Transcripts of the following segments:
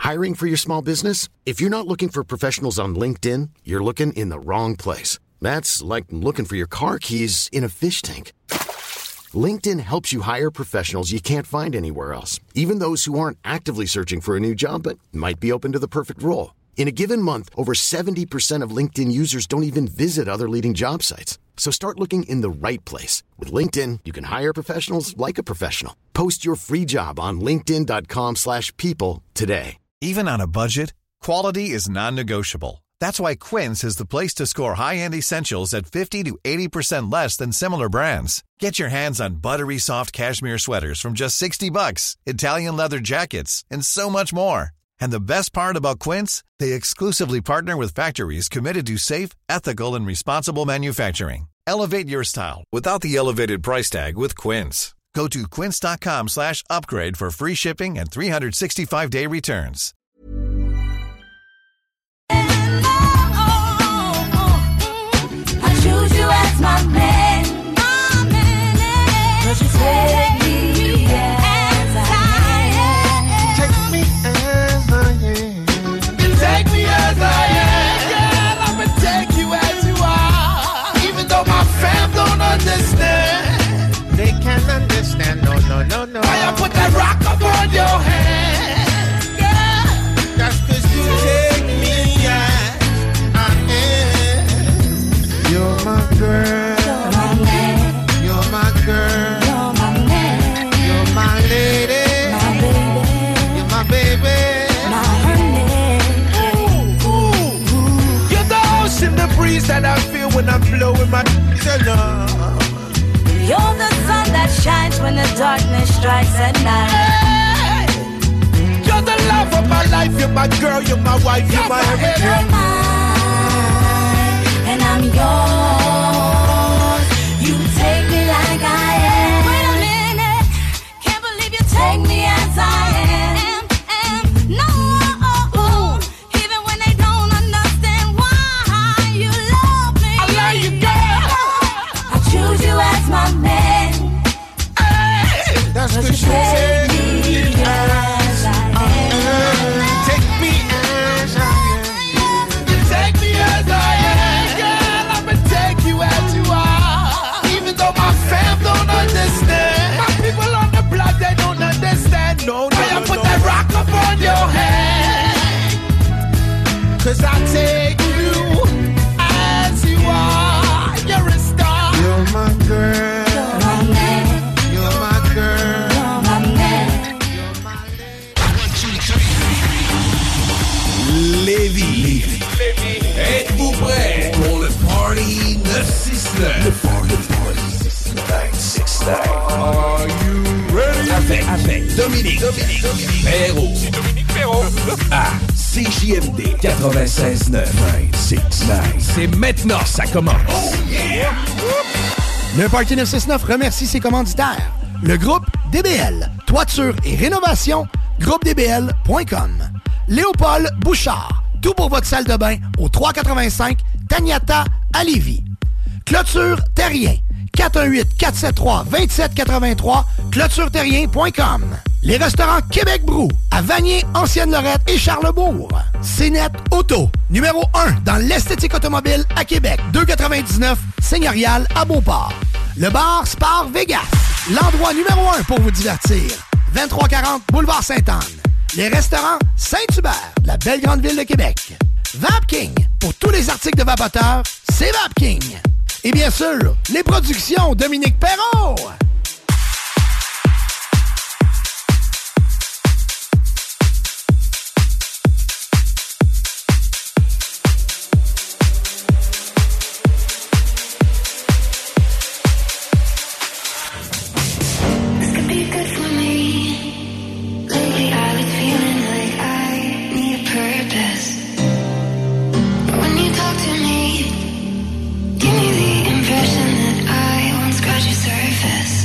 Hiring for your small business? If you're not looking for professionals on LinkedIn, you're looking in the wrong place. That's like looking for your car keys in a fish tank. LinkedIn helps you hire professionals you can't find anywhere else, even those who aren't actively searching for a new job but might be open to the perfect role. In a given month, over 70% of LinkedIn users don't even visit other leading job sites. So start looking in the right place. With LinkedIn, you can hire professionals like a professional. Post your free job on linkedin.com/people today. Even on a budget, quality is non-negotiable. That's why Quince is the place to score high-end essentials at 50 to 80% less than similar brands. Get your hands on buttery soft cashmere sweaters from just $60, Italian leather jackets, and so much more. And the best part about Quince, they exclusively partner with factories committed to safe, ethical, and responsible manufacturing. Elevate your style without the elevated price tag with Quince. Go to quince.com/upgrade for free shipping and 365-day returns. I choose you as my man. 'Cause you take me as I am. Take me as I am. You take me as I am. Girl, I'ma take you as you are. Even though my fam don't understand. They can't understand, no. Why I put that rock up on your hand, girl? That's 'cause you take me as I am. You're my girl. You're my man. You're my girl. You're my man. You're my lady. My baby. You're my baby. My honey. Ooh. You're the ocean, the breeze that I feel when I'm blowing my love. You're the sun that shines when the darkness strikes at night. Hey! You're the love of my life. You're my girl. You're my wife. You're my everything. You're mine, and I'm yours. You take me like I am. Wait a minute, can't believe you take me as I am. No, even when they don't understand why you love me. I love you, girl. I choose you as my man. Hey! That's 'cause you take me as I am. Take me as I am. You take me as I am. Girl, I'ma take you as you are. Even though my fam don't understand. My people on the block, they don't understand. No. Why I put that rock up on your hand? 'Cause I take you as you are. You're a star. You're my girl. You're my man. You're my girl. You're my man. Lévis. Êtes-vous prêts pour le Party 969? Le Party 969. Are you ready? Avec Dominique Perrault. C'est Dominique Perrault. À CJMD 96.9. 969. C'est maintenant, ça commence. Oh yeah! Le Party 969 remercie ses commanditaires. Le groupe DBL, toiture et rénovation, groupedbl.com. Léopold Bouchard, tout pour votre salle de bain au 385 Taniata à Lévis. Clôture Terrien, 418-473-2783, clôtureterrien.com. Les restaurants Québec Brou, à Vanier, Ancienne-Lorette et Charlesbourg. CNET Auto, numéro 1 dans l'esthétique automobile à Québec, 299 Seigneurial à Beauport. Le bar Spar Vegas, l'endroit numéro 1 pour vous divertir, 2340 Boulevard Sainte-Anne. Les restaurants Saint-Hubert, la belle grande ville de Québec. Vapking, pour tous les articles de vapoteurs, c'est Vapking. Et bien sûr, les productions Dominique Perrault. Give me the impression that I won't scratch your surface.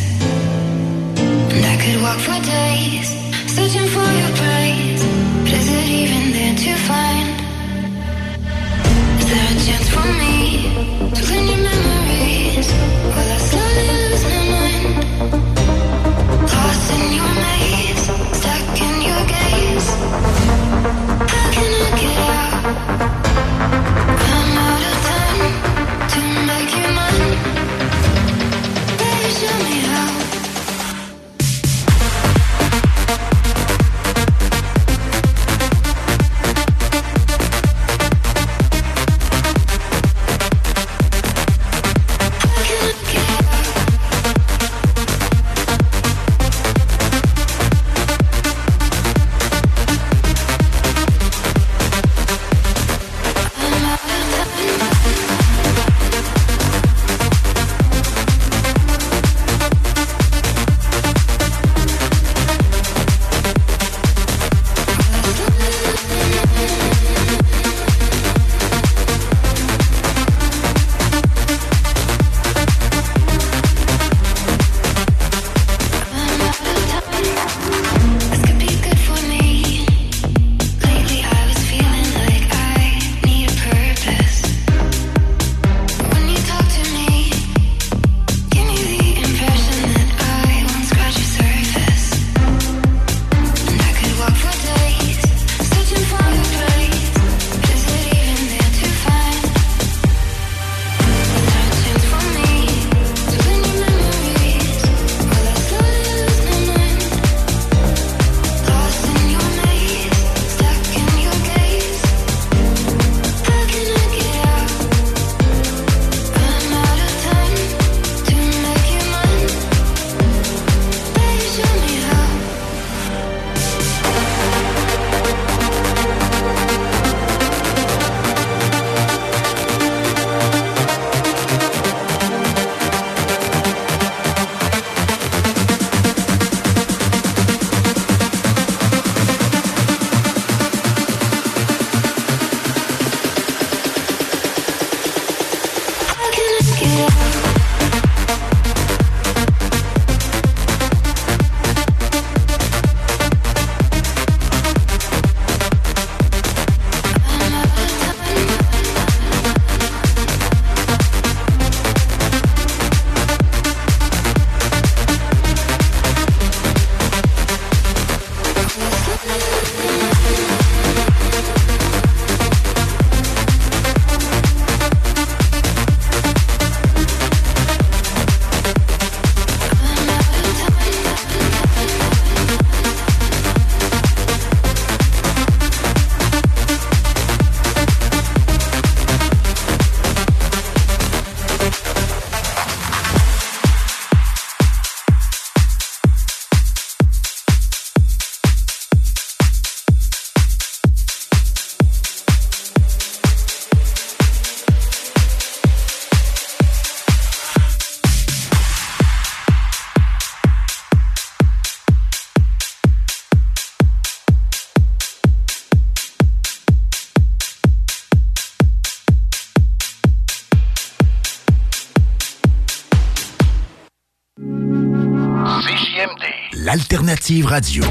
Alternative Radio.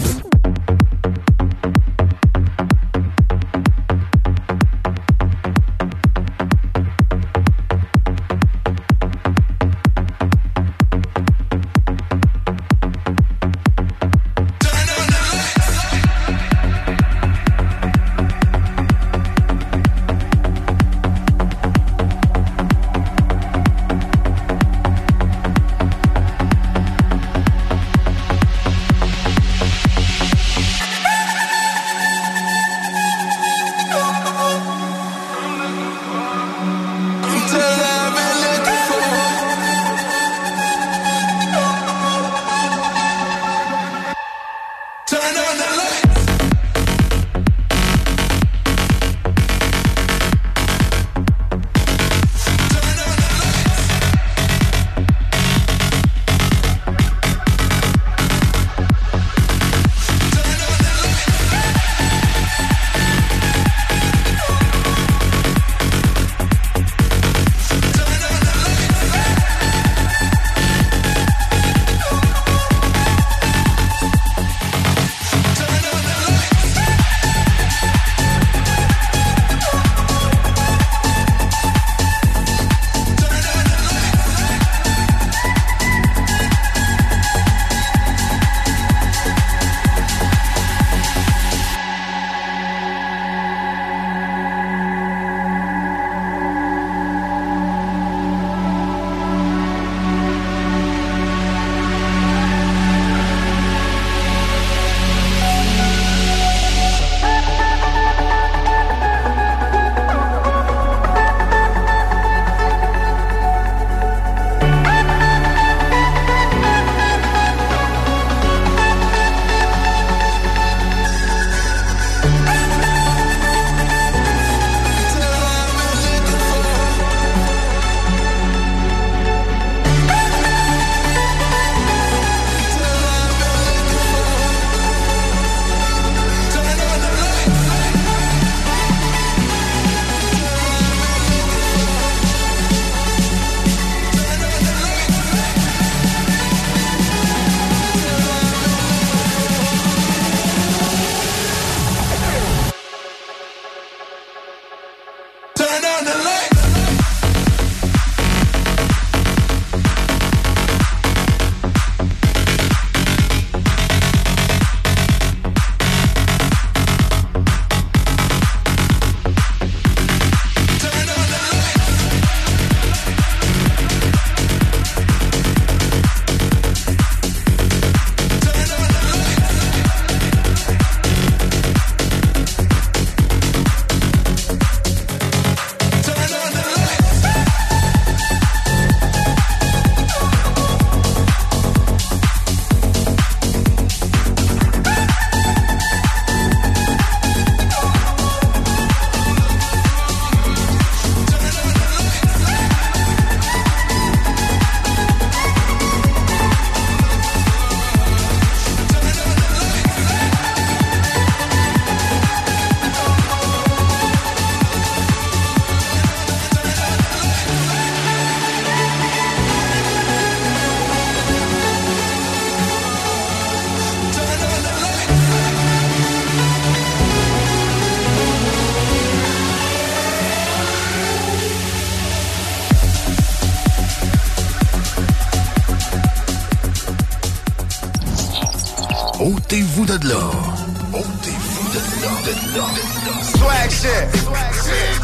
Ôtez-vous de là. Ôtez-vous de là. Swag shit. Swag shit.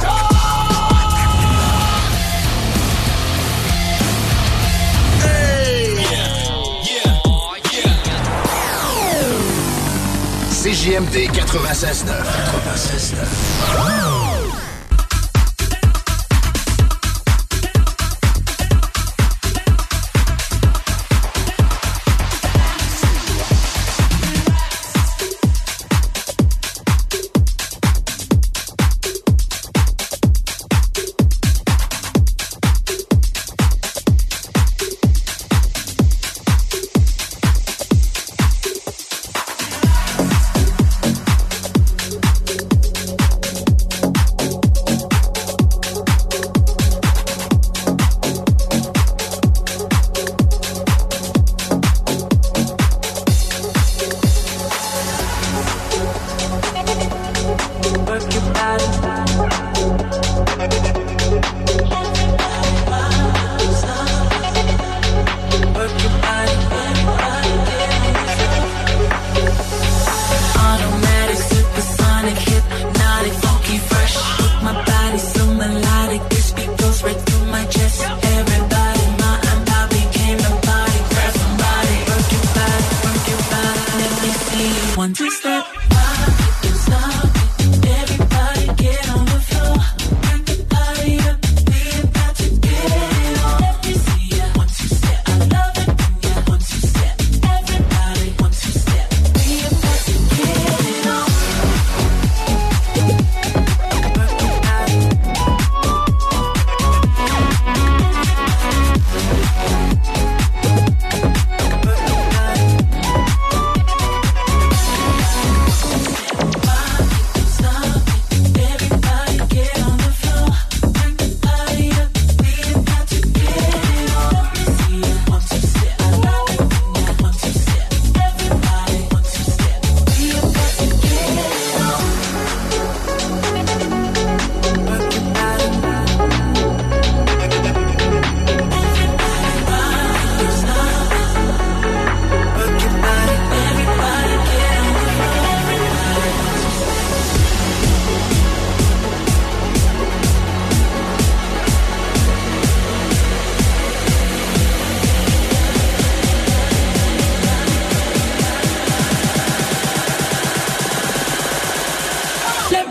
Hey. Yeah. CJMD 96.9.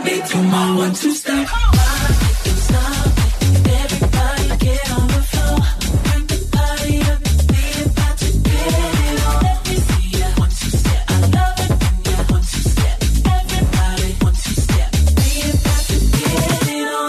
me do my 1-2 step. Everybody get on the floor. Bring the party up. We about to get it on. Let me see ya. 1-2 step. I love it when you 1-2 step. Everybody 1-2 step. We about to get it on.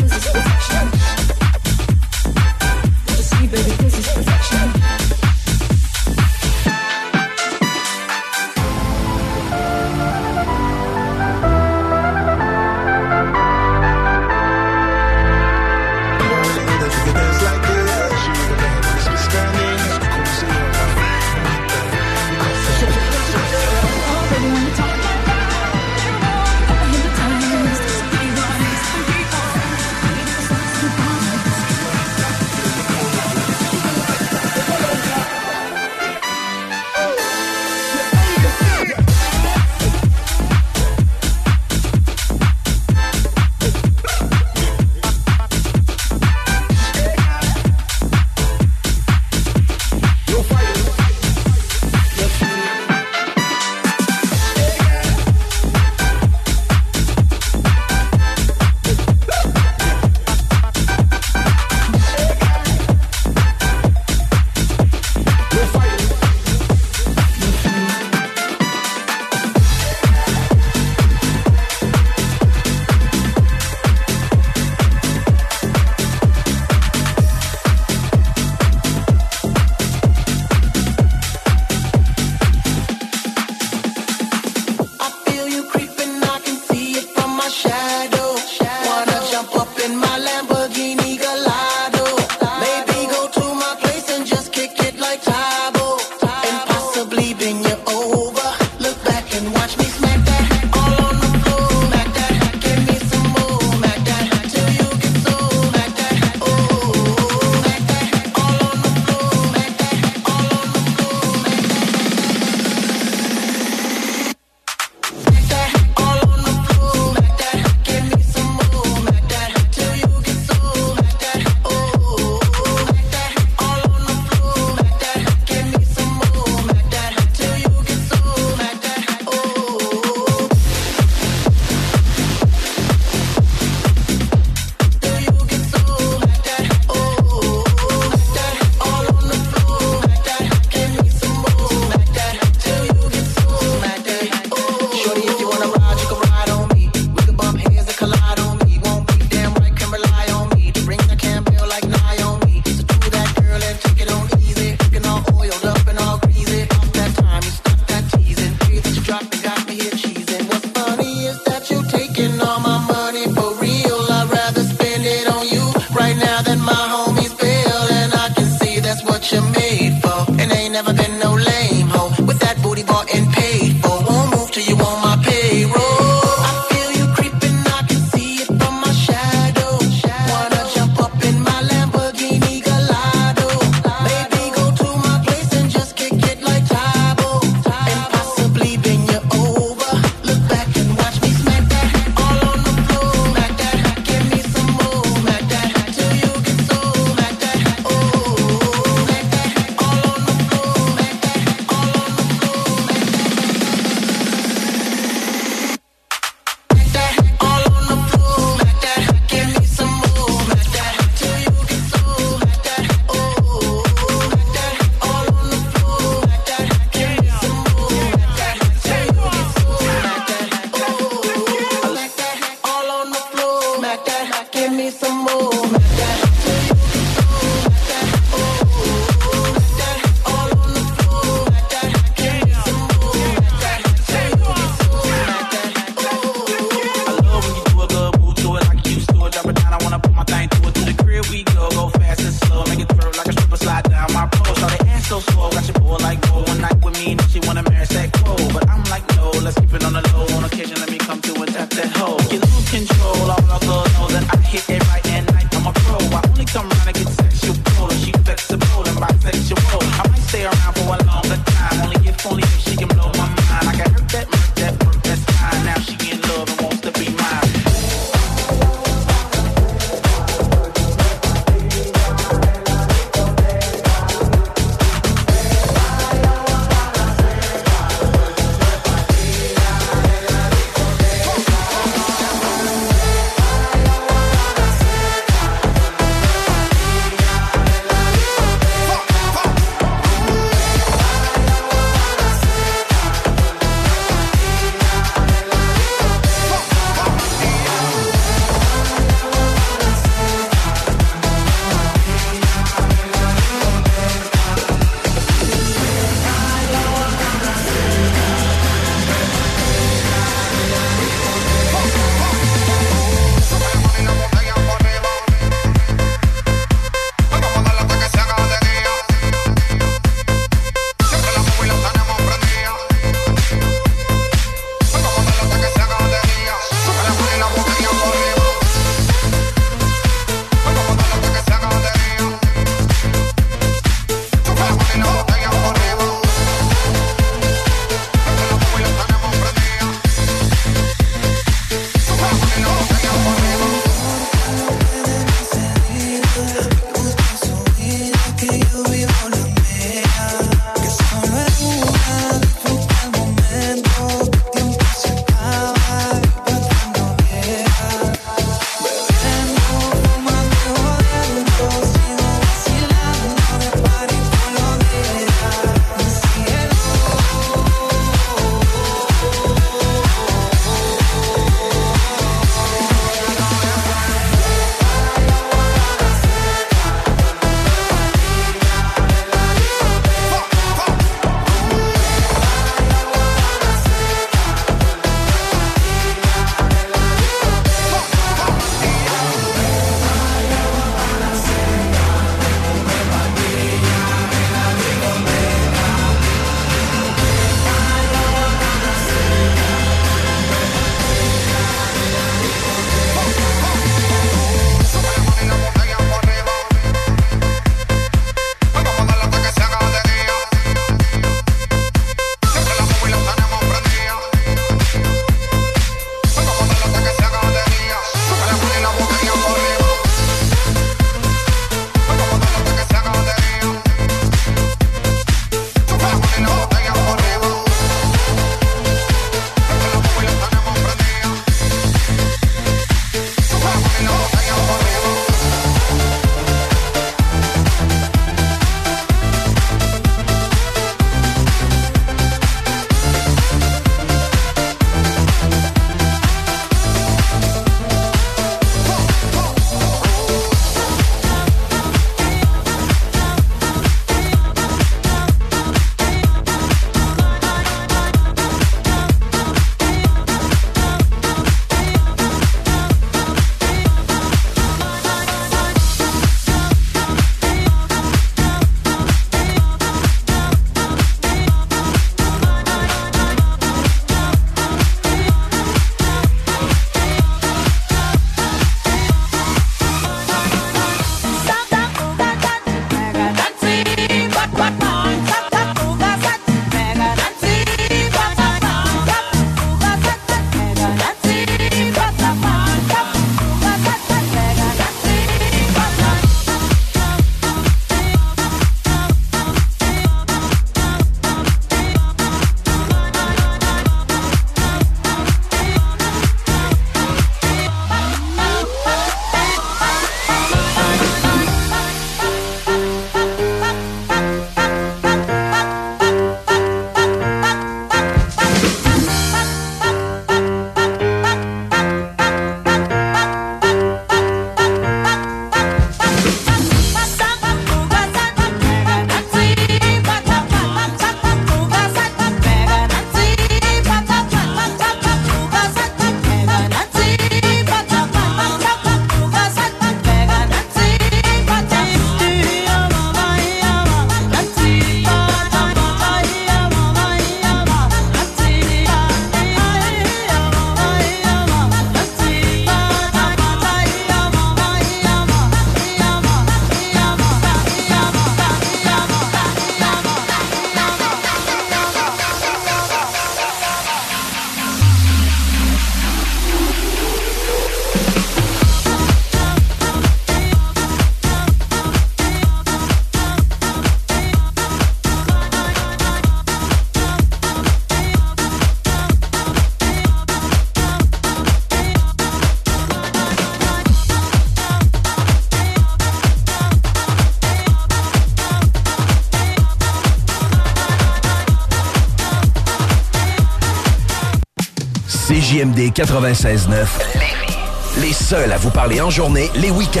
CJMD 96.9 Lévis. Les seuls à vous parler en journée, les week-ends.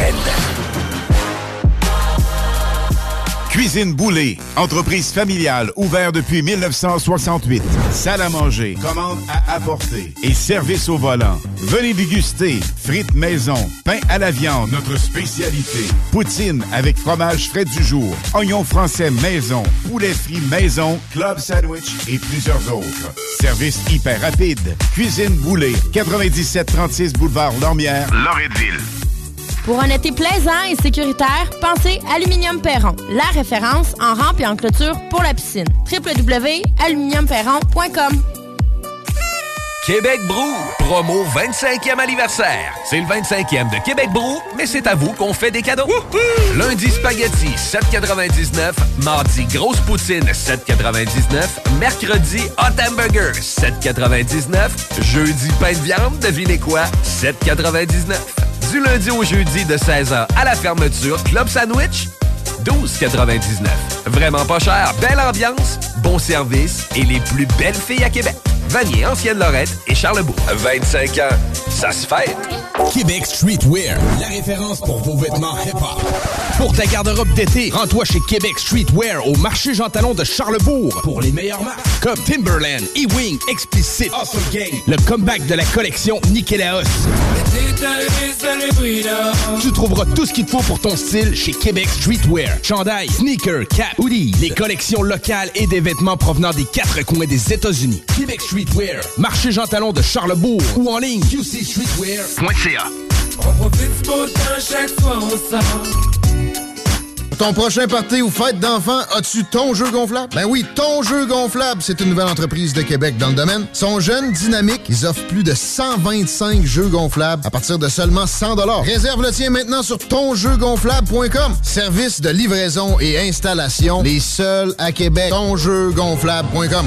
Cuisine Boulée, entreprise familiale ouverte depuis 1968. Salle à manger, commande à apporter et service au volant. Venez déguster frites maison, pain à la viande, notre spécialité. Poutine avec fromage frais du jour, oignons français maison, poulet frit maison, club sandwich et plusieurs autres. Service hyper rapide. Cuisine Boulée, 9736 boulevard Lormière, Loretteville. Pour un été plaisant et sécuritaire, pensez Aluminium Perron, la référence en rampe et en clôture pour la piscine. www.aluminiumperron.com. Québec Brou, promo 25e anniversaire. C'est le 25e de Québec Brou, mais c'est à vous qu'on fait des cadeaux. Wouhou! Lundi, spaghetti, 7,99. Mardi, grosse poutine, 7,99. Mercredi, hot hamburger, 7,99. Jeudi, pain de viande, devinez quoi? 7,99. Du lundi au jeudi de 16h à la fermeture, club sandwich, 12,99. Vraiment pas cher, belle ambiance, bon service et les plus belles filles à Québec. Vanier, Ancienne-Lorette et Charlebourg. 25 ans, ça se fête. Québec Streetwear, la référence pour vos vêtements hip-hop. Pour ta garde-robe d'été, rends-toi chez Québec Streetwear au marché Jean Talon de Charlebourg pour les meilleures marques comme Timberland, E-Wing, Explicit, Awesome Gang, le comeback de la collection Nikélaos. Tu trouveras tout ce qu'il te faut pour ton style chez Québec Streetwear. Chandail, sneakers, cap, hoodie, les collections locales et des vêtements provenant des 4 coins des États-Unis. Québec Streetwear, marché Jean Talon de Charlebourg ou en ligne qcstreetwear.ca. On profite du beau temps chaque fois au sort. Pour ton prochain party ou fête d'enfants, as-tu ton jeu gonflable? Ben oui, ton jeu gonflable, c'est une nouvelle entreprise de Québec dans le domaine. Ils sont jeunes, dynamiques, ils offrent plus de 125 jeux gonflables à partir de seulement 100$. Réserve le tien maintenant sur tonjeugonflable.com. Service de livraison et installation, les seuls à Québec. Tonjeugonflable.com.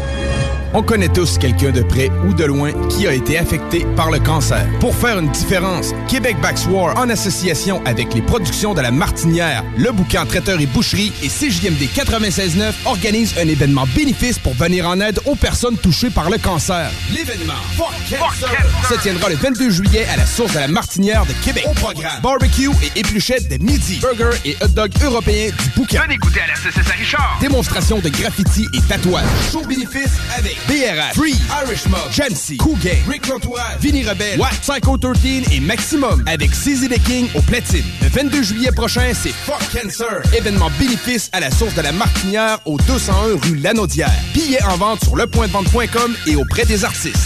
On connaît tous quelqu'un de près ou de loin qui a été affecté par le cancer. Pour faire une différence, Québec Backs War, en association avec les productions de La Martinière, Le Boucan Traiteur et Boucherie et CJMD 96.9 organise un événement bénéfice pour venir en aide aux personnes touchées par le cancer. L'événement Fuck Cancer se tiendra le 22 juillet à la source de La Martinière de Québec. Au programme, barbecue et épluchettes de midi, burger et hot dog européens du Boucan. Venez goûter à la CCS Richard. Démonstration de graffiti et tatouage. Show bénéfice avec BRH, Free, Irish Mob, Chancy, Cool Gang, Rick Lantoise, Vinny Rebelle, Watt, Psycho 13 et Maximum avec CZ the King au platine. Le 22 juillet prochain, c'est Fuck Cancer. Événement bénéfice à la source de La Martinière au 201 rue Lanaudière. Billets en vente sur lepointdevente.com et auprès des artistes.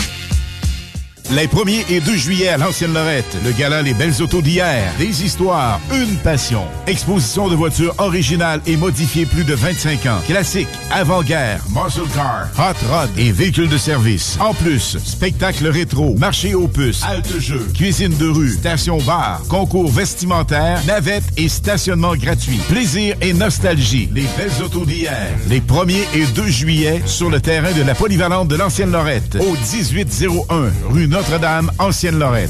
Les 1er et 2 juillet à l'Ancienne-Lorette, le gala Les Belles Autos d'hier, des histoires, une passion. Exposition de voitures originales et modifiées plus de 25 ans. Classiques, avant-guerre, muscle car, hot rod et véhicules de service. En plus, spectacle rétro, marché aux puces, halte-jeux, cuisine de rue, station-bar, concours vestimentaire, navettes et stationnement gratuit. Plaisir et nostalgie. Les Belles Autos d'hier, les 1er et 2 juillet sur le terrain de la polyvalente de l'Ancienne-Lorette, au 1801 rue Notre-Dame, Ancienne-Lorette.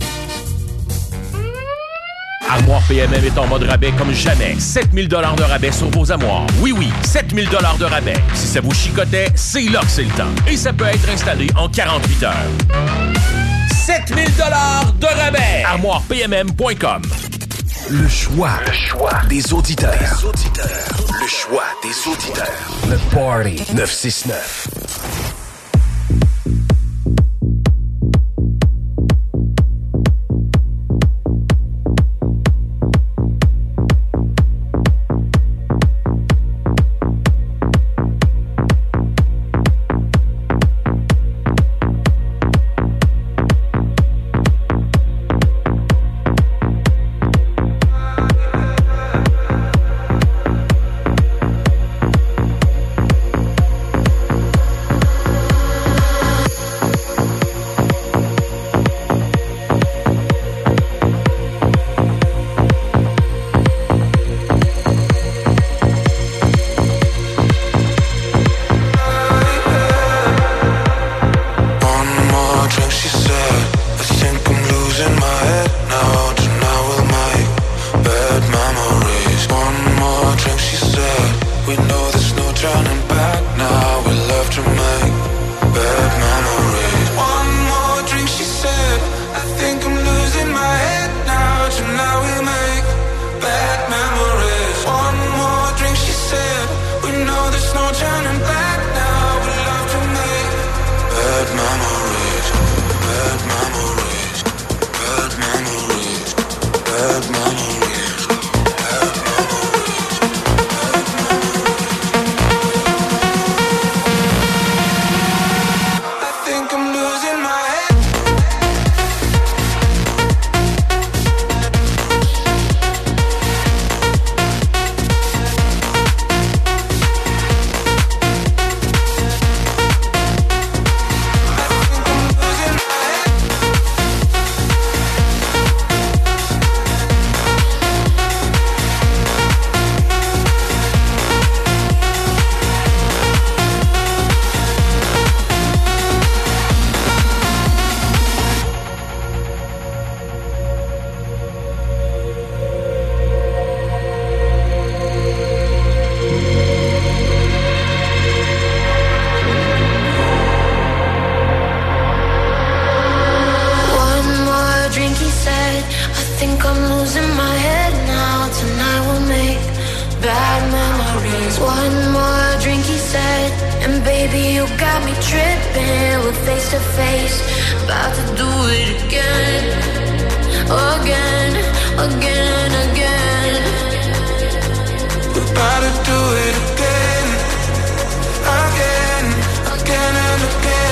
Armoire PMM est en mode rabais comme jamais. 7000 $ de rabais sur vos armoires. Oui, 7000 $ de rabais. Si ça vous chicotait, c'est là que c'est le temps. Et ça peut être installé en 48 heures. 7000 $ de rabais. ArmoirePMM.com. Le choix des auditeurs. Le choix des auditeurs. Le Party 969. think I'm losing my head now. Tonight we'll make bad memories. One more drink, he said, and baby, you got me tripping. We're face to face, about to do it again, again, again, again. We're about to do it again, again, again and again.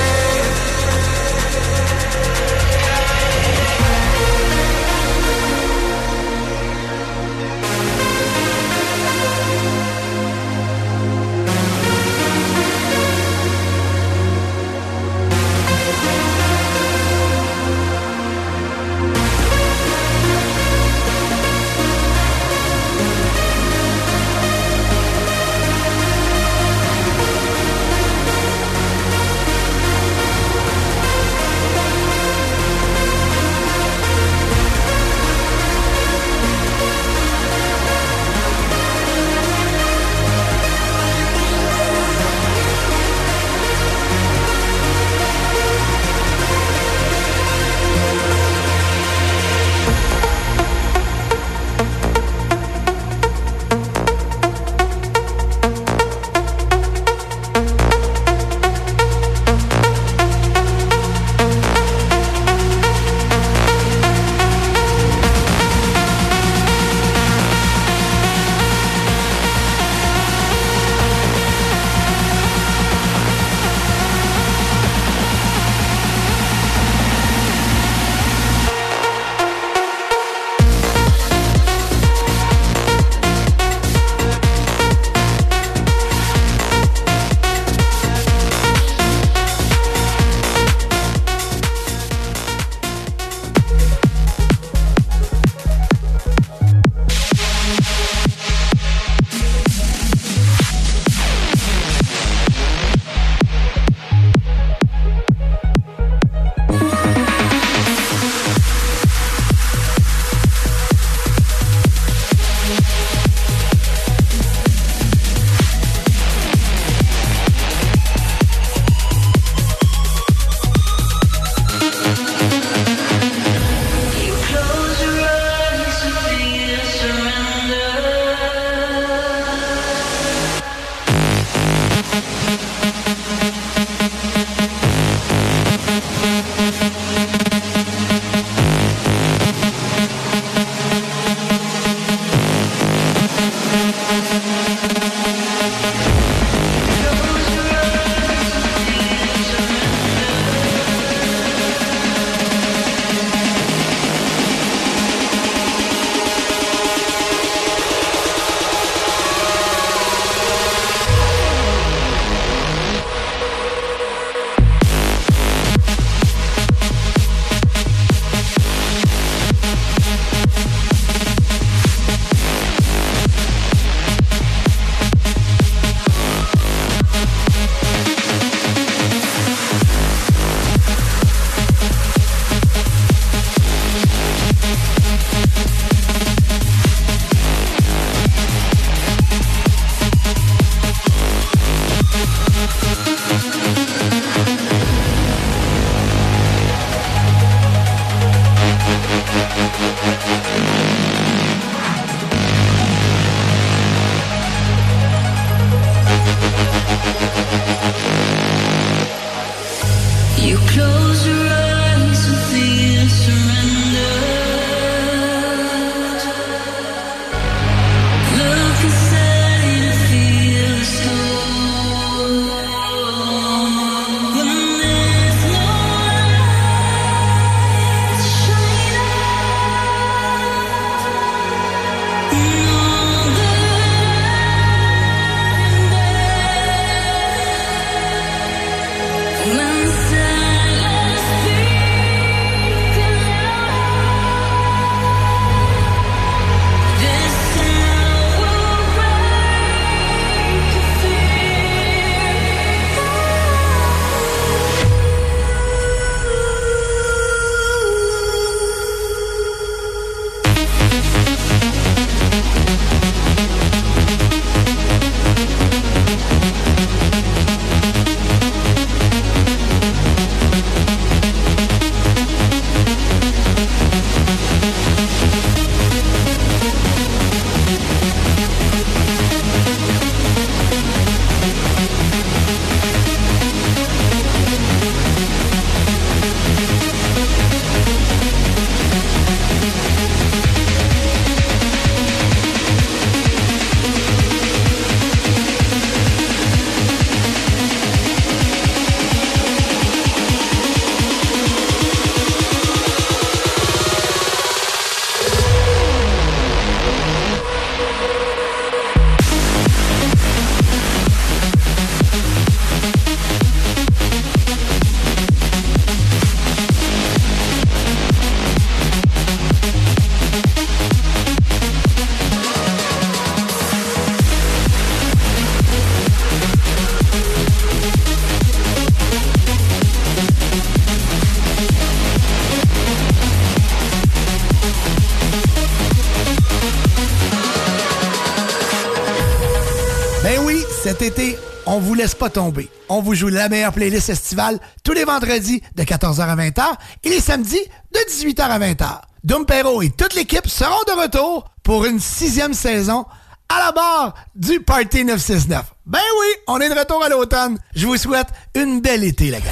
Cet été, on vous laisse pas tomber. On vous joue la meilleure playlist estivale tous les vendredis de 14h à 20h et les samedis de 18h à 20h. Dom Perro et toute l'équipe seront de retour pour une 6e saison à la barre du Party 969. Ben oui, on est de retour à l'automne. Je vous souhaite une belle été, la gang.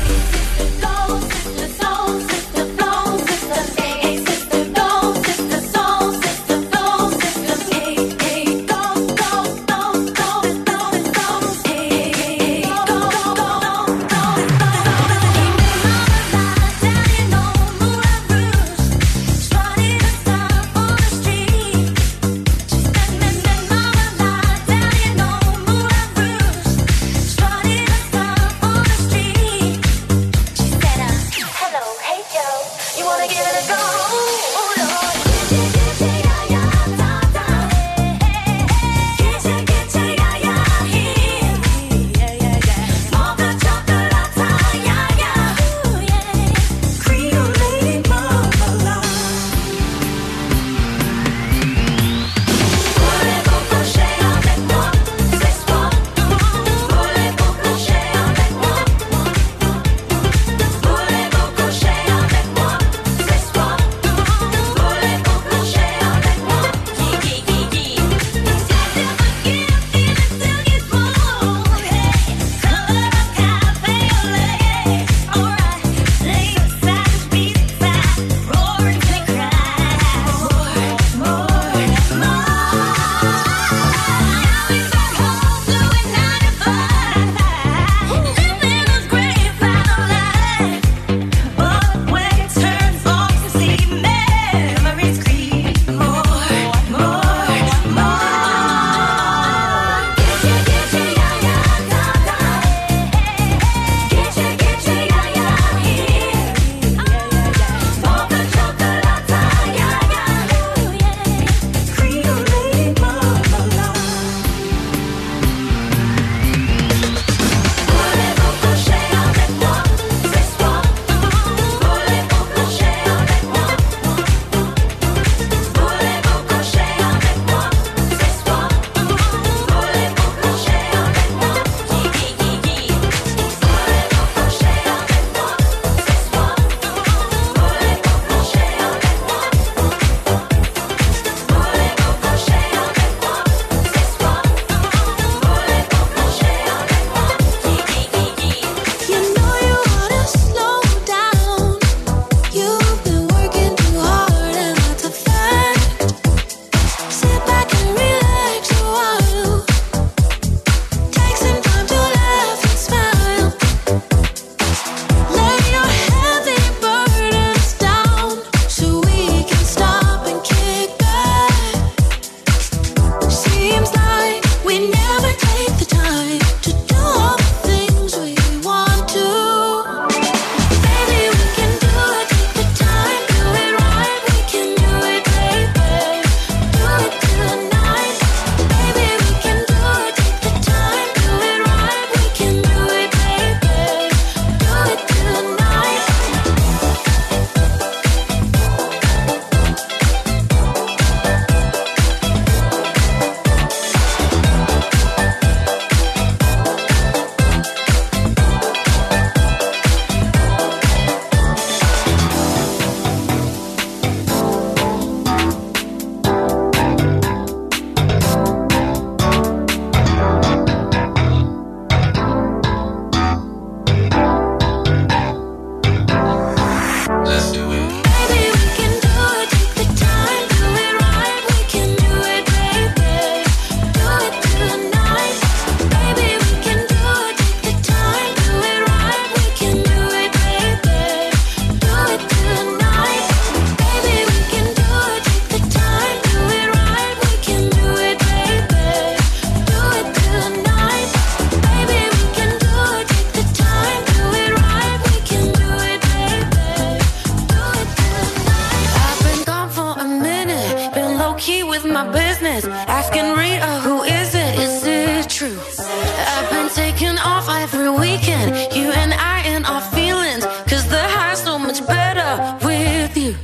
every weekend. You and I and our feelings, 'cause the high's so much better with you.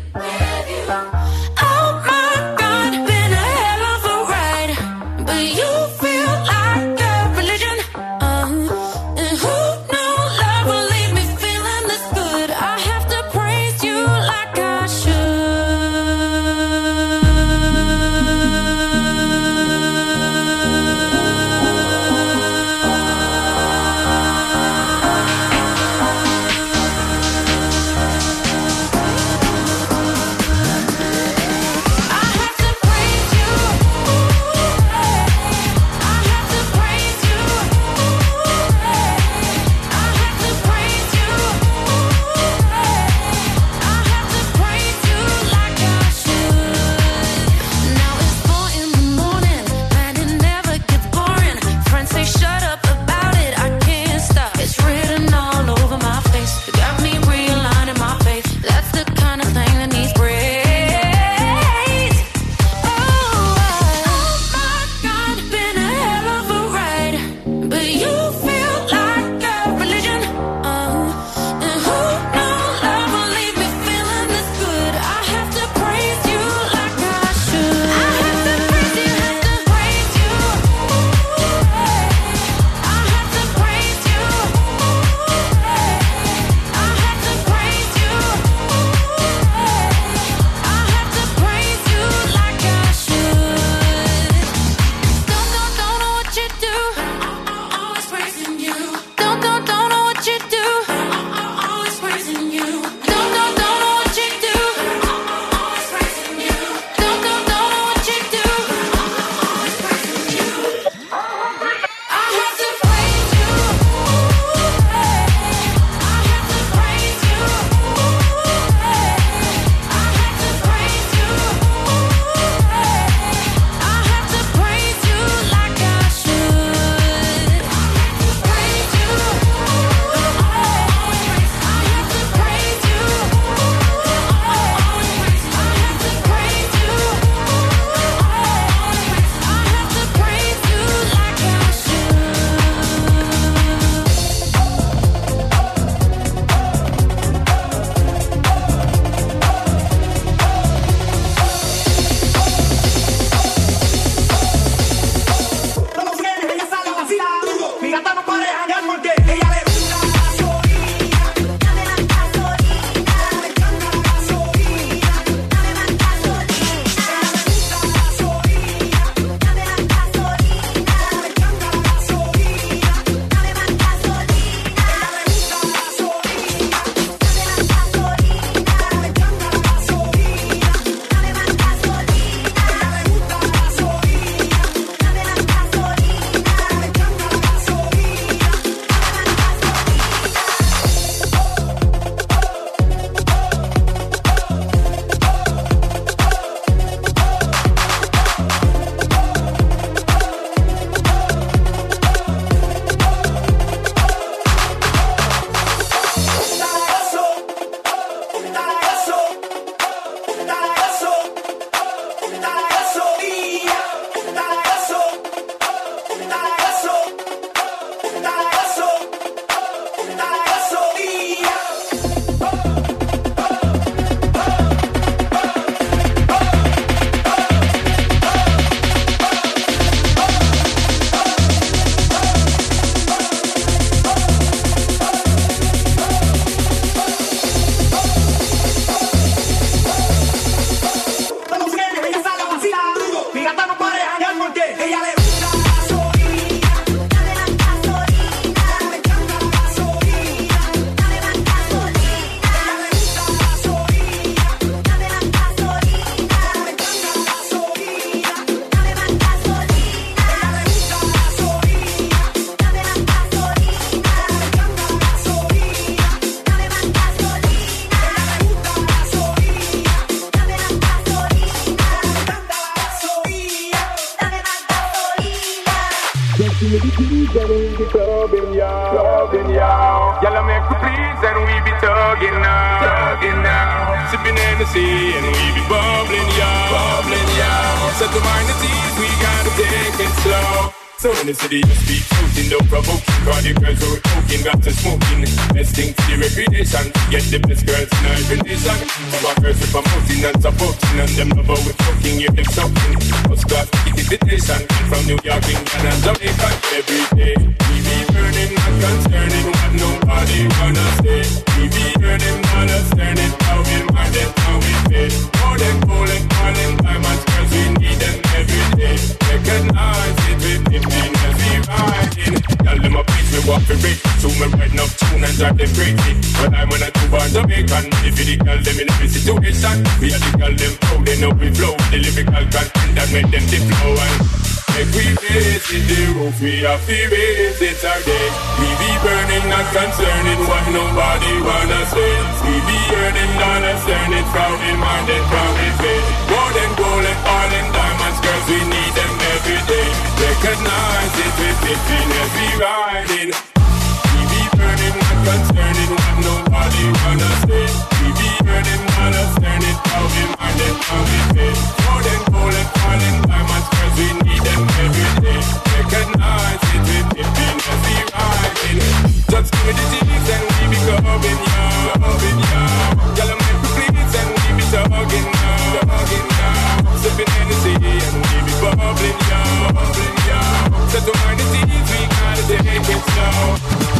Oh my God, been a hell of a ride, but you feel like a religion. please and we be clubbing, y'all. Clubbing, y'all. Y'all make we please and we be tugging now. Tugging now. Sipping Hennessy and we be bubbling, y'all. Bubbling, y'all. Set the mind at ease, we gotta take it slow. So in the city, you speak floating, no provoking. Cause the girls who are talking, got to smoking. Best thing for the reputation. Get the best girls in our invitation. Some are girls with promoting and supporting. And them love with talking, you them sucking. First class invitation. From New York, England and Jamaica. Every day, we be burning, not concerning what nobody wanna say. We be burning, not understanding how we mind and how we feel. More than gold and calling diamonds, girls, we need them every day. Recognize it with them. As we riding, y'all them a beat me walk for break. So me riding up tune and drive them crazy. But I'm on a two-bar Jamaican. If you the girl them in every situation, we are the girl them proud, they know we flow. The lyrical content that make them dip flow. And make we raise it, the roof we have to raise it our day. We be burning, not concerning what nobody wanna say. We be earning, not understanding, proud in mind and proud in faith. More than gold and all in diamonds, girls, we need them every day. Recognize it with 15 as we riding. We be burning, not concerning what nobody wanna say. We be burning, not understanding how we mind and how we feel. More than gold and all in diamonds, girls, we need them every day. Recognize it with 15 as we riding. Just give me the cheeks and we be clubbing, y'all. Clubbing, y'all. Y'all make me please and we be tugging, y'all. Tugging, y'all. Sipping Hennessy and we be bubbling, y'all. Bubbling, y'all. Set the mind at ease, we gotta take it slow.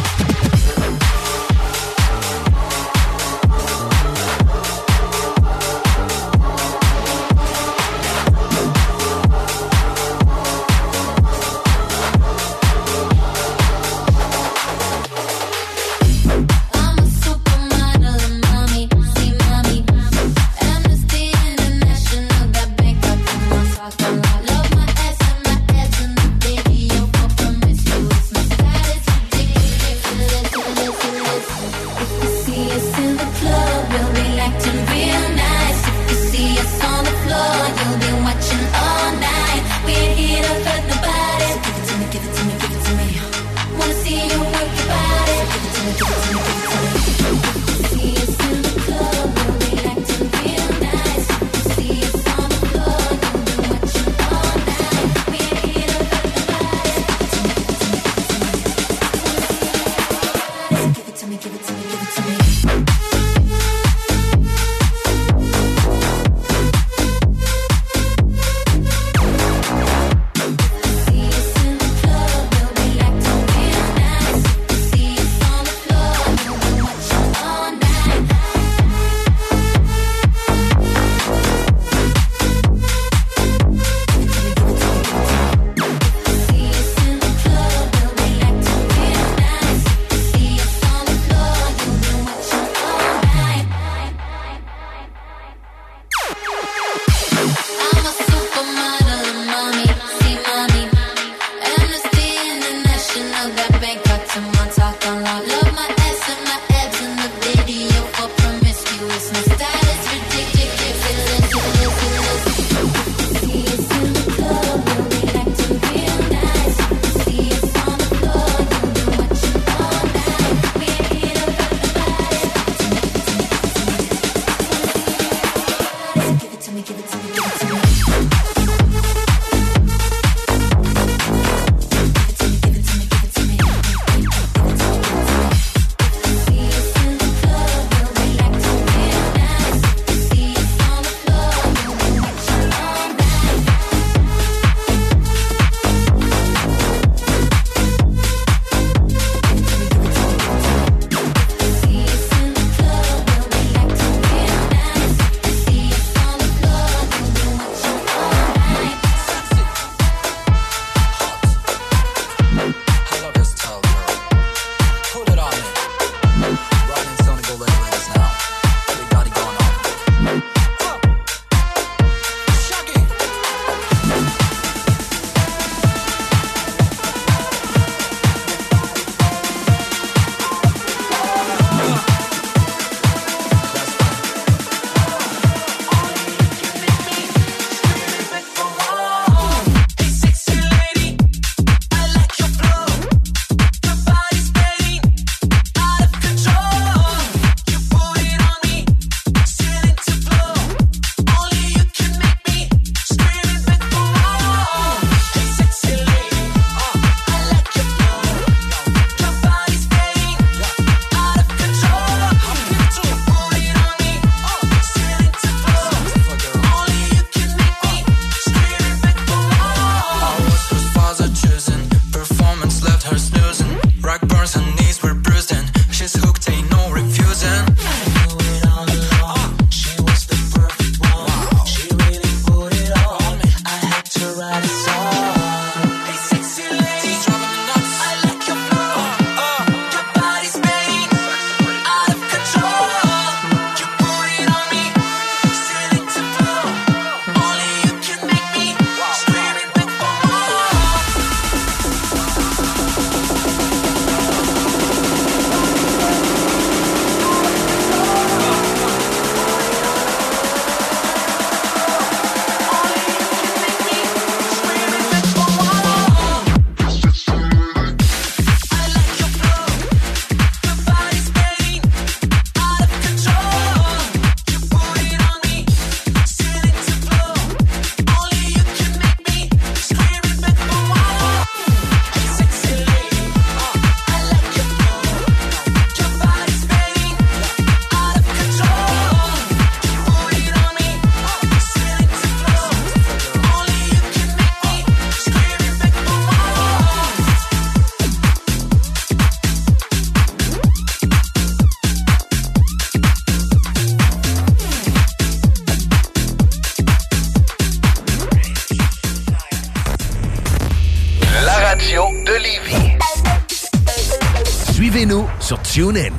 Suivez-nous sur TuneIn.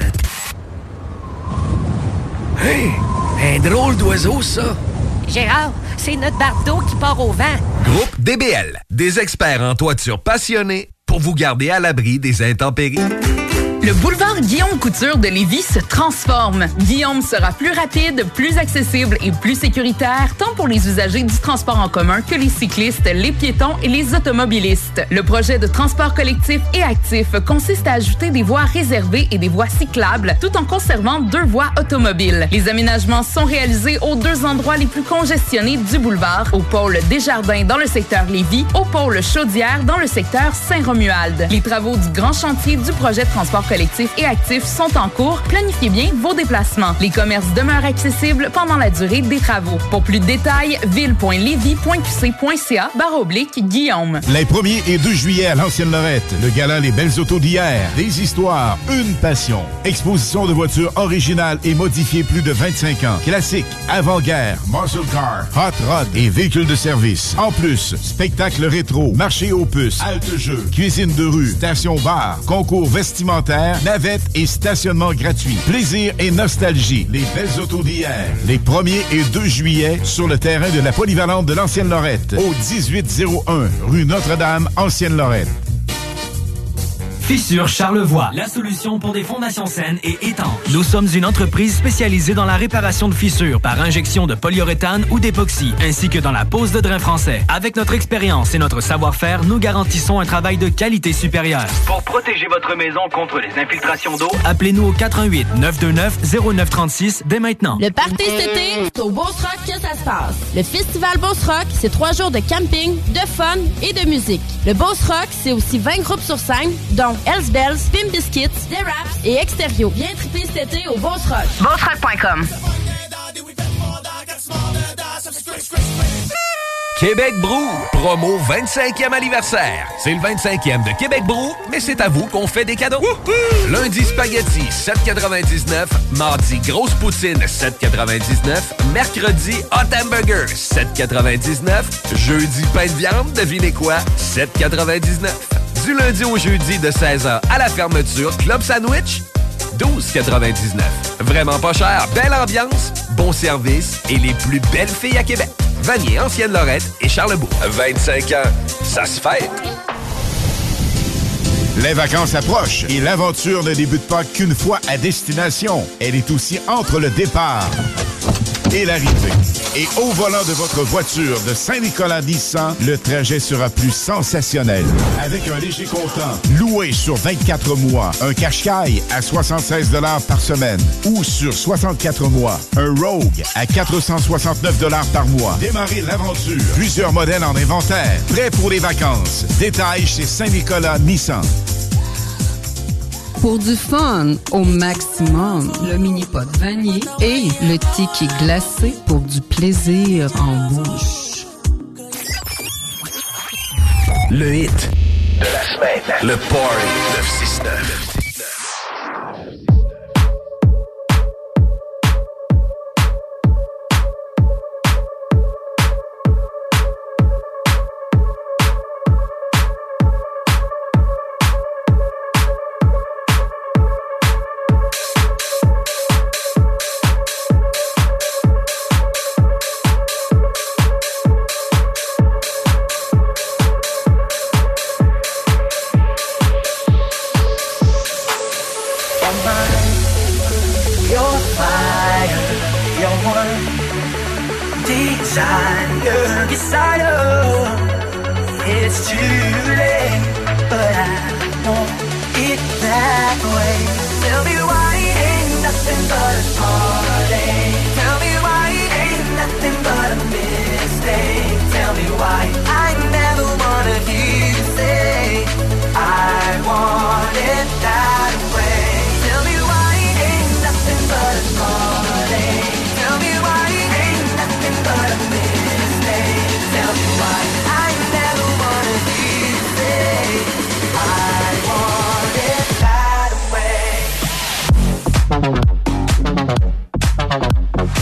Hey, un drôle d'oiseau, ça. Gérard, c'est notre bardeau qui part au vent. Groupe DBL, des experts en toiture passionnés pour vous garder à l'abri des intempéries. Le boulevard Guillaume Couture de Lévis se transforme. Guillaume sera plus rapide, plus accessible et plus sécuritaire, tant pour les usagers du transport en commun que les cyclistes, les piétons et les automobilistes. Le projet de transport collectif et actif consiste à ajouter des voies réservées et des voies cyclables, tout en conservant 2 voies automobiles. Les aménagements sont réalisés aux 2 endroits les plus congestionnés du boulevard, au pôle Desjardins dans le secteur Lévis, au pôle Chaudière dans le secteur Saint-Romuald. Les travaux du grand chantier du projet de transport collectifs et actifs sont en cours. Planifiez bien vos déplacements. Les commerces demeurent accessibles pendant la durée des travaux. Pour plus de détails, ville.levy.qc.ca/Guillaume. Les 1er et 2 juillet à l'Ancienne Lorette, le gala Les Belles Autos d'hier. Des histoires, une passion. Exposition de voitures originales et modifiées plus de 25 ans. Classiques, avant-guerre, muscle car, hot rod et véhicules de service. En plus, spectacle rétro, marché aux puces, halte-jeux, cuisine de rue, station-bar, concours vestimentaire, navettes et stationnement gratuit. Plaisir et nostalgie. Les Belles Autos d'hier. Les 1er et 2 juillet sur le terrain de la polyvalente de l'Ancienne Lorette, au 1801 rue Notre-Dame, Ancienne Lorette. Fissure Charlevoix, la solution pour des fondations saines et étanches. Nous sommes une entreprise spécialisée dans la réparation de fissures par injection de polyuréthane ou d'époxy, ainsi que dans la pose de drain français. Avec notre expérience et notre savoir-faire, nous garantissons un travail de qualité supérieure. Pour protéger votre maison contre les infiltrations d'eau, appelez-nous au 418 929 0936 dès maintenant. Le party cet été, c'est au Beauce Rock que ça se passe. Le Festival Beauce Rock, c'est 3 jours de camping, de fun et de musique. Le Beauce Rock, c'est aussi 20 groupes sur scène, dont Hells Bells, Pimp Biscuits, The Raps et Extérieur. Viens triper cet été au Beauce Rock. BeauceRock.com. Québec Brou, promo 25e anniversaire. C'est le 25e de Québec Brou, mais c'est à vous qu'on fait des cadeaux. Lundi, spaghetti, 7,99. Mardi, grosse poutine, 7,99. Mercredi, hot hamburger, 7,99. Jeudi, pain de viande, devinez quoi? 7,99. Du lundi au jeudi de 16h à la fermeture, Club Sandwich, 12,99. Vraiment pas cher, belle ambiance, bon service et les plus belles filles à Québec. Vanier, Ancienne Lorette et Charlebourg. 25 ans, ça se fête. Les vacances approchent et l'aventure ne débute pas qu'une fois à destination. Elle est aussi entre le départ et l'arrivée. Et au volant de votre voiture de Saint-Nicolas Nissan, le trajet sera plus sensationnel. Avec un léger comptant, loué sur 24 mois, un Qashqai à 76 $ par semaine ou sur 64 mois, un Rogue à 469 $ par mois. Démarrez l'aventure. Plusieurs modèles en inventaire. Prêts pour les vacances. Détails chez Saint-Nicolas Nissan. Pour du fun au maximum, le mini-pot vanille et le tiki glacé pour du plaisir en bouche. Le hit de la semaine. Le Party 969. It's too late, but I want it that way. Tell me why it ain't nothing but a heartache. Tell me why it ain't nothing but a mistake. Tell me why I never wanna hear you say I want it that way. Tell me why it ain't nothing but a heartache. Tell me why it ain't nothing but a mistake. Tell me why I never wanna hear you say I want it that way.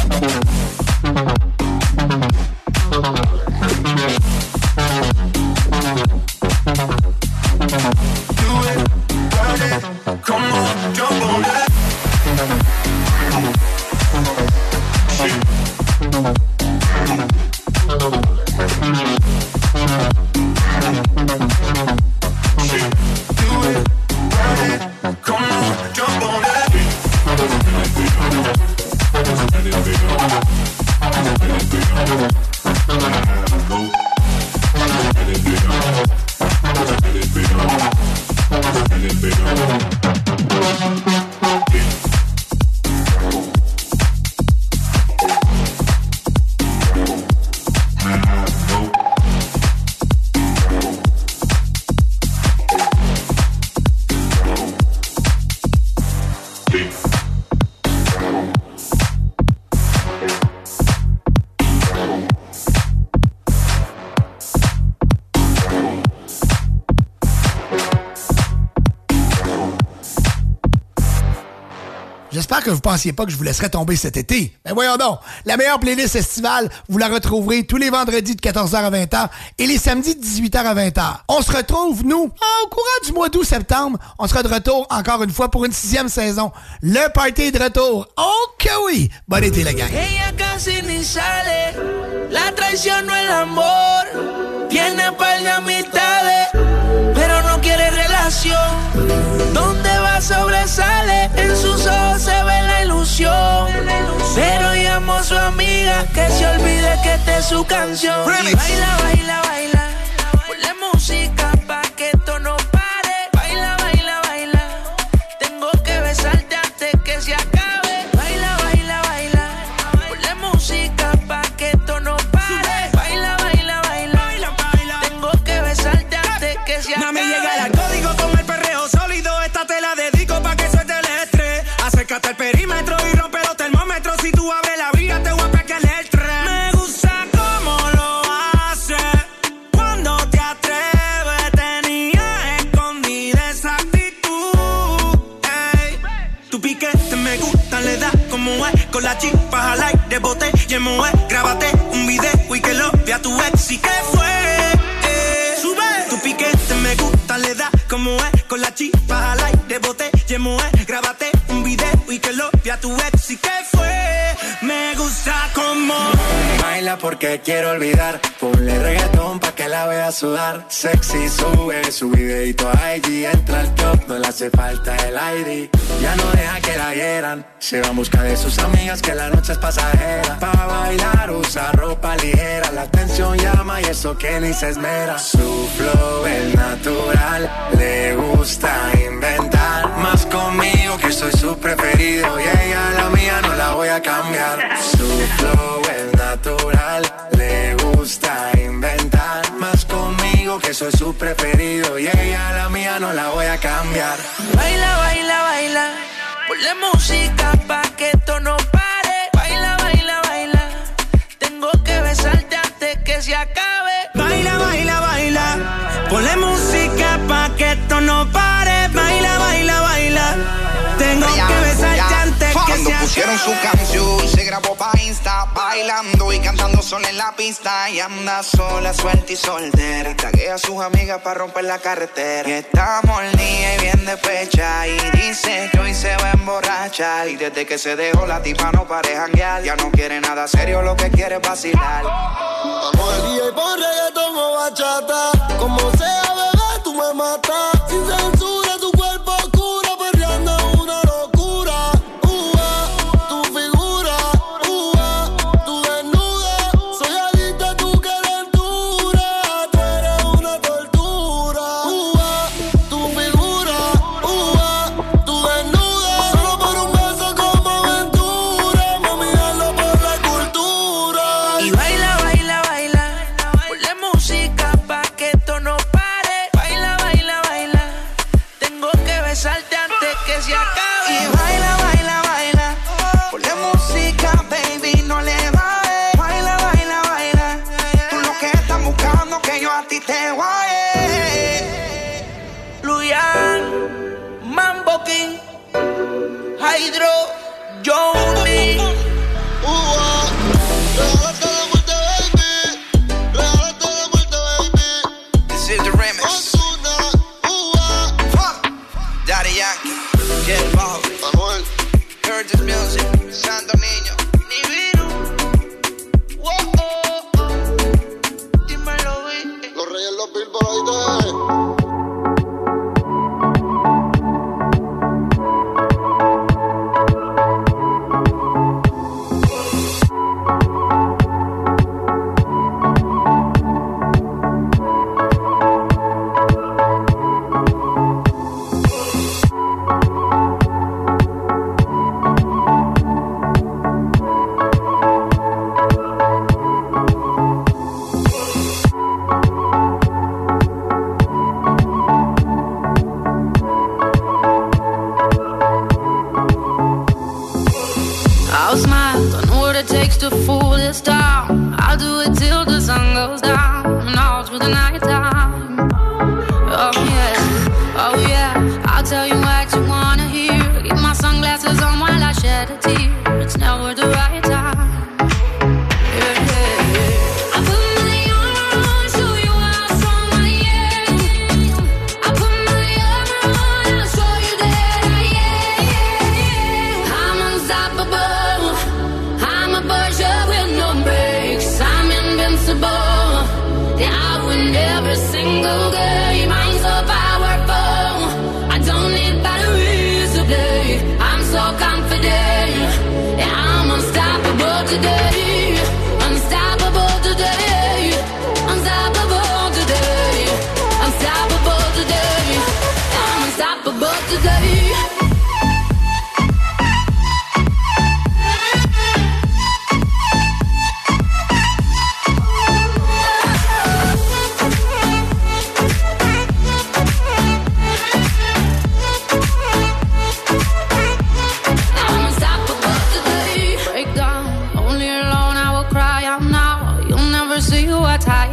J'espère que vous pensiez pas que je vous laisserais tomber cet été. Mais voyons donc, la meilleure playlist estivale, vous la retrouverez tous les vendredis de 14h à 20h et les samedis de 18h à 20h. On se retrouve, nous, au courant du mois d'août-septembre. On sera de retour encore une fois pour une 6e saison. Le party est de retour. Ok oui! Bon été, la gang. Ella casi ni sale, la traición no el amor. Tiene par de amistades, pero no quiere relación. Donde va sobresale, en sus ojos se ve la ilusión. Pero llamó a su amiga que se olvide que esta es su canción. Baila, baila, baila, ponle música pa' que esto no pare. Baila, baila, baila, tengo que besarte antes que se acabe. Baila, baila, baila, ponle música pa' que esto no pare. Baila, baila, baila, tengo que besarte antes que se acabe. Mami, llega el código con el perreo sólido. Esta te la dedico pa' que suelte el estrés. Acércate al perímetro y rompe los termómetros. Si tú abres la vía te voy a pegar el tren. Me gusta cómo lo haces, cuando te atreves. Tenía escondida esa actitud, ey. Tu piquete me gusta, le da como es. Con la chispa al aire, bote y en moe. Grábate un video y que lo vea tu ex. ¿Y qué fue? Sube. Tu piquete me gusta, le da como es. Con la chispa al aire, bote y en moe. Grábate un video y que lo vea tu ex. ¿Y qué fue? Me gusta como baila porque quiero olvidar. Ponle reggaetón pa' que la vea sudar. Sexy sube su videito a IG. Entra al club, no le hace falta el ID. Ya no deja que la hieran. Se va en busca de sus amigas que la noche es pasajera. Pa' bailar usa ropa ligera. La atención llama y eso que ni se esmera. Su flow es natural. Le gusta inventar. Más conmigo que soy su preferido. Y ella la mía no la voy a cambiar. Su flow es natural. Le gusta inventar. Más conmigo que soy su preferido. Y ella la mía no la voy a cambiar. Baila, baila, baila, ponle música pa' que esto no pare. Baila, baila, baila, tengo que besarte antes que se acabe. baila, baila, baila. Ponle música pa' que esto no pare. Baila, baila, baila. Tengo que besarte antes que se Cuando acabe. pusieron su canción, se grabó pa' Insta, bailando y cantando sola en la pista. Y anda sola, suelta y soltera. Taguea a sus amigas pa' romper la carretera. Y está molnida y bien despecha. Y dice que hoy se va a emborrachar. Y desde que se dejó la tipa no pare janguear. Ya no quiere nada serio, lo que quiere es vacilar. Vamos al día y pon reggaetón o bachata. Como sea, bebé, tú me matas. Sin censura, tu cuerpo oscuro, perreando es una locura. Tu figura, tu desnuda. Soy adicta a tu calentura. Tú eres una tortura. Tu figura, tu desnuda. Solo por un beso como aventura. Mami, hazlo por la cultura. Y baila, baila, baila, ponle música pa' que esto no pare. Baila, baila, baila, tengo que besarte antes que se acabe. Y baila, baila, baila. Ponle música, baby, no le bajes. Baila, baila, baila. Tú lo que estás buscando que yo a ti te guaye. Luyan, Mambo King, Hydro, Johnny. This is the remix. Daddy Yankee, Jet Ball, Curtis Music, Santo Niño, Nibiru. Dímelo, vi. Los reyes, los Billboard,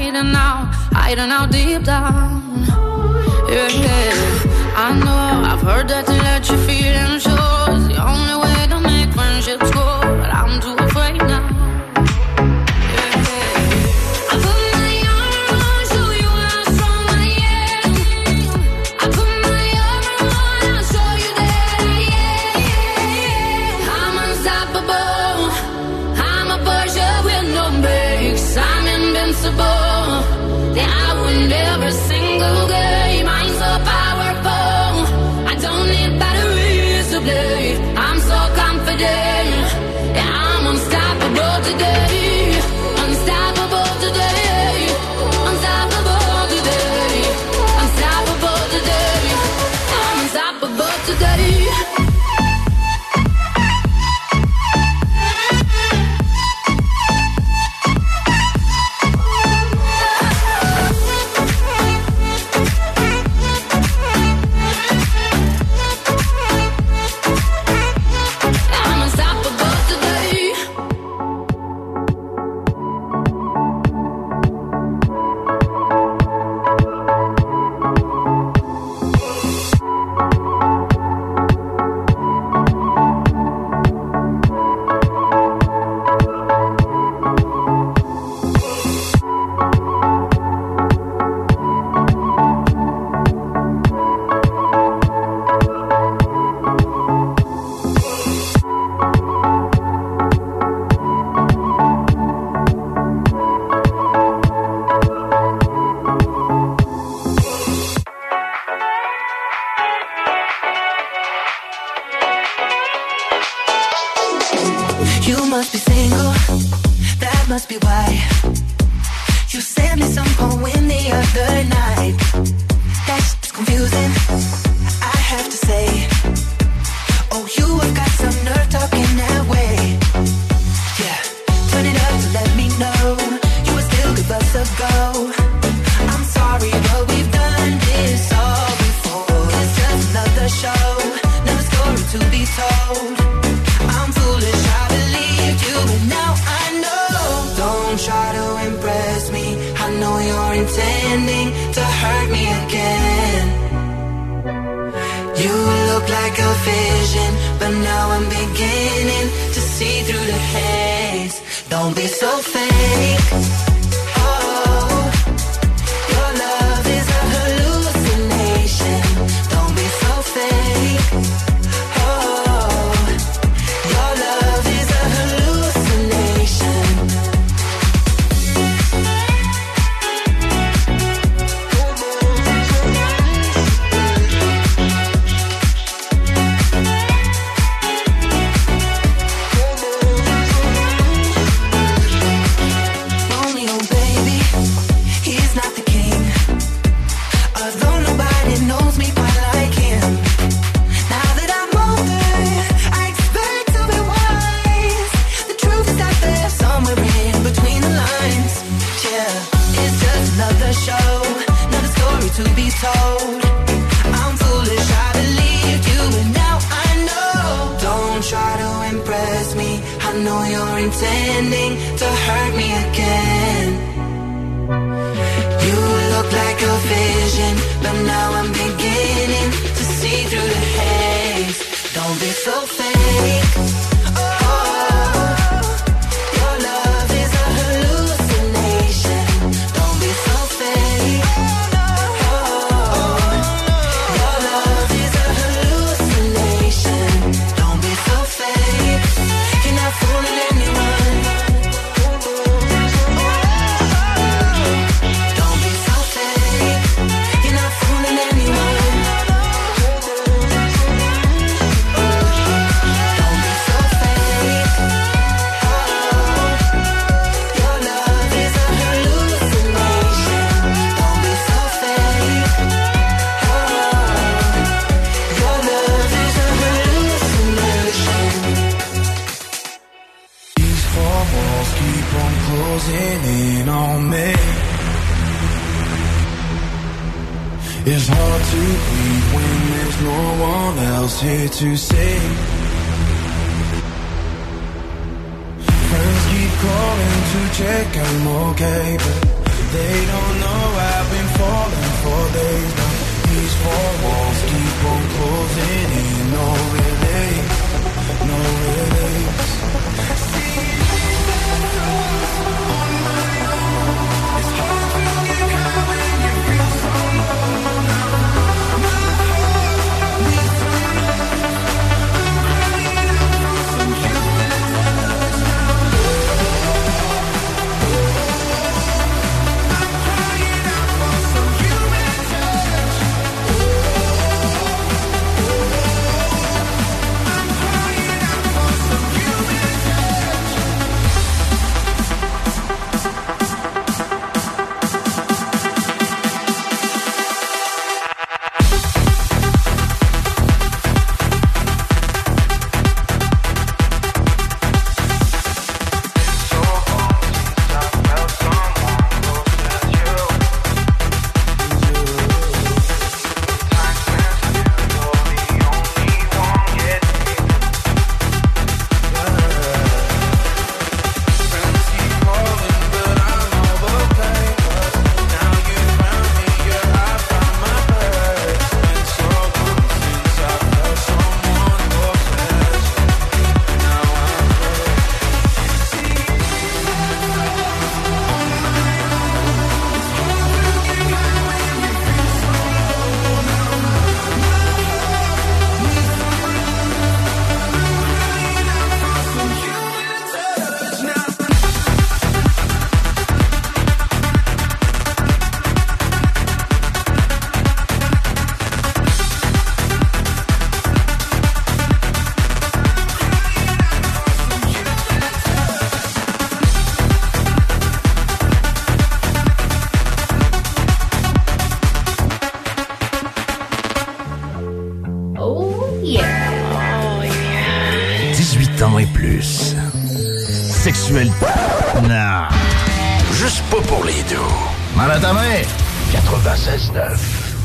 hiding out deep down. Yeah, yeah. I know I've heard that to let your feelings show is the only way to make friendships grow, but I'm too afraid now. Every single game, I'm so powerful. I don't need batteries to play. I'm so confident. Yeah, I'm unstoppable today. Unstoppable today. Unstoppable today. Unstoppable today. I'm unstoppable today. It's hard to breathe when there's no one else here to say. Friends keep calling to check I'm okay, but They don't know I've been falling for days now. These four walls keep on closing in. No relief, no relief. Sexuel. Non. Juste pas pour les deux. Mal à ta main. 96.9.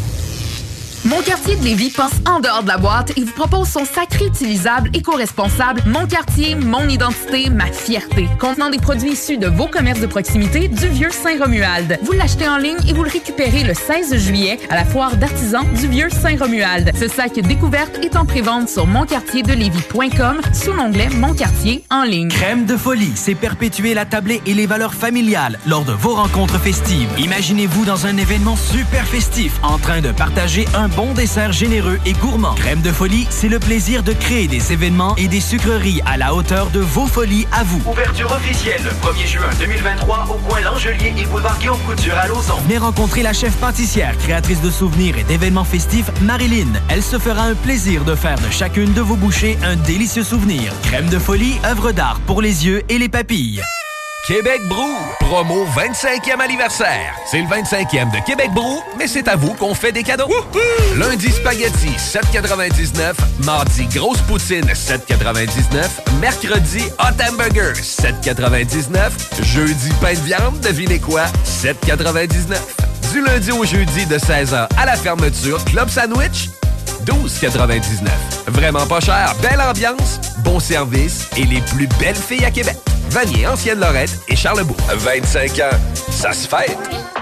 Mon Quartier de Lévis pense en dehors de la boîte et vous propose son sac réutilisable éco-responsable Mon Quartier, mon identité, ma fierté. Contenant des produits issus de vos commerces de proximité du Vieux Saint-Romuald. Vous l'achetez en ligne et vous le récupérez le 16 juillet à la foire d'artisans du Vieux Saint-Romuald. Ce sac découverte est en prévente sur monquartierdelévis.com sous l'onglet Mon Quartier en ligne. Crème de folie, c'est perpétuer la tablée et les valeurs familiales lors de vos rencontres festives. Imaginez-vous dans un événement super festif en train de partager un bon dessert généreux et gourmand. Crème de folie, c'est le plaisir de créer des événements et des sucreries à la hauteur de vos folies à vous. Ouverture officielle le 1er juin 2023 au coin Langelier et boulevard Guillaume Couture à Lauson. Venez rencontrer la chef pâtissière, créatrice de souvenirs et d'événements festifs, Marilyn. Elle se fera un plaisir de faire de chacune de vos bouchées un délicieux souvenir. Crème de folie, œuvre d'art pour les yeux et les papilles. Québec Brou, promo 25e anniversaire. C'est le 25e de Québec Brou, mais c'est à vous qu'on fait des cadeaux. Wouhou! Lundi, spaghetti, 7,99. Mardi, grosse poutine, 7,99. Mercredi, hot hamburger, 7,99. Jeudi, pain de viande, devinez quoi? 7,99. Du lundi au jeudi de 16h à la fermeture, Club Sandwich, 12,99. Vraiment pas cher, belle ambiance, bon service et les plus belles filles à Québec. Vanier, Ancienne-Lorette et Charlebourg. 25 ans, ça se fête.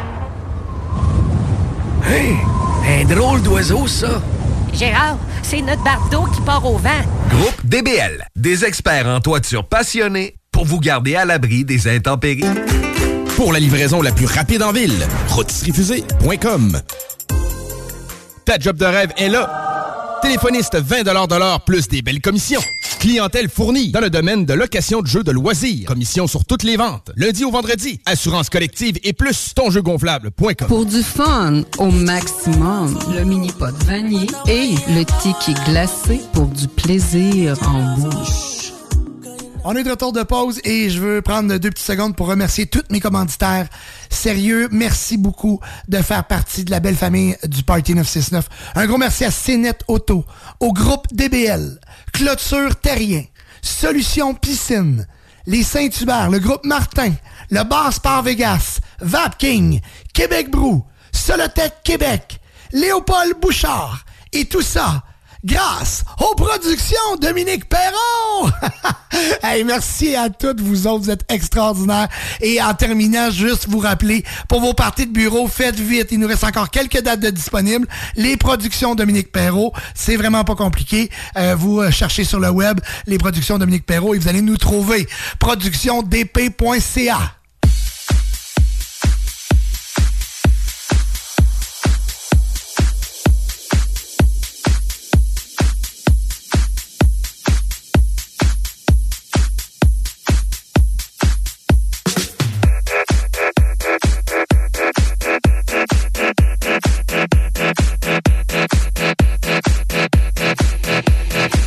Hey, un drôle d'oiseau, ça. Gérard, c'est notre bardeau qui part au vent. Groupe DBL, des experts en toiture passionnés pour vous garder à l'abri des intempéries. Pour la livraison la plus rapide en ville, rôtisseriefusée.com. Ta job de rêve est là. Téléphoniste 20 de l'heure plus des belles commissions. Clientèle fournie dans le domaine de location de jeux de loisirs. Commission sur toutes les ventes. Lundi au vendredi. Assurance collective et plus tonjeugonflable.com. Pour du fun au maximum, le mini-pot vanier et le ticket glacé pour du plaisir en bouche. On est de retour de pause et je veux prendre 2 petites secondes pour remercier tous mes commanditaires. Sérieux, merci beaucoup de faire partie de la belle famille du Party 969. Un gros merci à CNET Auto, au groupe DBL, Clôture Terrien, Solution Piscine, les Saint-Hubert, le groupe Martin, le Bar Sport Vegas, Vapking, Québec Brou, Solotech Québec, Léopold Bouchard et tout ça grâce aux productions Dominique Perron. Hey, merci à toutes vous autres, vous êtes extraordinaires. Et en terminant, juste vous rappeler, pour vos parties de bureau, faites vite. Il nous reste encore quelques dates de disponibles. Les productions Dominique Perron, c'est vraiment pas compliqué. Vous cherchez sur le web les productions Dominique Perron et vous allez nous trouver. productiondp.ca.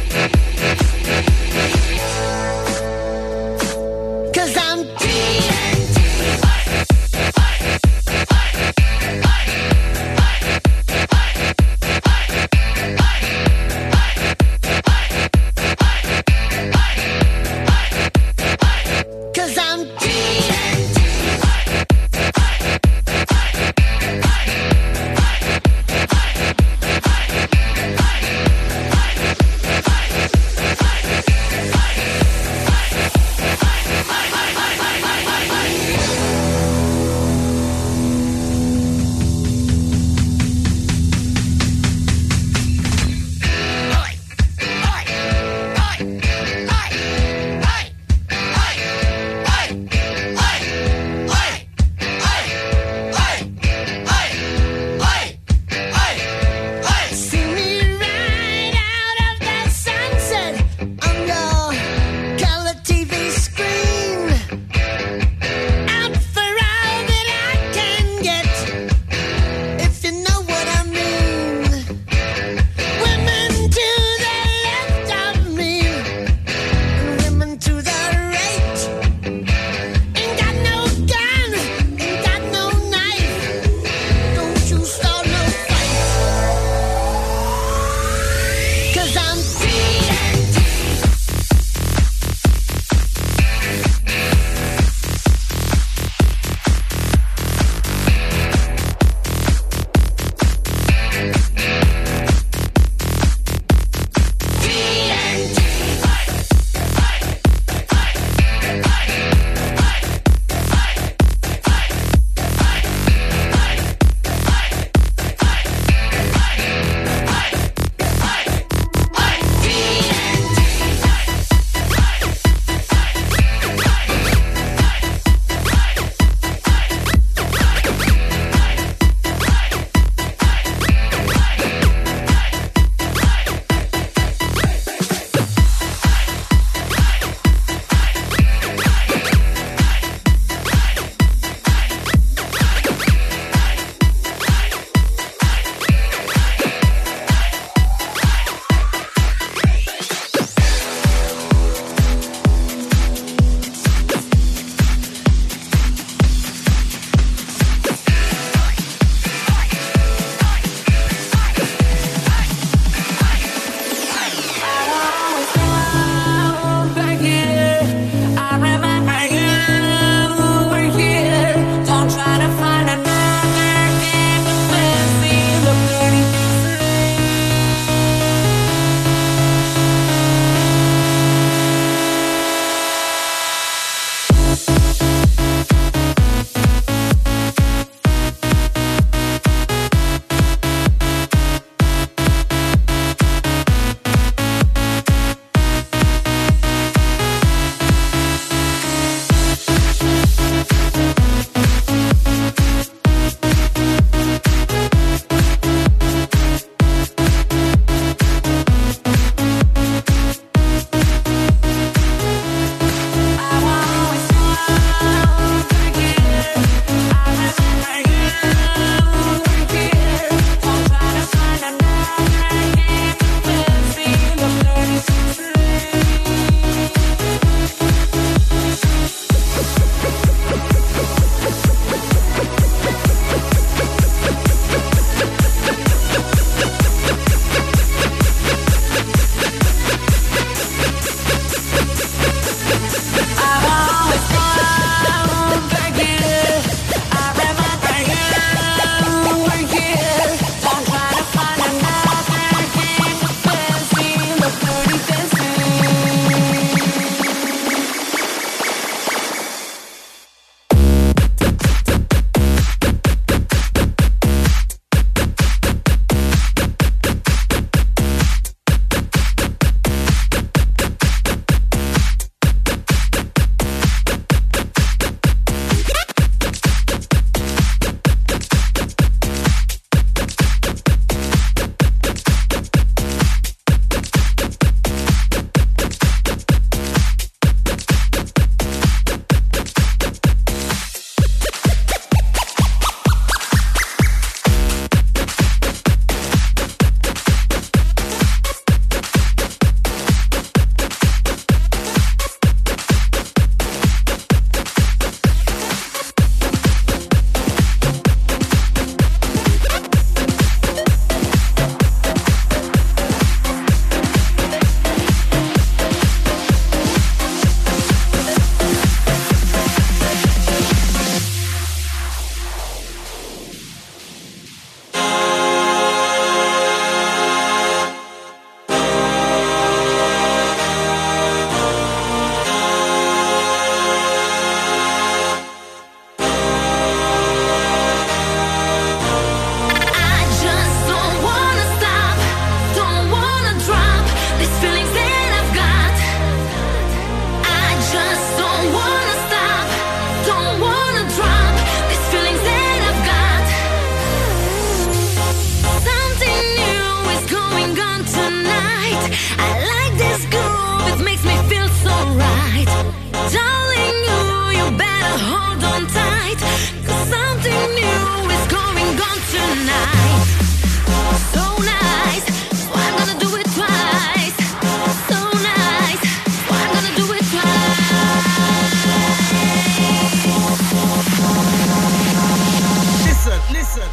Cause I'm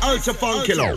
Ultra Funky Low.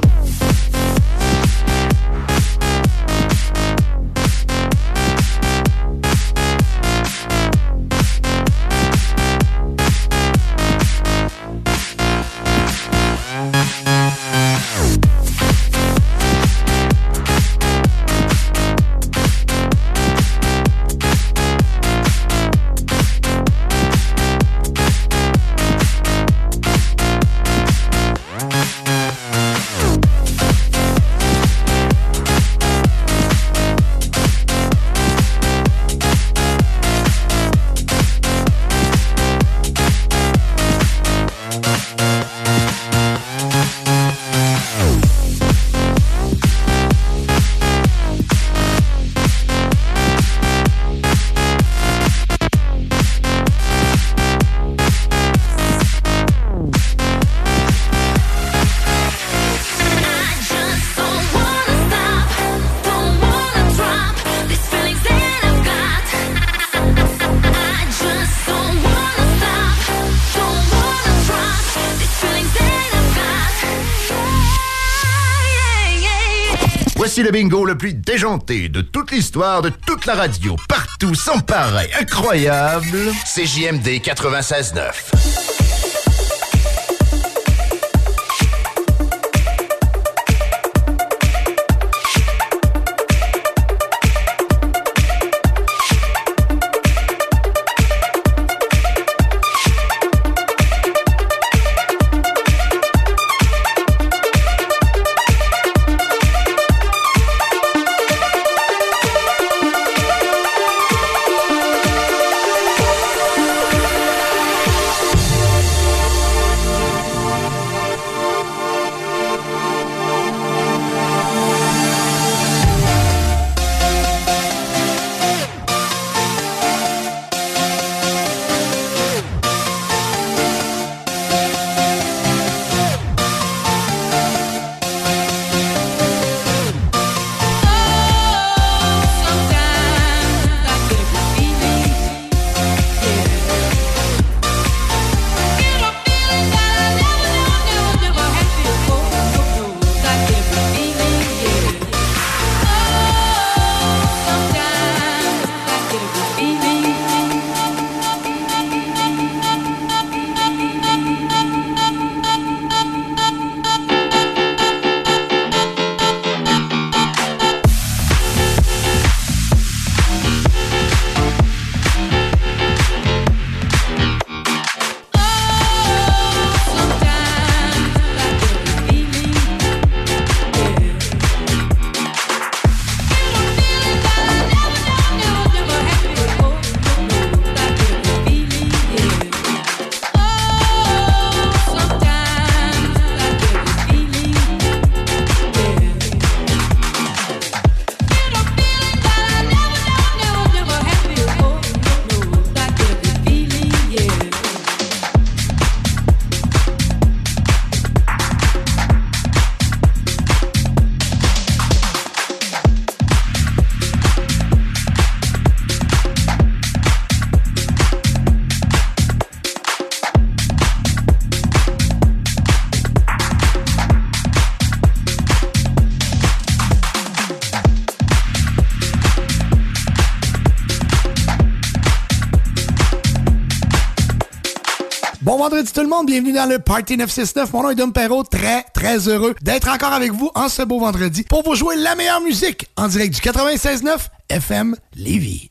Voici le bingo le plus déjanté de toute l'histoire de toute la radio, partout, sans pareil, incroyable. CJMD 96.9. Bon vendredi tout le monde, bienvenue dans le Party 969. Mon nom est Dom Perrault, très heureux d'être encore avec vous en ce beau vendredi pour vous jouer la meilleure musique en direct du 96.9 FM Lévis.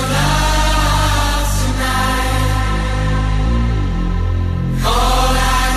All I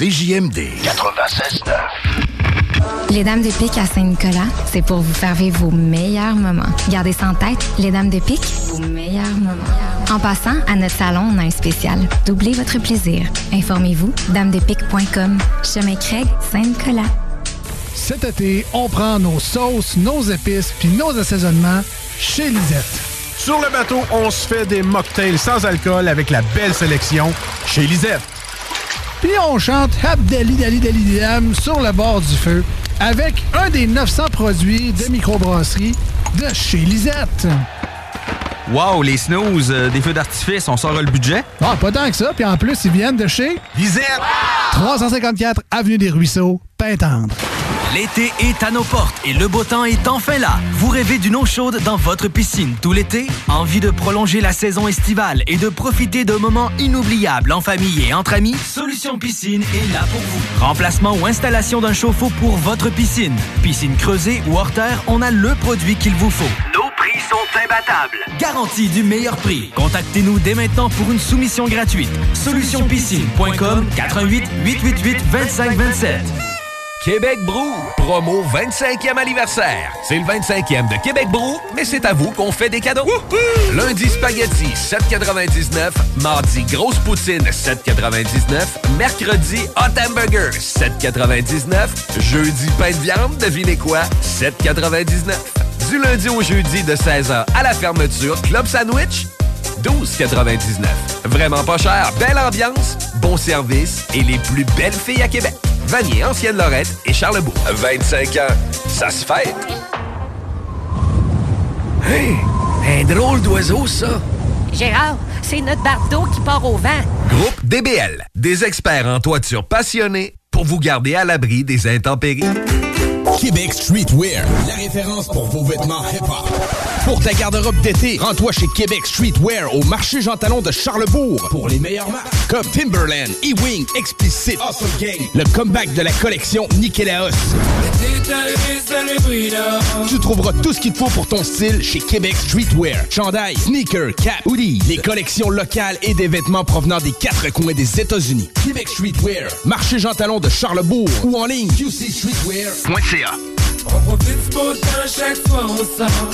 CJMD 96.9. Les Dames de Pique à Saint-Nicolas, c'est pour vous faire vivre vos meilleurs moments. Gardez ça en tête, les Dames de Pique, vos meilleurs moments. En passant, à notre salon, on a un spécial. Doublez votre plaisir. Informez-vous, damedepique.com. Chemin Craig, Saint-Nicolas. Cet été, on prend nos sauces, nos épices puis nos assaisonnements chez Lisette. Sur le bateau, on se fait des mocktails sans alcool avec la belle sélection chez Lisette. Puis on chante Abdali Dali Dali Dam sur le bord du feu avec un des 900 produits de microbrasserie de chez Lisette. Wow, les snooze, des feux d'artifice, on sort le budget? Ah, pas tant que ça, puis en plus, ils viennent de chez Lisette! 354 Avenue des Ruisseaux, Pintendre. L'été est à nos portes et le beau temps est enfin là. Vous rêvez d'une eau chaude dans votre piscine tout l'été? Envie de prolonger la saison estivale et de profiter de moments inoubliables en famille et entre amis? Solution Piscine est là pour vous. Remplacement ou installation d'un chauffe-eau pour votre piscine. Piscine creusée ou hors terre, on a le produit qu'il vous faut. Nos prix sont imbattables. Garantie du meilleur prix. Contactez-nous dès maintenant pour une soumission gratuite. Solutionpiscine.com 88 888 2527. Québec Brou, promo 25e anniversaire. C'est le 25e de Québec Brou, mais c'est à vous qu'on fait des cadeaux. Lundi, spaghetti, 7,99. Mardi, grosse poutine, 7,99. Mercredi, hot hamburger, 7,99. Jeudi, pain de viande, devinez quoi? 7,99. Du lundi au jeudi de 16h à la fermeture, Club Sandwich, 12,99. Vraiment pas cher, belle ambiance, bon service et les plus belles filles à Québec. Vanier, Ancienne-Lorette et Charlebourg. 25 ans, ça se fête. Hey, un drôle d'oiseau, ça. Gérard, c'est notre bardeau qui part au vent. Groupe DBL, des experts en toiture passionnés pour vous garder à l'abri des intempéries. Québec Streetwear, la référence pour vos vêtements hip-hop. Pour ta garde-robe d'été, rends-toi chez Québec Streetwear au marché Jean Talon de Charlebourg pour les meilleures marques comme Timberland, E-Wing, Explicit, Awesome Gang, le comeback de la collection Nikélaos. Tu trouveras tout ce qu'il te faut pour ton style chez Québec Streetwear. Chandail, sneakers, cap, hoodies, les collections locales et des vêtements provenant des 4 coins des États-Unis. Québec Streetwear, marché Jean Talon de Charlebourg ou en ligne qcstreetwear.ca. On profite du beau temps, chaque fois on sort.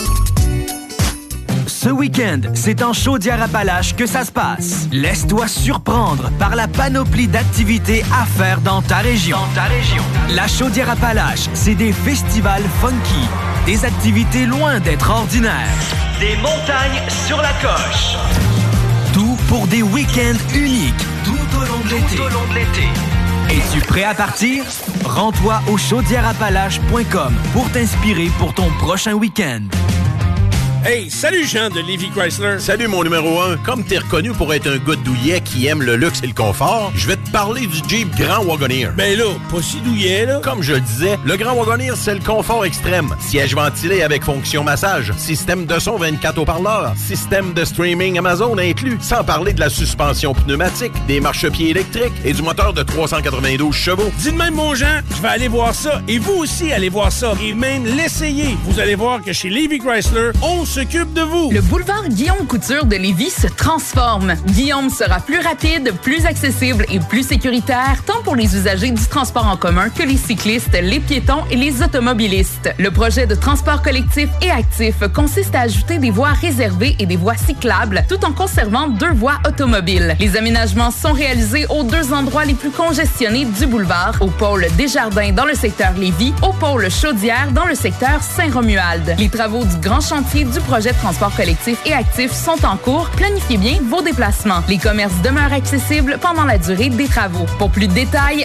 Ce week-end, c'est en Chaudière-Appalaches que ça se passe. Laisse-toi surprendre par la panoplie d'activités à faire dans ta région. La Chaudière-Appalaches, c'est des festivals funky, des activités loin d'être ordinaires, des montagnes sur la coche. Tout pour des week-ends uniques tout au long de l'été. Es-tu prêt à partir? Rends-toi au chaudièreappalaches.com pour t'inspirer pour ton prochain week-end. Hey, salut Jean de Lévis Chrysler. Salut mon numéro 1. Comme t'es reconnu pour être un gars douillet qui aime le luxe et le confort, je vais te parler du Jeep Grand Wagoneer. Ben là, pas si douillet là. Comme je le disais, le Grand Wagoneer, c'est le confort extrême. Siège ventilé avec fonction massage, système de son 24 haut-parleurs, système de streaming Amazon inclus, sans parler de la suspension pneumatique, des marchepieds électriques et du moteur de 392 chevaux. Dis de même mon Jean, je vais aller voir ça et vous aussi allez voir ça et même l'essayer. Vous allez voir que chez Lévis Chrysler, on s'occupe de vous. Le boulevard Guillaume Couture de Lévis se transforme. Guillaume sera plus rapide, plus accessible et plus sécuritaire, tant pour les usagers du transport en commun que les cyclistes, les piétons et les automobilistes. Le projet de transport collectif et actif consiste à ajouter des voies réservées et des voies cyclables, tout en conservant 2 voies automobiles. Les aménagements sont réalisés aux 2 endroits les plus congestionnés du boulevard, au pôle Desjardins dans le secteur Lévis, au pôle Chaudière dans le secteur Saint-Romuald. Les travaux du grand chantier du projet de transport collectif et actif sont en cours. Planifiez bien vos déplacements. Les commerces demeurent accessibles pendant la durée des travaux. Pour plus de détails,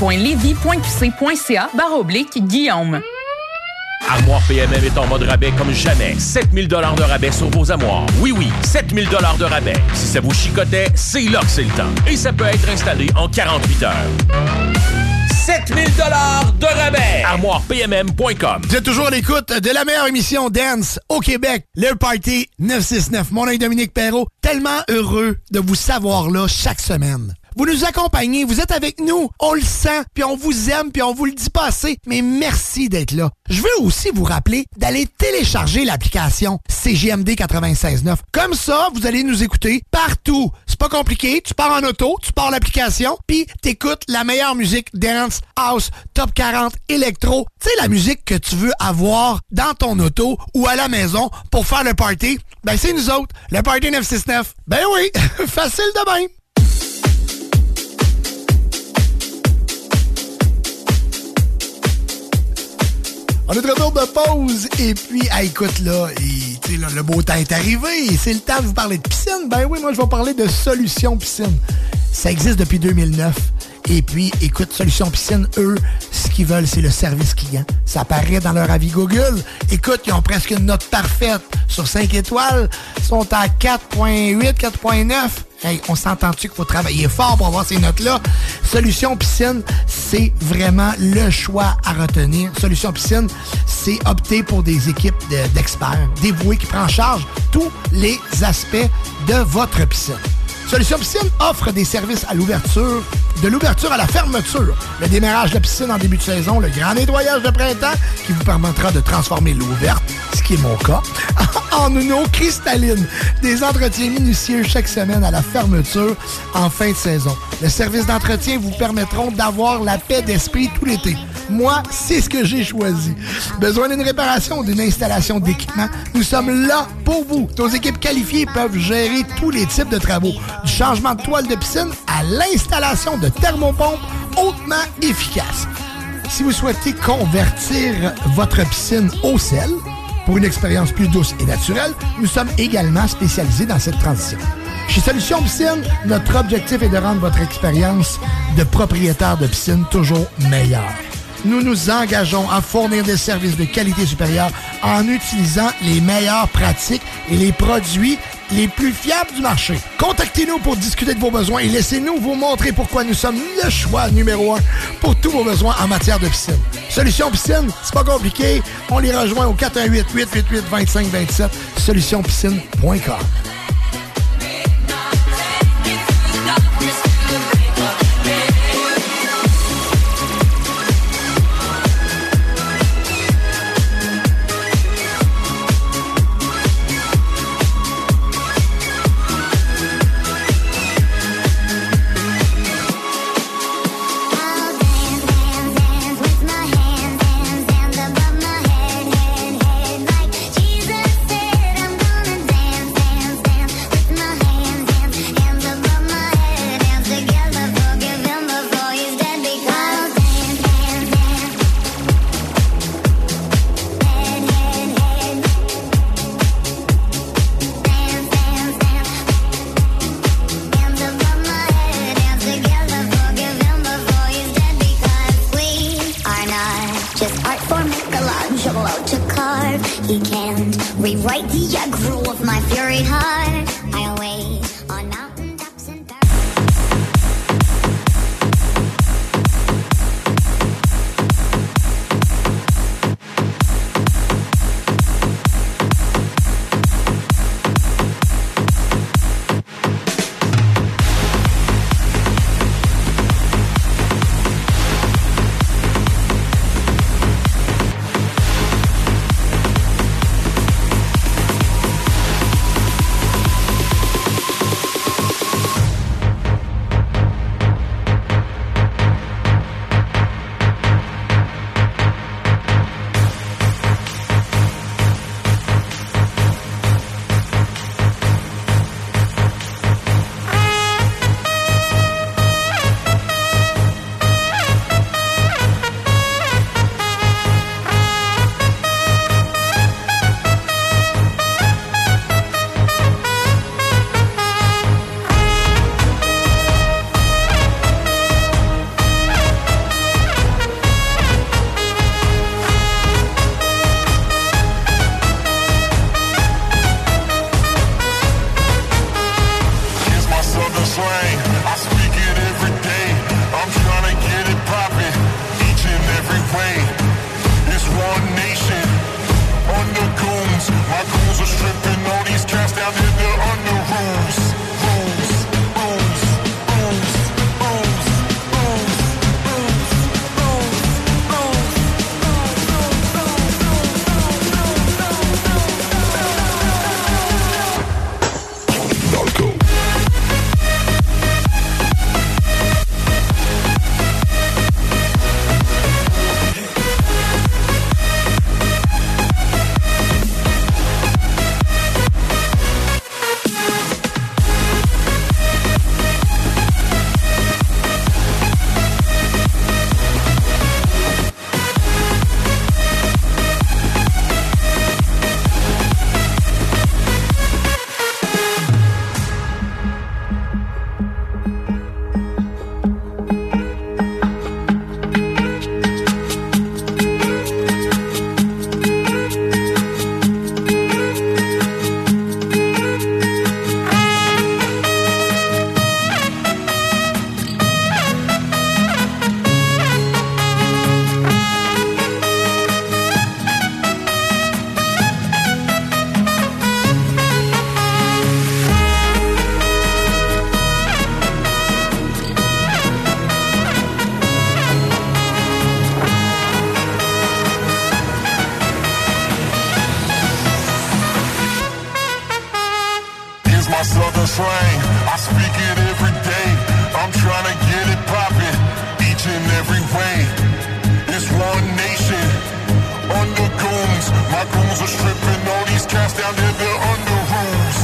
ville.levy.qc.ca/Guillaume. Armoire PMM est en mode rabais comme jamais. 7000 $ de rabais sur vos armoires. Oui, 7000 $ de rabais. Si ça vous chicotait, c'est là que c'est le temps. Et ça peut être installé en 48 heures. 7000 $ de rabais. ArmoirePMM.com. Vous êtes toujours à l'écoute de la meilleure émission dance au Québec, le Party 969. Mon nom est Dominique Perrault. Tellement heureux de vous savoir là chaque semaine. Vous nous accompagnez, vous êtes avec nous, on le sent, puis on vous aime, puis on vous le dit pas assez, mais merci d'être là. Je veux aussi vous rappeler d'aller télécharger l'application CJMD 96.9. Comme ça, vous allez nous écouter partout. pas compliqué. Tu pars en auto, tu pars l'application, puis t'écoutes la meilleure musique dance, house, top 40, électro. Tu sais, la musique que tu veux avoir dans ton auto ou à la maison pour faire le party. Ben, c'est nous autres, le Party 969. Ben oui, facile de même. On est de retour de pause et puis, écoute là, le beau temps est arrivé et c'est le temps de vous parler de piscine. Ben oui, moi je vais parler de Solution Piscine. Ça existe depuis 2009. Et puis, écoute, Solution Piscine, eux, ce qu'ils veulent, c'est le service client. Ça apparaît dans leur avis Google. Écoute, ils ont presque une note parfaite sur 5 étoiles. Ils sont à 4.8, 4.9. Hey, on s'entend-tu qu'il faut travailler fort pour avoir ces notes-là? Solution Piscine, c'est vraiment le choix à retenir. Solution Piscine, c'est opter pour des équipes d'experts dévoués qui prennent en charge tous les aspects de votre piscine. Solution Piscine offre des services à l'ouverture, de l'ouverture à la fermeture, le démarrage de la piscine en début de saison, le grand nettoyage de printemps qui vous permettra de transformer l'eau verte, ce qui est mon cas, en une eau cristalline. Des entretiens minutieux chaque semaine à la fermeture en fin de saison. Le service d'entretien vous permettront d'avoir la paix d'esprit tout l'été. Moi, c'est ce que j'ai choisi. Besoin d'une réparation ou d'une installation d'équipement? Nous sommes là pour vous. Nos équipes qualifiées peuvent gérer tous les types de travaux. Du changement de toile de piscine à l'installation de thermopompes hautement efficaces. Si vous souhaitez convertir votre piscine au sel pour une expérience plus douce et naturelle, nous sommes également spécialisés dans cette transition. Chez Solution Piscine, notre objectif est de rendre votre expérience de propriétaire de piscine toujours meilleure. Nous nous engageons à fournir des services de qualité supérieure en utilisant les meilleures pratiques et les produits les plus fiables du marché. Contactez-nous pour discuter de vos besoins et laissez-nous vous montrer pourquoi nous sommes le choix numéro 1 pour tous vos besoins en matière de piscine. Solution Piscine, c'est pas compliqué. On les rejoint au 418-888-2527, solutionpiscine.com. He can't rewrite the aggro of my fury heart. I away on mountain tops and I speak it every day. I'm trying to get it poppin', each and every way. It's one nation, under goons. My goons are stripping all these cats down to the under rooms.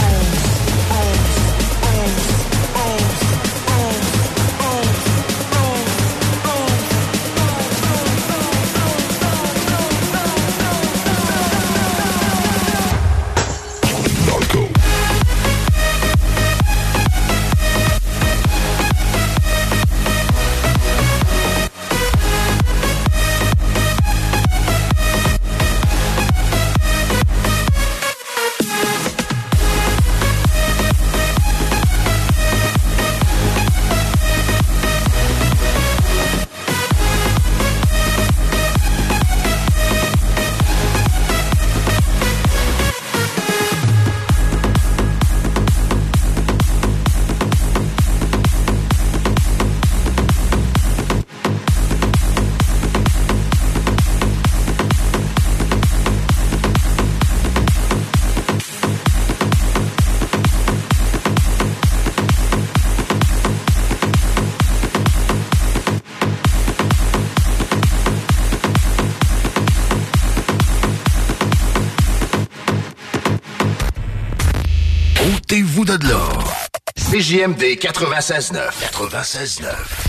Ôtez-vous de l'or. CJMD 96.9. 96.9.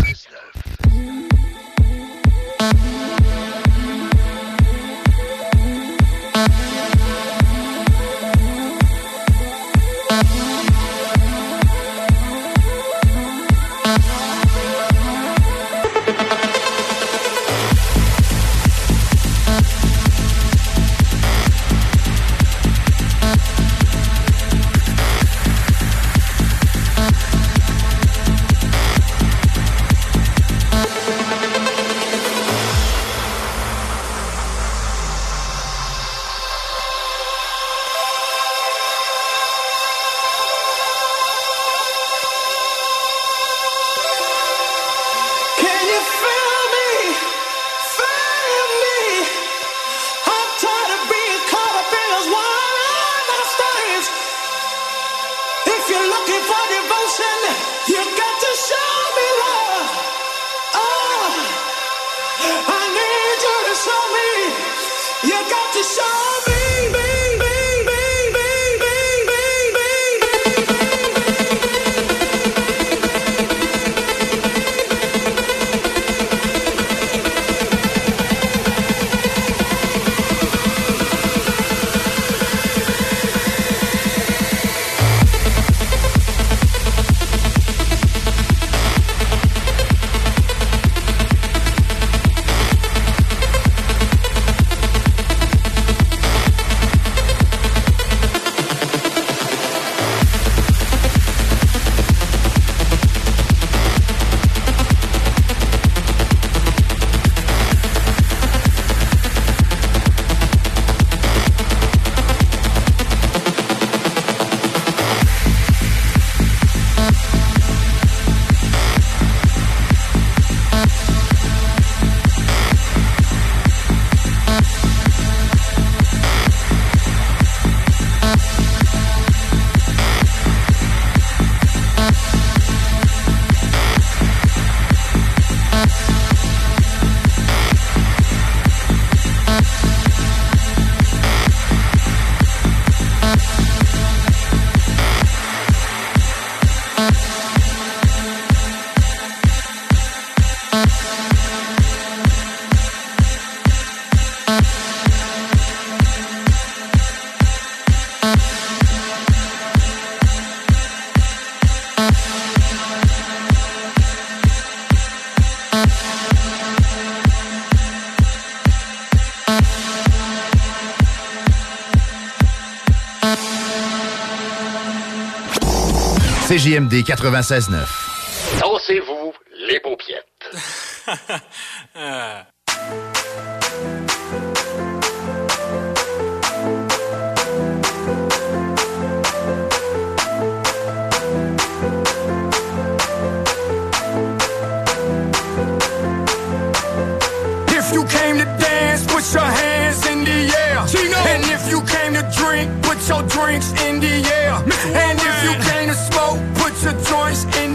CJMD 96.9. Dansez-vous les paupiettes. If you came to dance, put your hands in the air. Gino. And if you came to drink, put your drinks in the air. And if you came to smoke,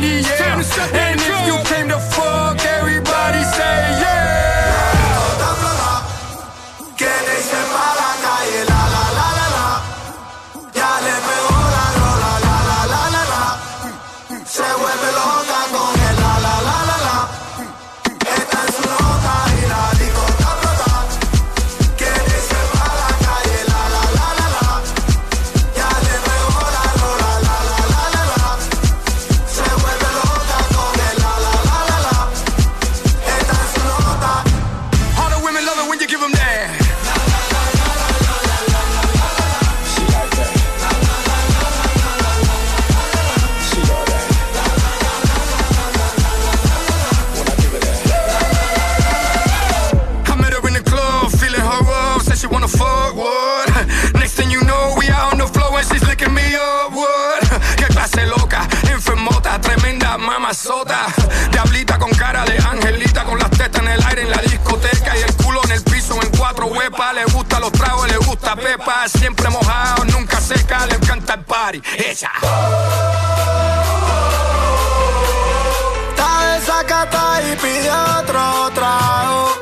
the air. And if you came to fuck, everybody say yeah. Que te hice pa' la calle, la la la la la. Ya le pegó la rola, la la la la la. Se vuelve loca con el la la la la la. Está en su nota y la disco está flota. Que te hice pa' la calle, la la la la la. Ya le pegó la rola, la la la la la. Se vuelve loca con el la la la la la. Está en su nota. All the women love it when you give them that. I met her in the club, feeling her up, said she wanna fuck, what? Next thing you know, we out on the floor and she's licking me up, what? Que clase loca, enfermota, tremenda mamazota. Diablita con cara de angelita, con las tetas en el aire en la discoteca y el culo en el piso en 4 huepas. Le gustan los tragos, le gusta pepa, siempre mojado, nunca seca, le encanta el party, ella. Está desacata y pide otro trago.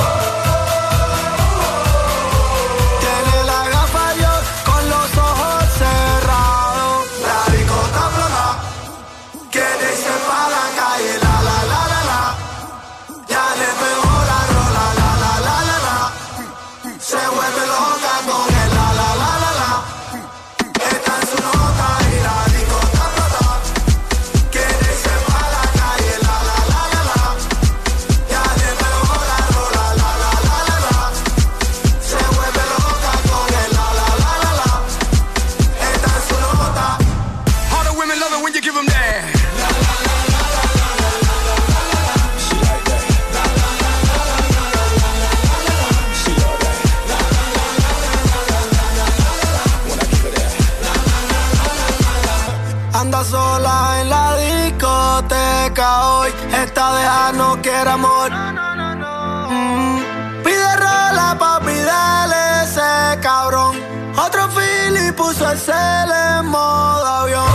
Tiene la gafa yo con los ojos cerrados. La disco está flota. Que te hice pa' la calle, la la la la la. Ya le pegó la rola, la la la la la. Se vuelve loca con el la la la la la. Está en su nota y la disco está flota. Que te hice pa' la calle, la la la la la. Ya le pegó la rola, la la la la la. Se vuelve loca con el la la la la la. Está en su nota. All the women love it when you give them that. Anda sola en la discoteca hoy. Esta deja no quiere amor. Pide rola, papi, dale ese cabrón. Otro fili puso el cel en modo avión.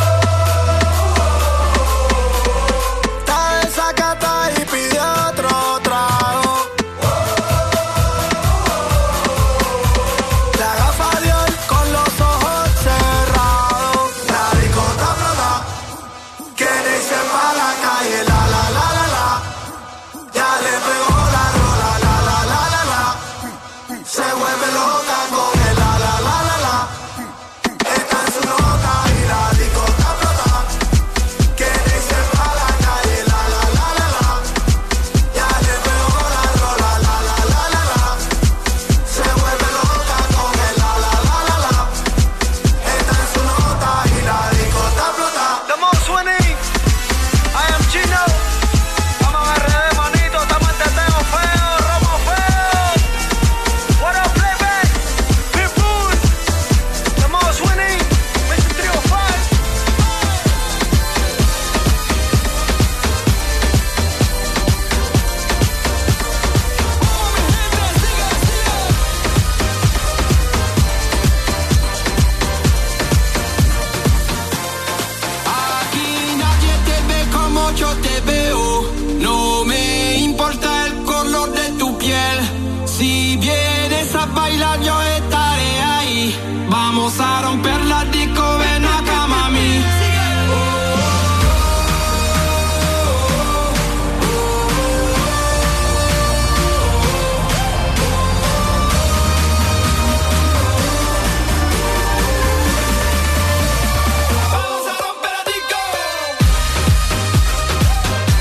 Está desacata y pide otro trago. La gafa de hoy con los ojos cerrados. La disco está flota. Que te hice pa' la calle, la la la la la. Ya le pegó la rola, la la la la la. Se vuelve loca con el la la la la la. Está en su nota y la disco está flota. Que te hice pa' la calle, la la la la la. Ya le pegó la rola, la la la la la. Se vuelve loca con el la la la la la. Está en su nota y la disco está flota. The most winning, I am Chino. Vamos a RD, manito, estamos en teteo feo, romo feo. What up, playback? Pitbull. The most winning, Mr. 305. Aquí nadie te ve como yo te veo. No me importa el color de tu piel. Si vienes a bailar yo estaré ahí. Vamos a romper la disco, ven acá, mami. Vamos a romper la disco.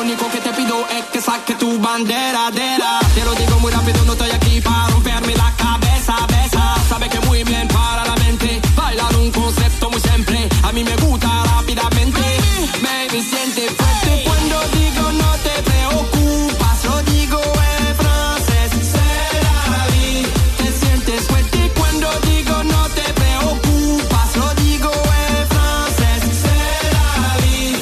único que te pido es que saques tu bandera, te lo digo muy rápido, no estoy aquí para romperme la cabeza, besa. Sabe que muy bien para la mente, bailar un concepto muy simple. A mí me gusta rápidamente, baby, siente fuerte cuando digo no te preocupas, lo digo en francés, c'est la vie. Te sientes fuerte cuando digo no te preocupas, lo digo en francés, c'est la vie.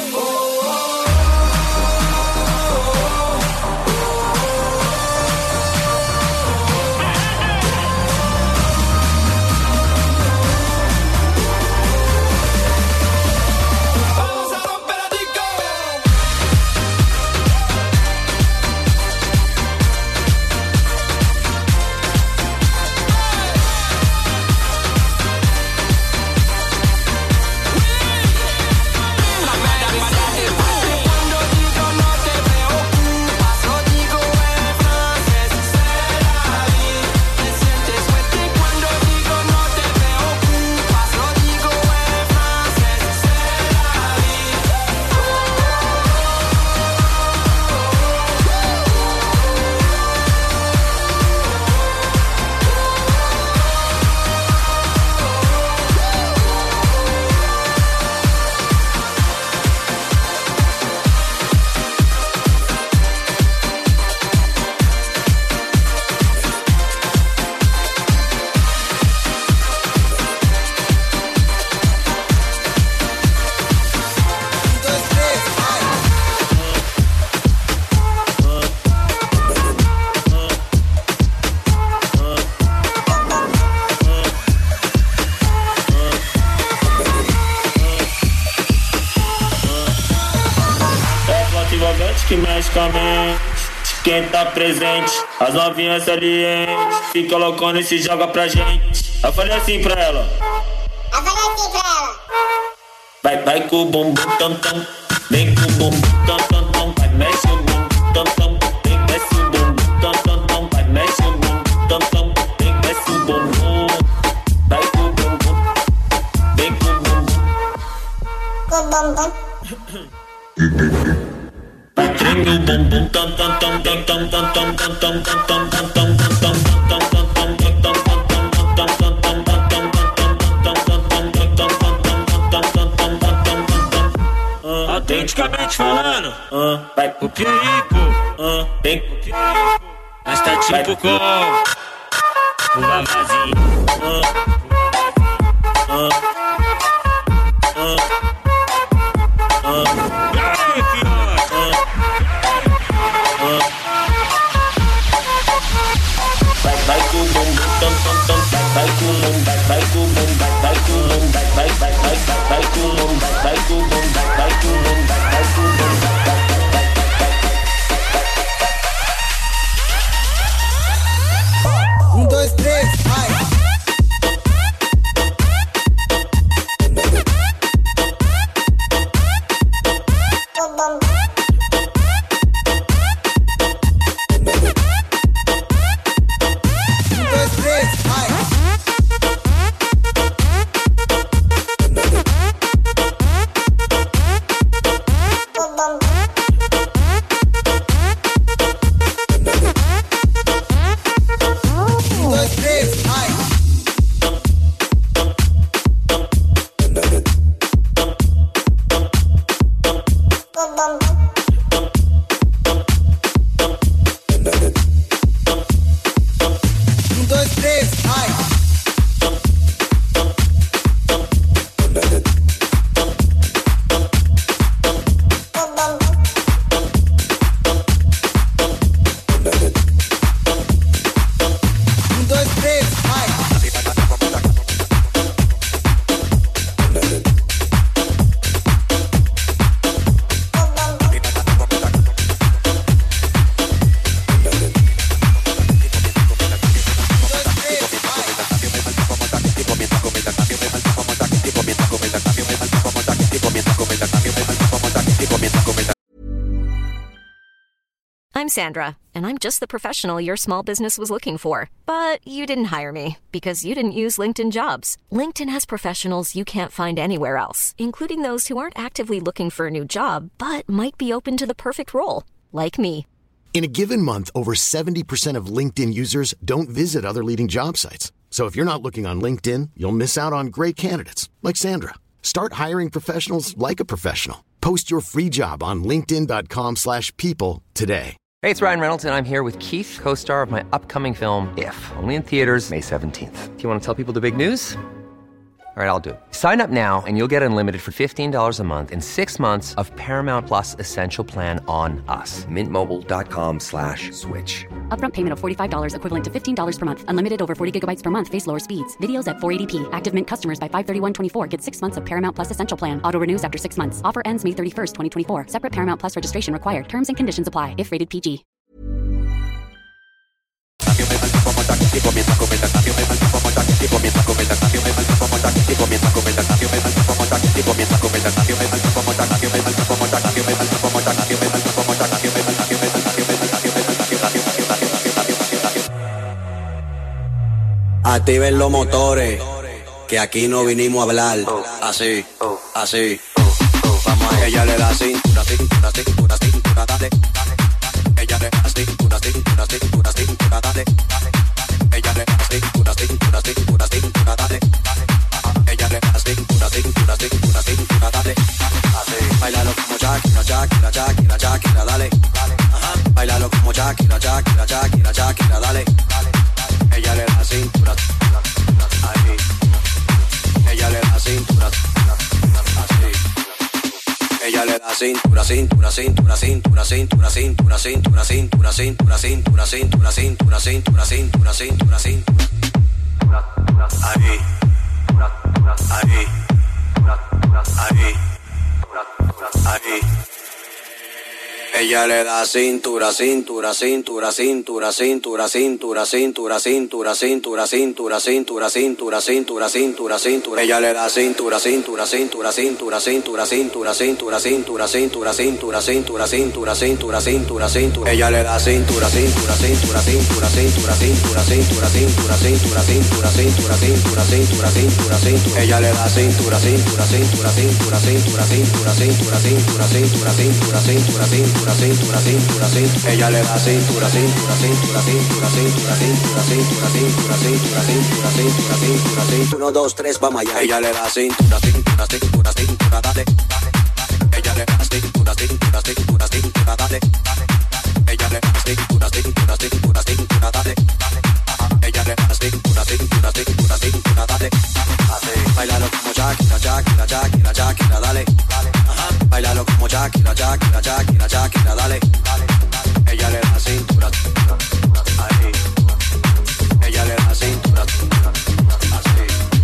Que mexe com a mente, quem tá presente, as novinhas salientes, fica loucona e se joga pra gente. Eu falei assim pra ela. Vai com o bumbum tam tam, vem com o bumbum tam tam tam, vai mexe o bumbum tam tam, vem mexe o bumbum tam tam tam, vai mexe o bumbum tam tam, vem mexe o bumbum, vai com o bumbum, vem com o bumbum, com o bumbum. Bring your boom boom dum dum dum dum dum dum dum dum dum dum dum dum Autenticamente falando, vai pro perigo, vem pro perigo, mas tá tipo com o vavazinho, vai com o bumbum tam tam tam, vai com o bumbum, vai com o bumbum, vai com o bumbum, vai com o bumbum, vai com o bumbum, vai com o bumbum, vai com o bumbum. 1, 2, 3, vai. I'm Sandra, and I'm just the professional your small business was looking for. But you didn't hire me because you didn't use LinkedIn Jobs. LinkedIn has professionals you can't find anywhere else, including those who aren't actively looking for a new job, but might be open to the perfect role, like me. In a given month, over 70% of LinkedIn users don't visit other leading job sites. So if you're not looking on LinkedIn, you'll miss out on great candidates like Sandra. Start hiring professionals like a professional. Post your free job on linkedin.com/people today. Hey, it's Ryan Reynolds, and I'm here with Keith, co-star of my upcoming film, If, only in theaters May 17th. Do you want to tell people the big news? All right, I'll do it. Sign up now and you'll get unlimited for $15 a month and 6 months of Paramount Plus Essential Plan on us. MintMobile.com/switch. Upfront payment of $45 equivalent to $15 per month. Unlimited over 40 gigabytes per month. Face lower speeds. Videos at 480p. Active Mint customers by 531.24 get 6 months of Paramount Plus Essential Plan. Auto renews after 6 months. Offer ends May 31st, 2024. Separate Paramount Plus registration required. Terms and conditions apply if rated PG. Activen los motores, que aquí no vinimos a hablar. Así, así. Vamos a ella le da cintura, cintura, cintura, cintura, dale. Ella le da cintura, cintura, cintura, cintura, dale. Ella le da cintura, cintura, cintura, cintura, dale. Ella le da cintura, cintura, cintura, cintura, dale. Así. Bailalo como Shakira, Shakira, Shakira, Shakira, dale. Bailalo como Shakira, Shakira, Shakira, Shakira, dale. Ella le da cintura, ahí. Ella le da cintura, así. Ella le da cintura, cintura, cintura, cintura, cintura, cintura, cintura, cintura, cintura, cintura, cintura, cintura, cintura, cintura, cintura, cintura. Ahí. Ahí. Ahí. Ahí. Ella le da cintura, cintura, cintura, cintura, cintura, cintura, cintura, cintura, cintura, cintura, cintura, cintura, cintura, cintura, cintura. Ella le da cintura, cintura, cintura, cintura, cintura, cintura, cintura, cintura, cintura, cintura, cintura, cintura, cintura, cintura, cintura. Ella le da cintura, cintura, cintura, cintura, cintura, cintura, cintura, cintura, cintura, cintura, cintura, cintura, cintura, cintura, cintura. Ella le da cintura, cintura, cintura, cintura, cintura, cintura, cintura, cintura, cintura, cintura, cintura, cintura. Cintura, cintura, cintura. Ella le da cintura, cintura, cintura, cintura, cintura, cintura, cintura, cintura, cintura, cintura, cintura, cintura, cintura. 1, 2, 3, vamos allá. Ella le da cintura, cintura, cintura, cintura, dale. Ella le da cintura, cintura, cintura, cintura, dale. Ella le da cintura, cintura, cintura, cintura, dale. Ella le da cintura, cintura, cintura, cintura, dale. Bailalo como Shakira, Shakira, Shakira, Shakira, dale. Bailalo como Shakira, Shakira, Shakira, Shakira, dale. Ella le da cintura, ahí. Ella le da cintura, así.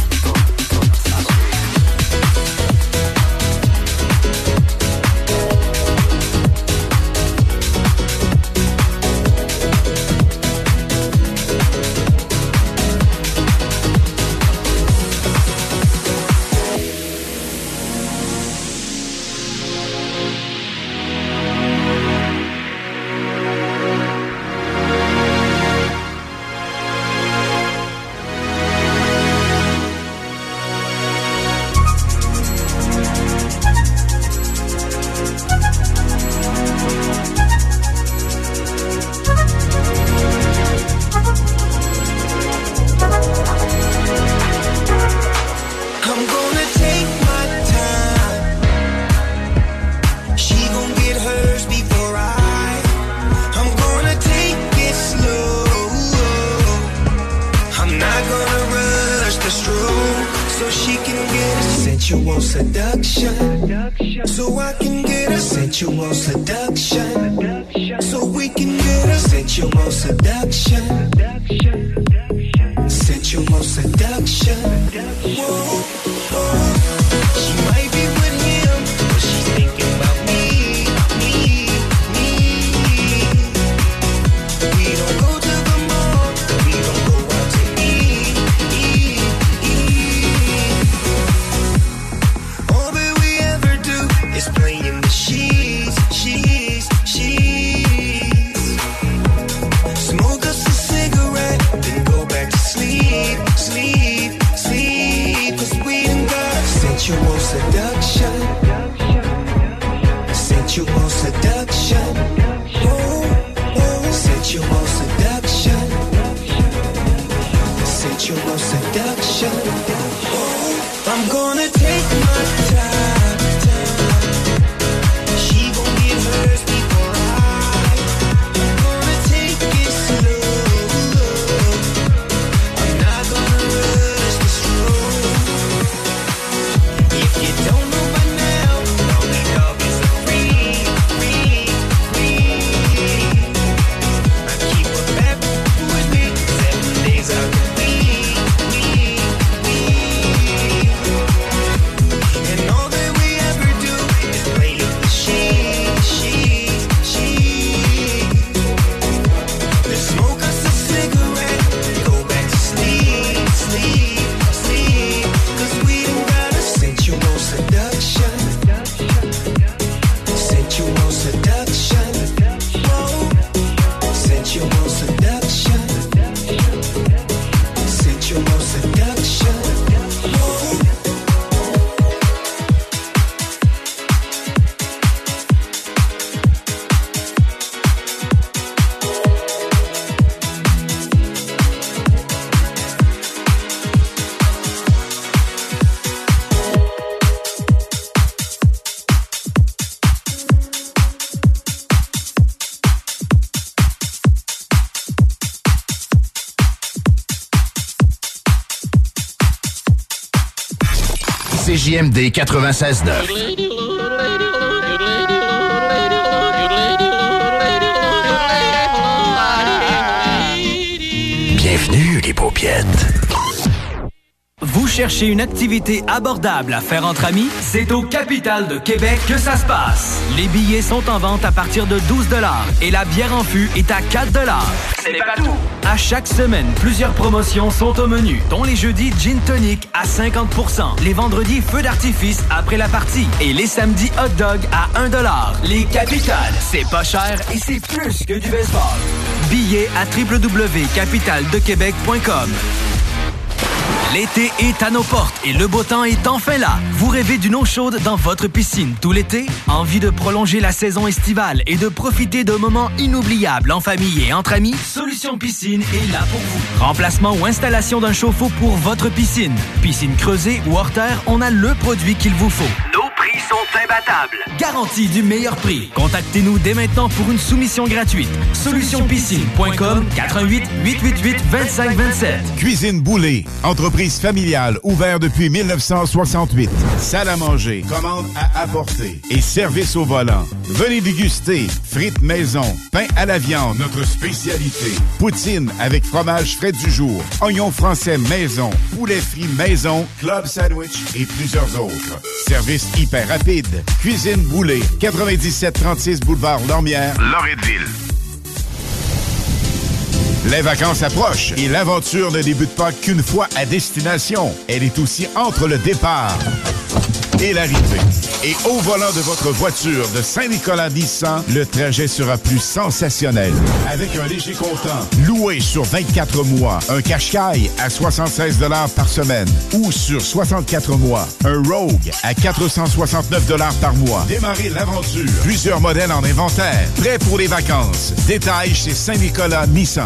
sensual seduction. So I can get a sensual seduction. So we can get a sensual seduction. Sensual seduction. Whoa, whoa. She might be with him, but she's thinking about me. We don't go to the mall, we don't go out to eat. All that we ever do is play in the sheets. seduction. Sensual seduction. Sensual seduction. I'm gonna take my time. She gon' get hers before I'm gonna take it slow. I'm not gonna rush this road. If you don't know by now, only love is a free. I keep a pep with me 7 days out of the week. And all that we ever do is play with the she. Then smoke us a cigarette, go back to sleep. 'Cause we don't got a sensual seduction. Sensual seduction. Whoa. Sensual seduction. Sensual seduction. Whoa. CJMD 96.9. Bienvenue, les paupiètes. Vous cherchez une activité abordable à faire entre amis? C'est au Capital de Québec que ça se passe. Les billets sont en vente à partir de 12 $ et la bière en fût est à 4 $. Ce n'est pas tout. À chaque semaine, plusieurs promotions sont au menu, dont les jeudis Gin Tonic à 50%, les vendredis Feux d'artifice après la partie et les samedis Hot Dog à 1 $. Les Capitales, c'est pas cher et c'est plus que du baseball. Billets à www.capitaldequebec.com. L'été est à nos portes et le beau temps est enfin là. Vous rêvez d'une eau chaude dans votre piscine tout l'été? Envie de prolonger la saison estivale et de profiter de moments inoubliables en famille et entre amis? Solution Piscine est là pour vous. Remplacement ou installation d'un chauffe-eau pour votre piscine. Piscine creusée ou hors terre, on a le produit qu'il vous faut. Nos prix sont imbattables. Garantie du meilleur prix. Contactez-nous dès maintenant pour une soumission gratuite. Solutionpiscine.com 88 888 2527. Cuisine Boulée, entreprise familiale ouverte depuis 1968. Salle à manger, commande à apporter et service au volant. Venez déguster frites maison, pain à la viande, notre spécialité. Poutine avec fromage frais du jour, oignons français maison, poulet frit maison, club sandwich et plusieurs autres. Service hyper rapide. Cuisine Boulée, 9736 boulevard Lormière, Loretteville. Les vacances approchent et l'aventure ne débute pas qu'une fois à destination. Elle est aussi entre le départ et l'arrivée. Et au volant de votre voiture de Saint-Nicolas-Nissan, le trajet sera plus sensationnel. Avec un léger comptant, loué sur 24 mois, un Qashqai à 76 $ par semaine ou sur 64 mois, un Rogue à 469 $ par mois. Démarrez l'aventure. Plusieurs modèles en inventaire. Prêts pour les vacances. Détails chez Saint-Nicolas-Nissan.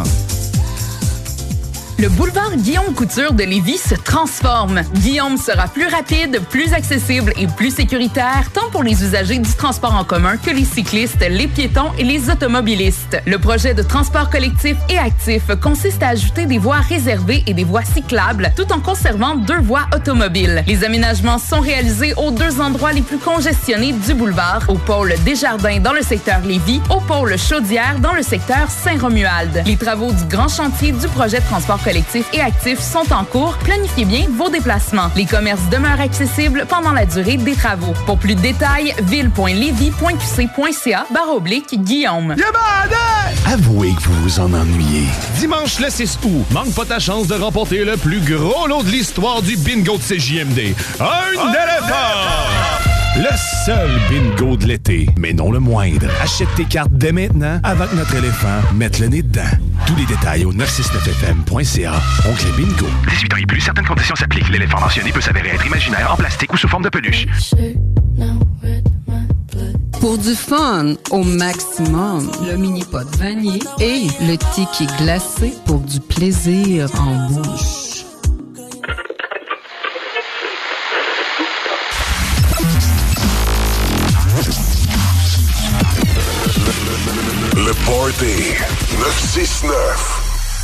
Le boulevard Guillaume Couture de Lévis se transforme. Guillaume sera plus rapide, plus accessible et plus sécuritaire, tant pour les usagers du transport en commun que les cyclistes, les piétons et les automobilistes. Le projet de transport collectif et actif consiste à ajouter des voies réservées et des voies cyclables, tout en conservant 2 voies automobiles. Les aménagements sont réalisés aux 2 endroits les plus congestionnés du boulevard, au pôle Desjardins dans le secteur Lévis, au pôle Chaudière dans le secteur Saint-Romuald. Les travaux du grand chantier du projet de transport collectifs et actifs sont en cours. Planifiez bien vos déplacements. Les commerces demeurent accessibles pendant la durée des travaux. Pour plus de détails, ville.levy.qc.ca/Guillaume. Avouez que vous vous en ennuyez. Dimanche le 6 août, manque pas ta chance de remporter le plus gros lot de l'histoire du bingo de CJMD. Un éléphant! Le seul bingo de l'été, mais non le moindre. Achète tes cartes dès maintenant avant que notre éléphant mette le nez dedans. Tous les détails au 969fm.ca. Oncle Bingo. 18 ans et plus, certaines conditions s'appliquent. L'éléphant mentionné peut s'avérer être imaginaire, en plastique ou sous forme de peluche. Pour du fun au maximum, le mini-pot vanille et le tiki glacé pour du plaisir en bouche. Le Party 969.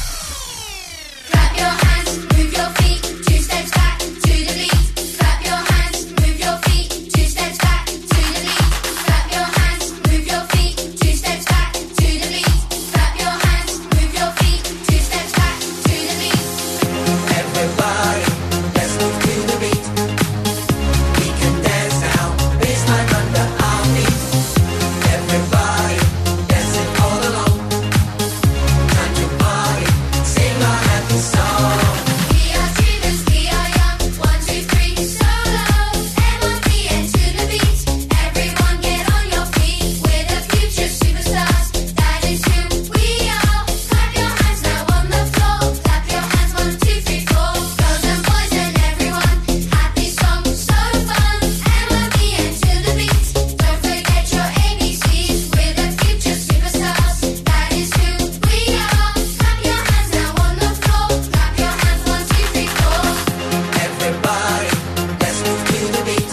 Clap your hands, move your feet, 2 steps back to the beat. Clap your hands, move your feet, 2 steps back to the beat. Clap your hands, move your feet, 2 steps back to the beat. Clap your hands, move your feet, 2 steps back to the beat. Everybody, let's move to the beat. We can dance now, baseline under our feet. Everybody, dancing all alone. Time to party, sing our happy song. We are dreamers, we are young, 1, 2, 3, solo. M-O-P-N to the beat. Everyone get on your feet, we're the future superstars. That is who we are. Clap your hands now on the floor. Clap your hands, 1, 2, 3, 4. Girls and boys and everyone, happy song, so fun. M-O-P-N to the beat. Don't forget your ABCs, we're the future superstars. That is who we are. Clap your hands now on the floor. Clap your hands, 1, 2, 3, 4. Everybody, let's move to the beat.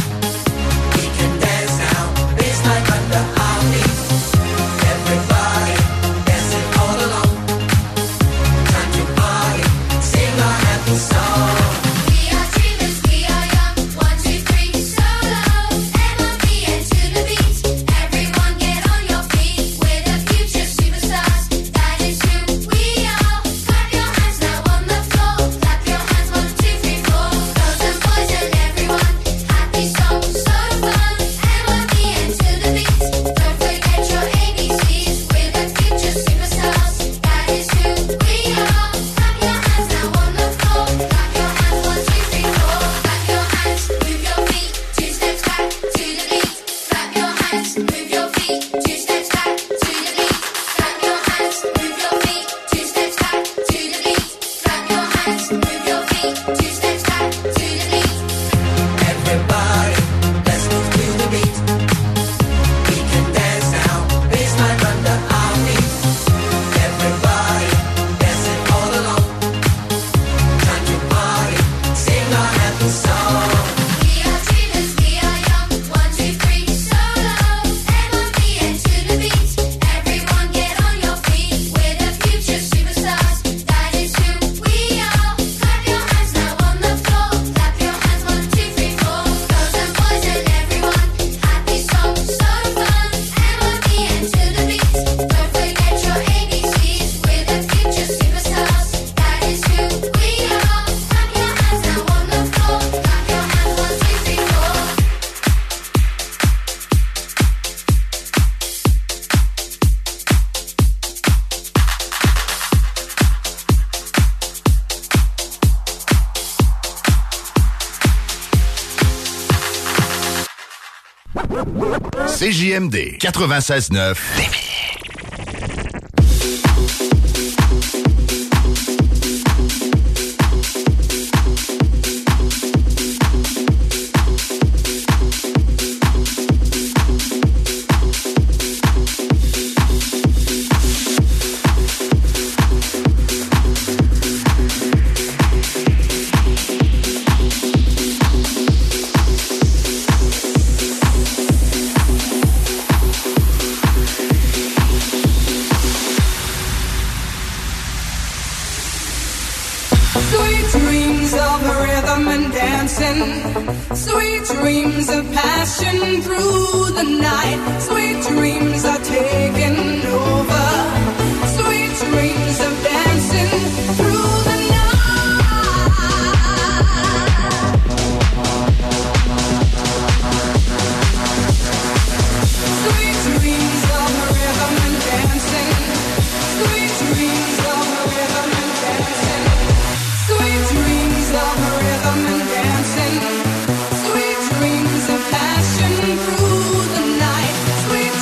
We can dance now, baseline under our feet. Everybody, dancing all alone. Time to party, sing our happy song. We are dreamers, we are young, 1, 2, 3, solo. M-O-P-N to the beat. Everyone get on your feet, we're the future superstars. That is who we are. Clap your hands now on the floor. Clap your hands, 1, 2, 3, 4. Girls and boys and everyone, happy song, so fun. M-O-P-N to the beat. Don't forget your ABCs, we're the future superstars. That is who we are. Clap your hands now on the floor. Clap your hands, 1, 2, 3, 4. Clap your hands, move your feet, 2 steps back to the beat. Clap your hands, move your feet, 2 steps back to the beat. Clap your hands, move your feet, 2 steps back to the beat. Clap your hands, move your feet, 2 steps back to the beat. Everybody, let's move to the beat. We can dance now, baseline under our feet. Everybody, dancing all alone. Time to party, sing our happy song. We are dreamers, we are young, 1, 2, 3, solo. M-O-P-N to the beat. Everyone get on your feet, we're the future superstars. That is who we are. Clap your hands now on the floor. Clap your hands, 1, 2, 3, 4. Girls and boys and everyone, happy song, so fun. M-O-P-N to the beat. Don't forget your ABCs, we're the future superstars. That is who we are. Clap your hands now on the floor. Clap your hands, 1, 2, 3, 4. CJMD 96.9. Sweet dreams of rhythm and dancing. Sweet dreams of passion through the night. Sweet dreams are taking over. Sweet dreams of dancing through the night. Sweet dreams of rhythm and dancing. Sweet dreams of rhythm and dancing. Sweet dreams of rhythm and dancing. Sweet dreams of passion through the night. Sweet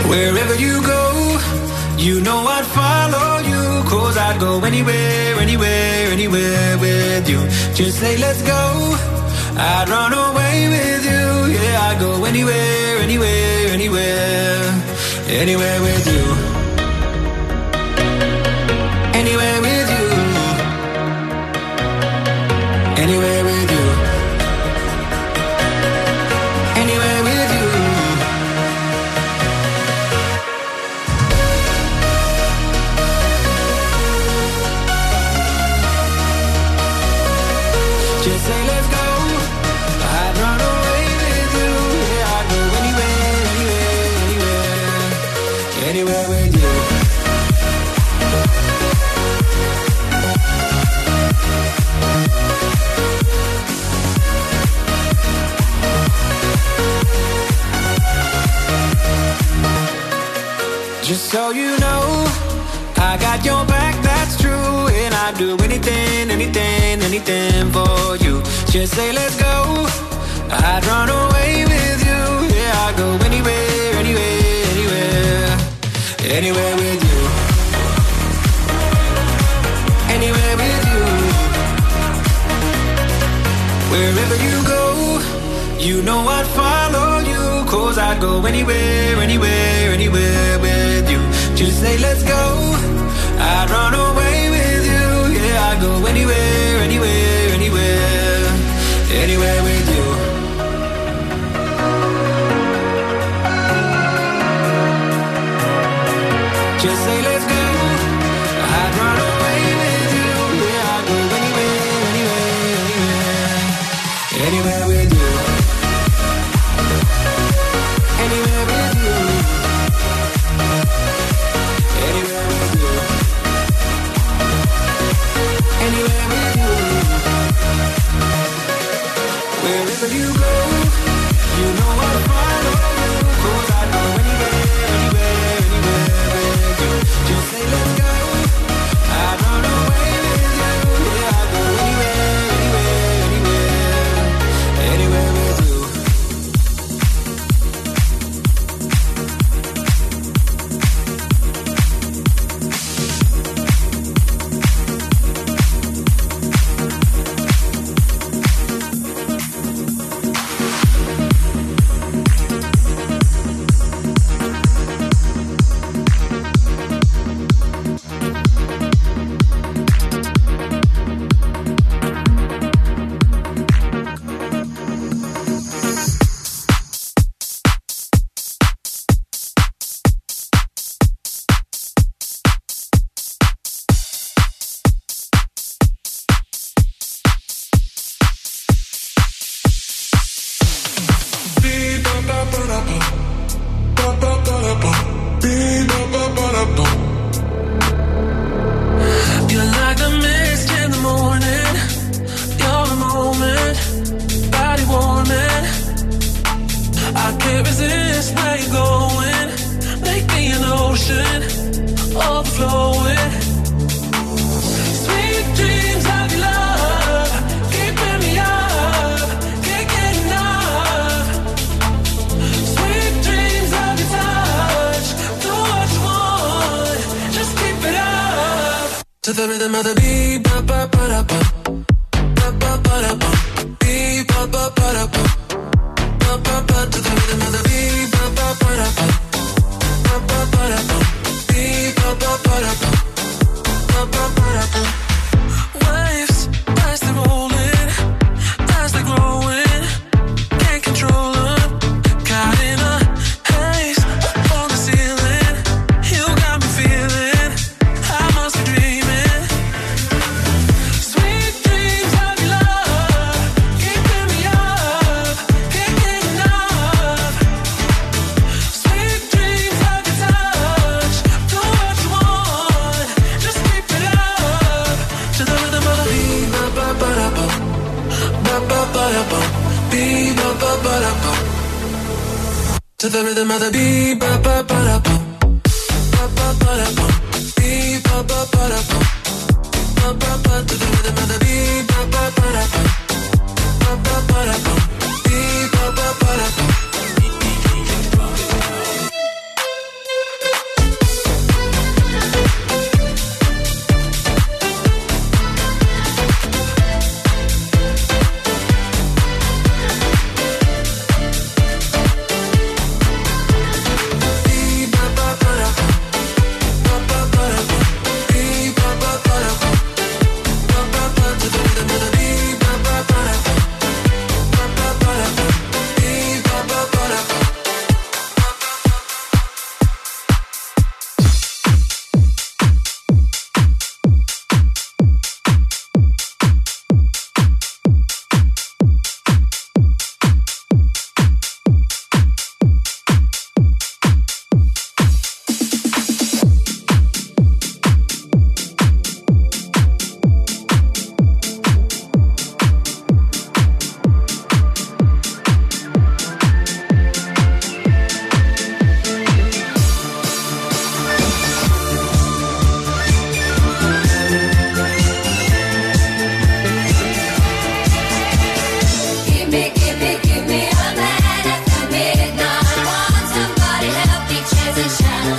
Wherever you go, you know I'd follow you. 'Cause I'd go anywhere, anywhere, anywhere with you. Just say let's go, I'd run away with you. Yeah, I'd go anywhere, anywhere, anywhere, anywhere with you. Anywhere with you. Anywhere with you. Anywhere with you. Just say let's go, I'd run away with you. Yeah, I'd go anywhere, anywhere, anywhere, anywhere with you. Just so you know, I got your back, that's true. And I'd do anything, anything, anything for you. Just say let's go, I'd run away with you. Yeah, I'd go anywhere, anywhere, anywhere, anywhere with you. Anywhere with you. Wherever you go, you know I'd follow you. 'Cause I'd go anywhere, anywhere, anywhere with you. Just say let's go, I'd run away with you. Yeah, I'd go anywhere, anywhere, anywhere, anywhere with you. Just say let's go, I'd run away with you. Yeah, I'd go anywhere, anywhere, anywhere, anywhere with you. Anywhere with you. Anywhere with you. Anywhere with you. Wherever you go, you know I'll follow you. 'Cause I'd go anywhere, anywhere, anywhere with you. Just say let's go, I'd run away with you. Yeah, I'd go anywhere, anywhere, anywhere, anywhere with you. You're like the mist in the morning. You're the moment, body warming. I can't resist where you're going. Make me an ocean, overflowing. Sweet dreams of your love, keeping me up, can't get enough. Sweet dreams of your touch, do what you want, just keep it up. To the rhythm of the beat, ba ba ba da ba, ba ba ba da ba, beat ba ba ba da ba, ba ba ba. To the rhythm of the beat, ba ba ba da ba, ba ba ba da ba, beat ba ba ba da ba, ba ba ba da ba. Waves as they're rolling, as they're growing, can't control them. Caught in a haze up on the ceiling, you got me feeling I must be dreaming. Sweet dreams of your love, keeping me up, can't get enough. Sweet dreams of your touch, do what you want, just keep it up. To the rhythm of the beat, ba ba ba da ba, ba ba ba da ba, beat ba ba ba da ba. To the rhythm of the beat, ba ba ba da ba, ba ba ba da ba, beat ba ba ba da ba, ba ba ba. To the rhythm of the beat, ba ba ba da ba, ba ba ba da ba, beat ba ba ba da ba.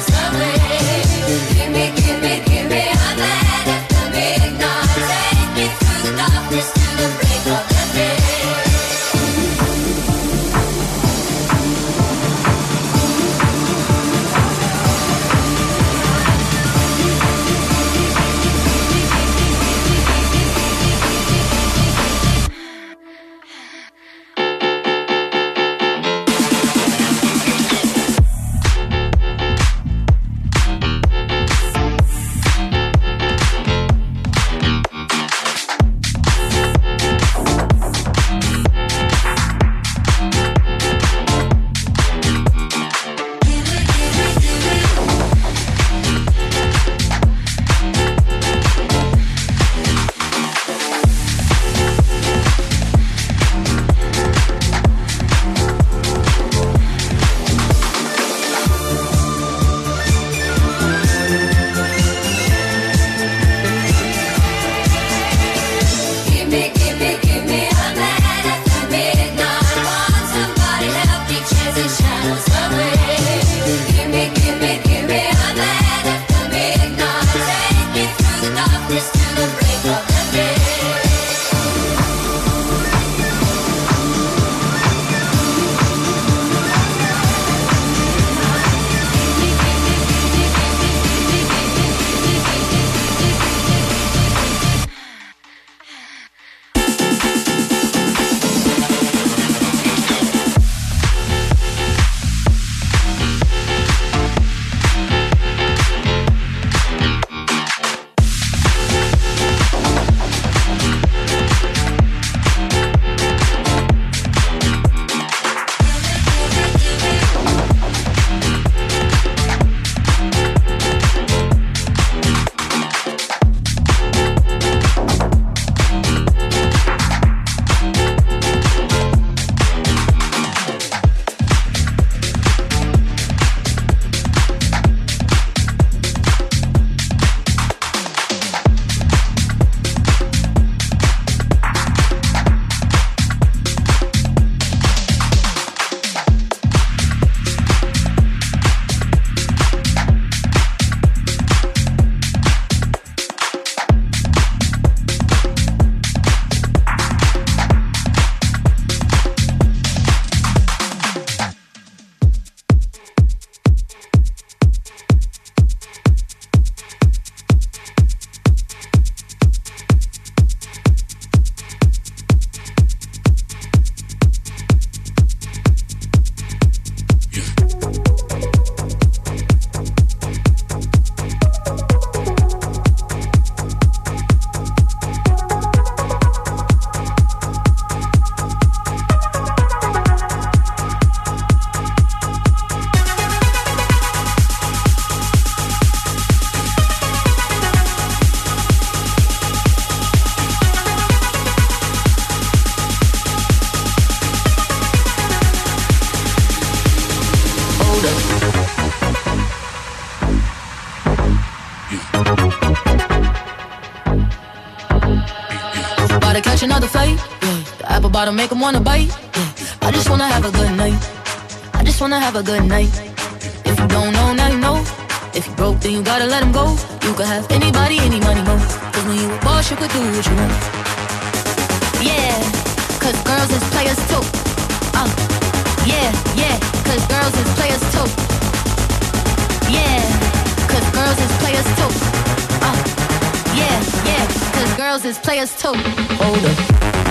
shadows away. Give me a man after midnight. Take me through the darkness to the break of the day. About to catch another fight, yeah. The apple bottom make 'em wanna bite, yeah. I just wanna have a good night. I just wanna have a good night. If you don't know, now you know. If you broke, then you gotta let him go. You could have anybody, any money, mo. Cause when you a boss, you could do what you want. Yeah, cause girls is players too. Yeah, cause girls is players too. Yeah, cause girls is players too. Yeah, cause girls is players too. Hold up.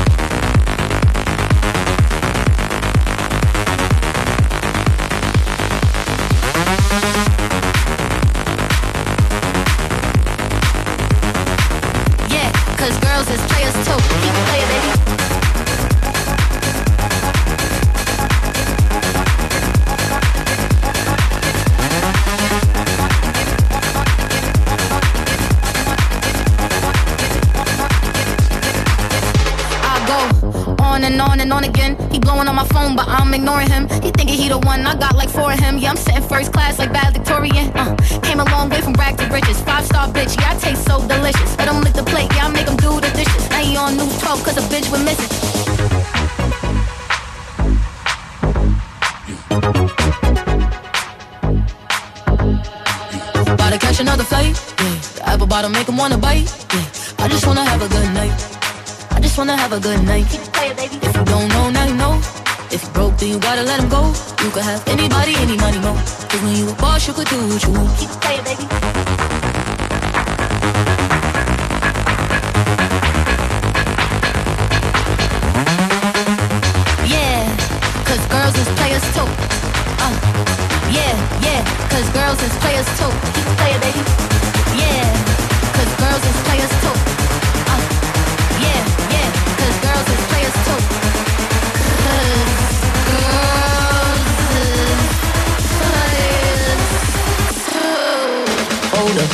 Yeah, cause girls is players too. Keep it playing, baby. On and on again. He blowing on my phone, but I'm ignoring him. He thinking he the one, I got like 4 of him. Yeah, I'm sitting first class like valedictorian. Came a long way from rag to riches. 5-star bitch, yeah, I taste so delicious. Let him lick the plate, yeah, I make him do the dishes. Now he on News 12 cause a bitch went missing. Gotta catch another flight, yeah. The apple bottom make 'em wanna bite, yeah. I just wanna have a good night. I just wanna have a good night. If you don't know, now you know. If you broke, then you gotta let him go. You could have anybody, any money, mo. Cause when you a boss, you could do what you want. Keep playing, baby. Yeah, cause girls is players too. Yeah, cause girls is players too. Keep playing, baby. Yeah, cause girls is players too. Yeah, cause girls is players too. Hold up.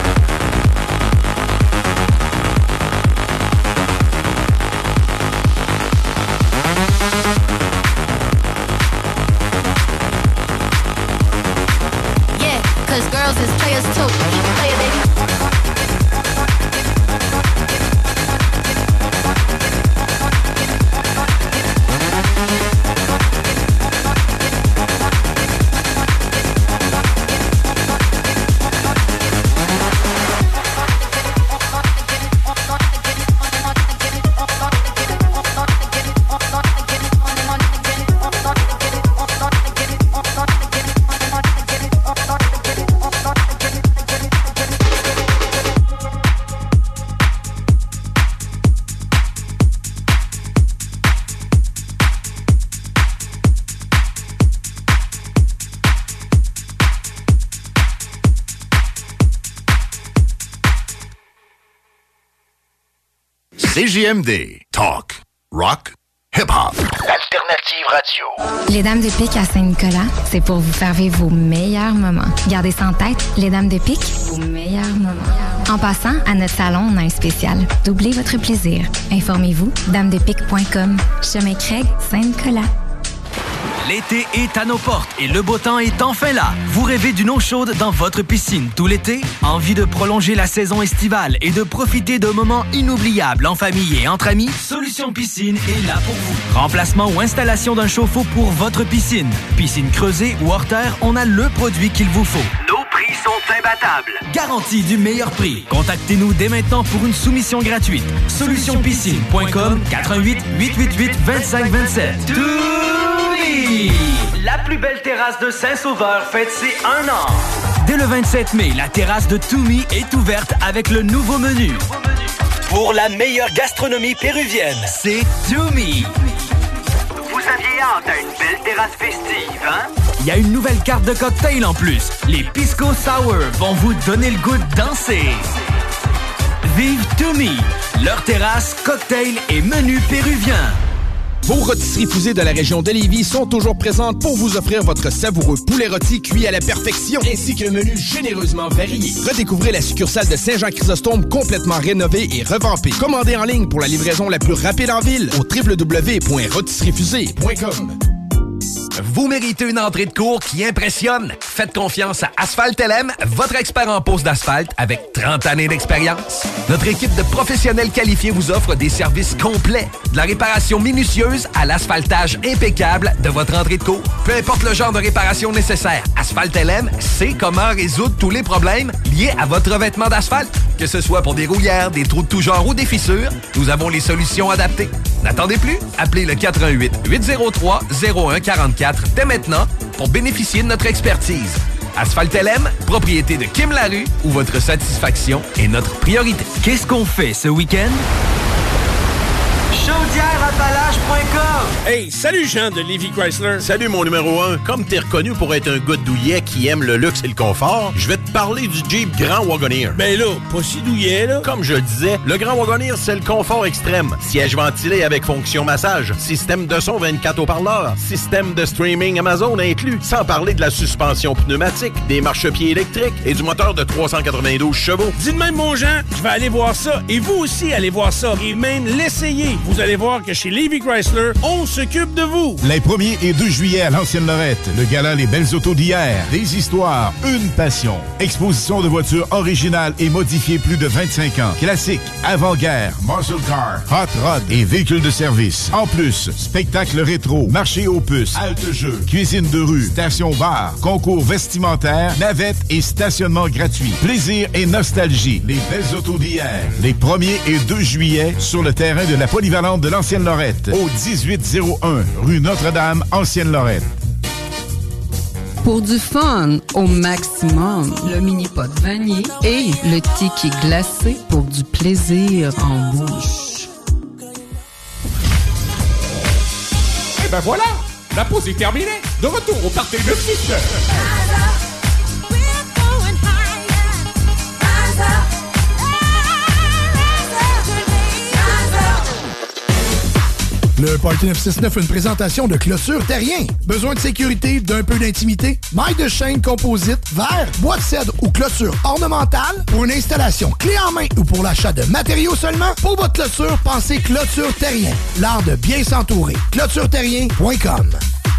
Yeah, cause girls is players too. Keep playing, baby. CJMD. Talk. Rock. Hip-hop. Alternative radio. Les Dames de Pique à Saint-Nicolas, c'est pour vous faire vivre vos meilleurs moments. Gardez ça en tête, les Dames de Pique, vos meilleurs moments. En passant, à notre salon, on a un spécial. Doublez votre plaisir. Informez-vous, damedepique.com. Chemin Craig, Saint-Nicolas. L'été est à nos portes et le beau temps est enfin là. Vous rêvez d'une eau chaude dans votre piscine tout l'été? Envie de prolonger la saison estivale et de profiter de moments inoubliables en famille et entre amis? Solution Piscine est là pour vous. Remplacement ou installation d'un chauffe-eau pour votre piscine. Piscine creusée ou hors terre, on a le produit qu'il vous faut. Nos prix sont imbattables. Garantie du meilleur prix. Contactez-nous dès maintenant pour une soumission gratuite. Solutionpiscine.com 88 888 2527. La plus belle terrasse de Saint-Sauveur fête ses 1 an. Dès le 27 mai, la terrasse de Toumi est ouverte avec le nouveau menu. Pour la meilleure gastronomie péruvienne, c'est Toumi. Vous aviez hâte à une belle terrasse festive, hein? Il y a une nouvelle carte de cocktail en plus. Les Pisco Sour vont vous donner le goût de danser. Vive Toumi, leur terrasse, cocktail et menu péruvien. Vos rôtisseries fusées de la région de Lévis sont toujours présentes pour vous offrir votre savoureux poulet rôti cuit à la perfection, ainsi qu'un menu généreusement varié. Redécouvrez la succursale de Saint-Jean-Chrysostome complètement rénovée et revampée. Commandez en ligne pour la livraison la plus rapide en ville au www.rôtisseriefusée.com. Vous méritez une entrée de cours qui impressionne. Faites confiance à Asphalt LM, votre expert en pose d'asphalte avec 30 années d'expérience. Notre équipe de professionnels qualifiés vous offre des services complets, de la réparation minutieuse à l'asphaltage impeccable de votre entrée de cours. Peu importe le genre de réparation nécessaire, Asphalt LM sait comment résoudre tous les problèmes liés à votre revêtement d'asphalte. Que ce soit pour des rouillères, des trous de tout genre ou des fissures, nous avons les solutions adaptées. N'attendez plus, appelez le 88 803 0144 dès maintenant pour bénéficier de notre expertise. Asphalt LM, propriété de Kim Larue, où votre satisfaction est notre priorité. Qu'est-ce qu'on fait ce week-end? Chaudièreappalaches.com. Hey, salut Jean de Lévis Chrysler. Salut mon numéro 1. Comme t'es reconnu pour être un gars douillet qui aime le luxe et le confort, je vais te parler du Jeep Grand Wagoneer. Ben là, pas si douillet là. Comme je le disais, le Grand Wagoneer, c'est le confort extrême. Siège ventilé avec fonction massage, système de son 24 haut-parleurs, système de streaming Amazon inclus, sans parler de la suspension pneumatique, des marchepieds électriques et du moteur de 392 chevaux. Dis de même mon Jean, je vais aller voir ça et vous aussi allez voir ça et même l'essayer. Vous allez voir savoir que chez Lévis Chrysler, on s'occupe de vous. Les 1er et 2 juillet à l'Ancienne Lorette, le gala Les Belles Autos d'hier. Des histoires, une passion. Exposition de voitures originales et modifiées plus de 25 ans. Classiques, avant-guerre, muscle car, hot rod et véhicules de service. En plus, spectacle rétro, marché aux puces, halte-jeux, cuisine de rue, station-bar, concours vestimentaire, navettes et stationnement gratuit. Plaisir et nostalgie. Les Belles Autos d'hier. Les 1er et 2 juillet sur le terrain de la polyvalente de l'Ancienne Lorette, au 1801 rue Notre-Dame, Ancienne Lorette. Pour du fun au maximum, le mini-pot vanille et le tiki glacé pour du plaisir en bouche. Et ben voilà, la pause est terminée. De retour au party de 6 heures. Le Party 969, une présentation de Clôture Terrien. Besoin de sécurité, d'un peu d'intimité? Maille de chaîne composite, verre, bois de cèdre ou clôture ornementale? Pour une installation clé en main ou pour l'achat de matériaux seulement? Pour votre clôture, pensez Clôture Terrien. L'art de bien s'entourer. ClôtureTerrien.com.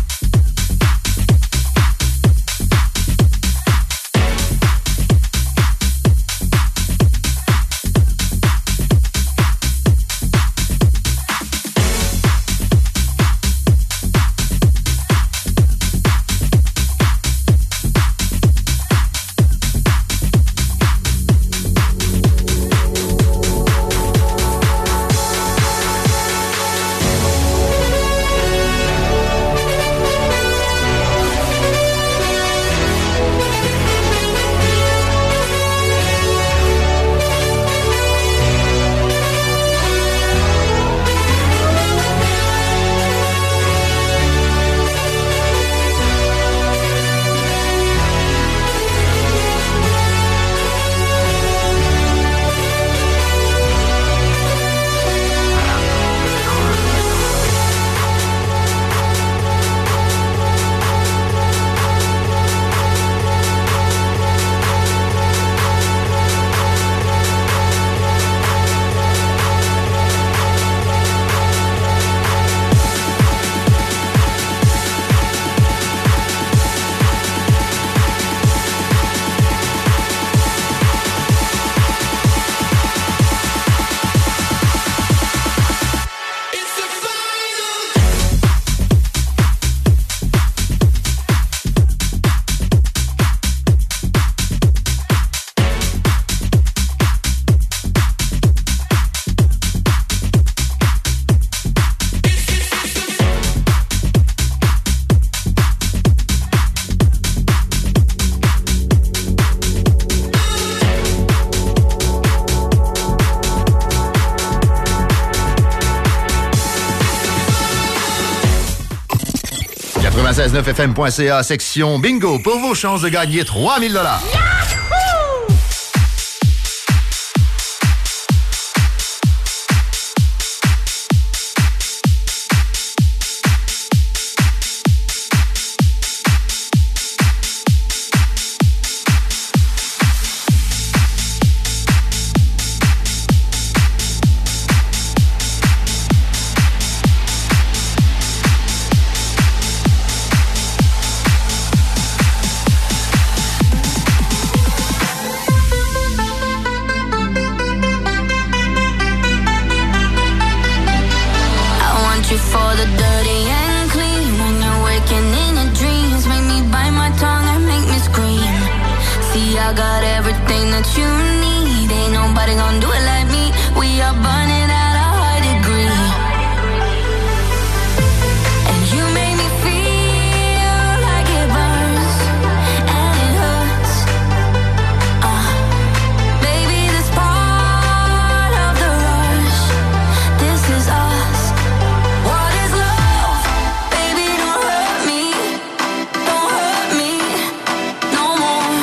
fm.ca, section bingo, pour vos chances de gagner 3000 $.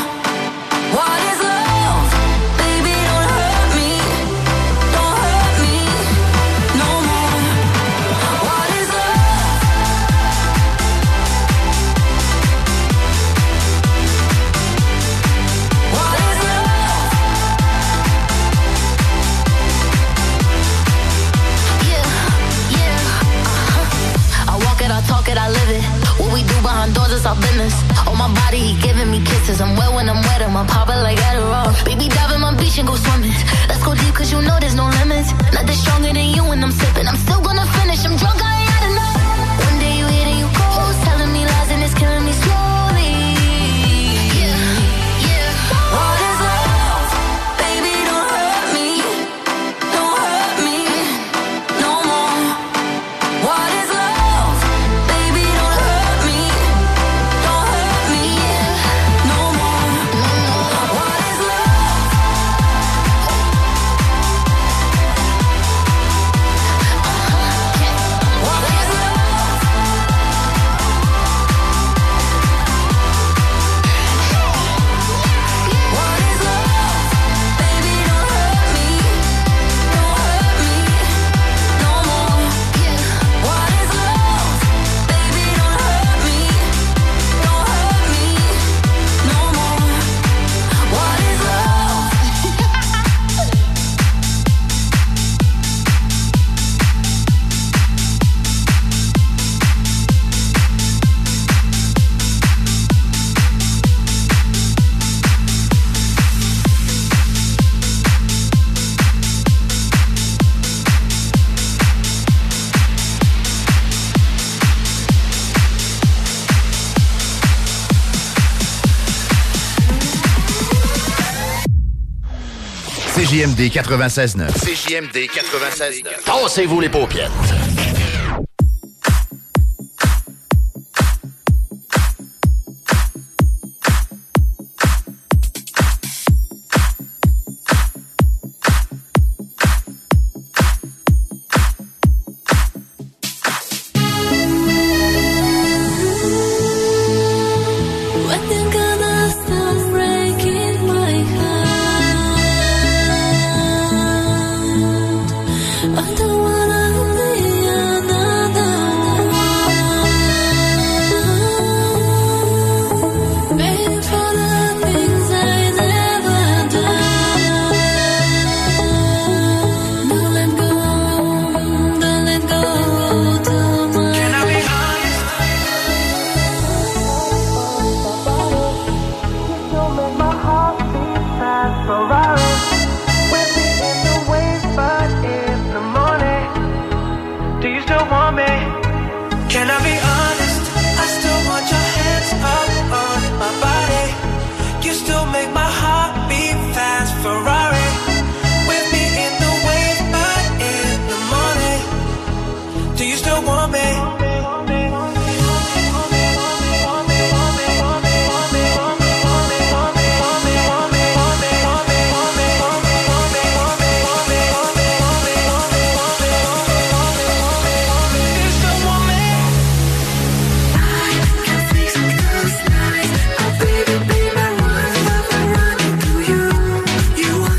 What is love? Baby, don't hurt me. kisses. I'm wet when I'm wet, I'm a popper like Adderall. Baby, dive in my beach and go swimming. Let's go deep, cause you know there's no limits. Nothing stronger than you when I'm sipping. I'm still gonna finish, I'm drunk, I ain't had enough. One day you hit and you go, telling me lies and it's killing me slowly. Yeah, yeah. What is love? Baby, don't hurt me. Don't hurt me no more. What is love? Baby, don't hurt me. Don't hurt me no more. What is love? What is love? What is love? Baby, don't hurt me. Don't hurt me no more. What is love? Baby, don't hurt me. Don't hurt me no more. What is love? CJMD 96.9. CJMD 96.9. Tassez-vous les paupières. I think I must have breaking my heart. I don't wanna be another one. Paying for the things I never done. Don't let go too much. Can I be honest? Don't make my heart beat fast. Ferrari with me in the waves, but in the morning. Do you still want me? Can I be honest? I still want your hands up on my body. You still make my heart beat fast. Ferrari with me in the waves, but in the morning. Do you still want me? You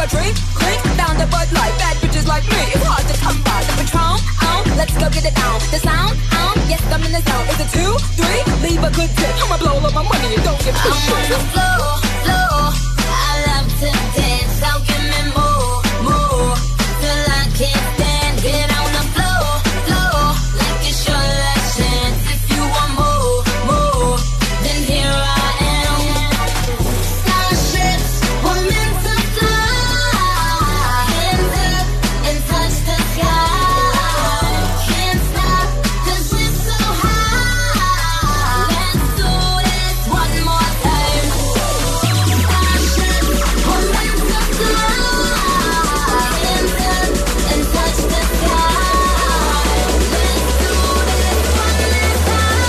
drink, down the Bud Light. Bad bitches like me, it's hard to come by. The Patron, let's go get it down. The sound, yes, I'm in the zone. Is it 2, 3? Leave a good tip. I'ma blow all my money and don't give a shit. I'm on the floor. I love to dance. So give me more, till I can't stand. Get on the floor, like it's your last chance. If you want more, then here I am. Starships were meant to fly. Hands up and touch the sky. Can't stop 'cause we're so high. Let's do this one more time. Starships were meant to fly. Hands up and touch the sky. Let's do this one last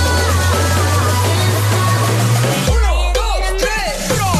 time. 1, 2, 3, 4.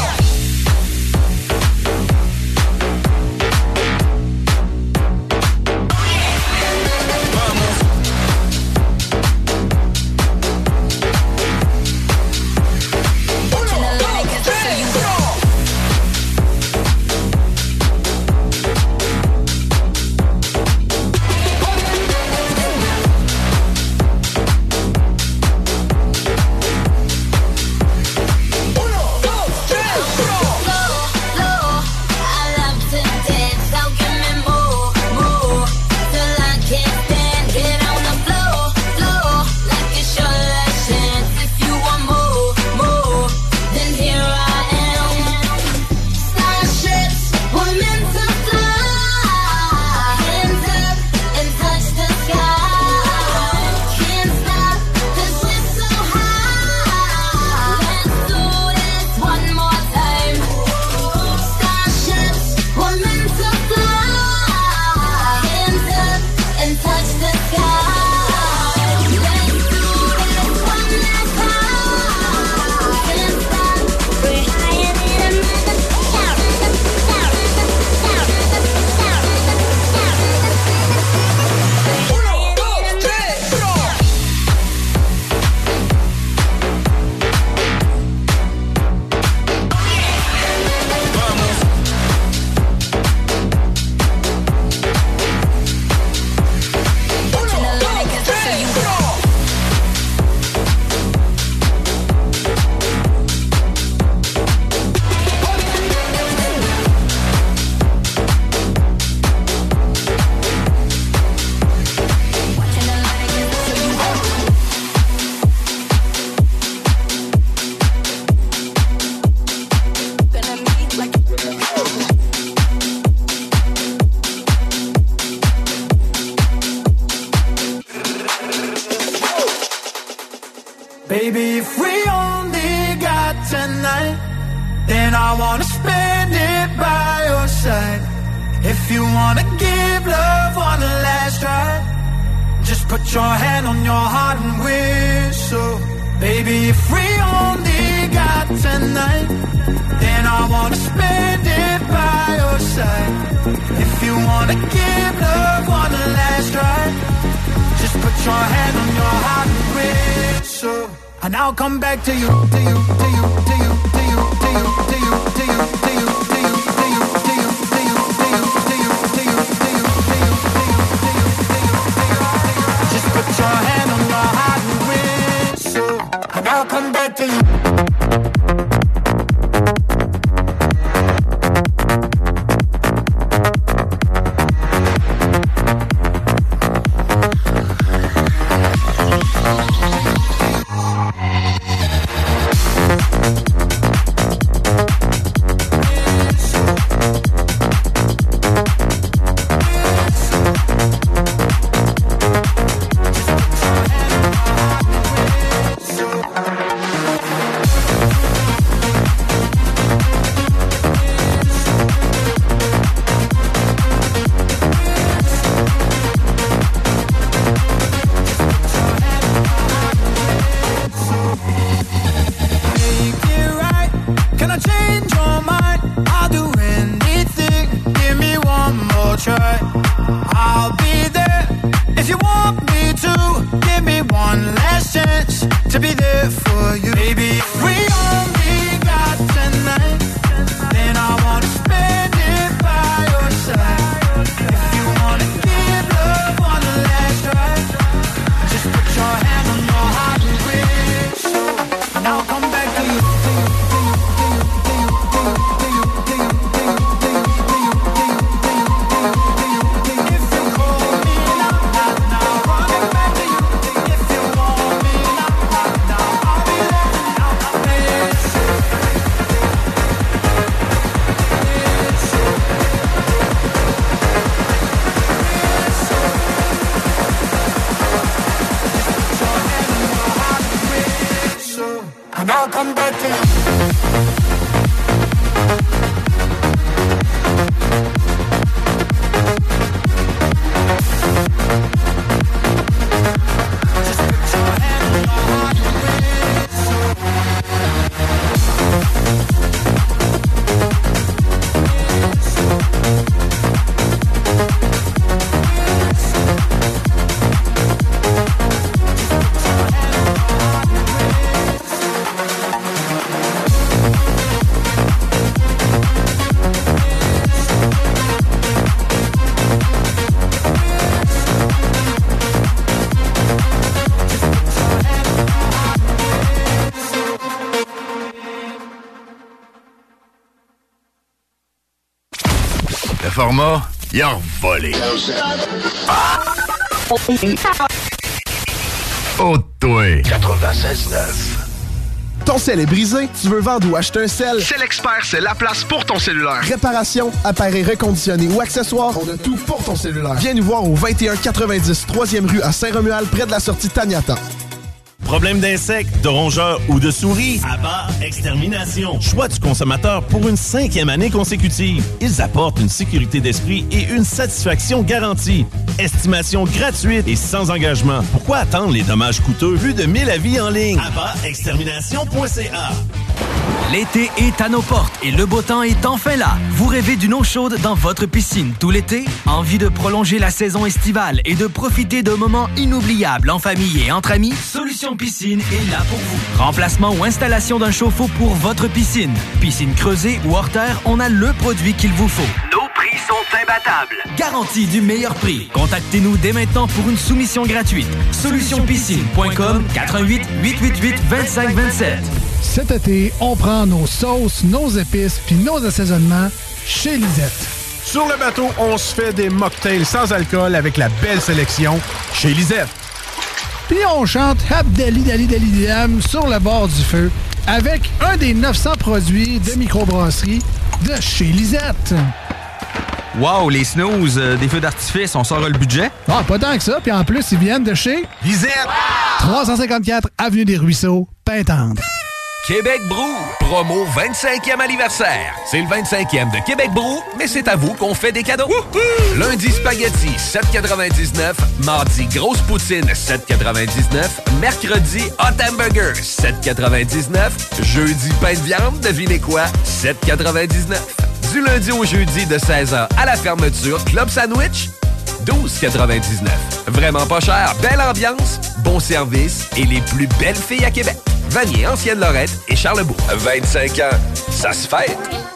Baby, if we only got tonight, then I wanna spend it by your side. If you wanna give love one last try, just put your hand on your heart and whistle. Baby, if we only got tonight, then I wanna spend it by your side. If you wanna give love one last try, just put your hand on your heart and whistle. And I'll come back to you, to you, to you, to you, to you, to you, to you, to you, to you, to you, to you, to you, to you, to you, to you, to you, to you, to you, just put your hand on your heart and whistle. And I'll come back to you. If we only got tonight, then I wanna spend it by Le format, il a volé. Oh, toi. 96.9. Ton sel est brisé? Tu veux vendre ou acheter un sel? C'est l'expert, c'est la place pour ton cellulaire. Réparation, appareils reconditionnés ou accessoires, on a tout pour ton cellulaire. Viens nous voir au 2190 3e rue à Saint-Romuald, près de la sortie Taniata. Problème d'insectes, de rongeurs ou de souris? Abba Extermination. Choix du consommateur pour une 5e année consécutive. Ils apportent une sécurité d'esprit et une satisfaction garantie. Estimation gratuite et sans engagement. Pourquoi attendre les dommages coûteux? Plus de 1000 avis en ligne. AbbaExtermination.ca. L'été est à nos portes et le beau temps est enfin là. Vous rêvez d'une eau chaude dans votre piscine tout l'été? Envie de prolonger la saison estivale et de profiter de moments inoubliables en famille et entre amis? Solution Piscine est là pour vous. Remplacement ou installation d'un chauffe-eau pour votre piscine. Piscine creusée ou hors terre, on a le produit qu'il vous faut. Nos prix sont imbattables. Garantie du meilleur prix. Contactez-nous dès maintenant pour une soumission gratuite. Solutionpiscine.com 88 888 2527. Cet été, on prend nos sauces, nos épices puis nos assaisonnements chez Lisette. Sur le bateau, on se fait des mocktails sans alcool avec la belle sélection chez Lisette. Puis on chante Abdali Dali Dali Dam sur le bord du feu avec un des 900 produits de microbrasserie de chez Lisette. Wow, les snooze, des feux d'artifice, on sort le budget? Ah, pas tant que ça. Puis en plus, ils viennent de chez Lisette! 354 Avenue des Ruisseaux, Pintendre. Québec Brou, promo 25e anniversaire. C'est le 25e de Québec Brou, mais c'est à vous qu'on fait des cadeaux. Wouhou! Lundi, spaghetti, 7,99. Mardi, grosse poutine, 7,99. Mercredi, hot hamburger, 7,99. Jeudi, pain de viande, devinez quoi? 7,99. Du lundi au jeudi, de 16h à la fermeture, Club Sandwich, 12,99. Vraiment pas cher, belle ambiance, bon service et les plus belles filles à Québec. Vanier, Ancienne-Lorette et Charlebourg. 25 ans, ça se fête.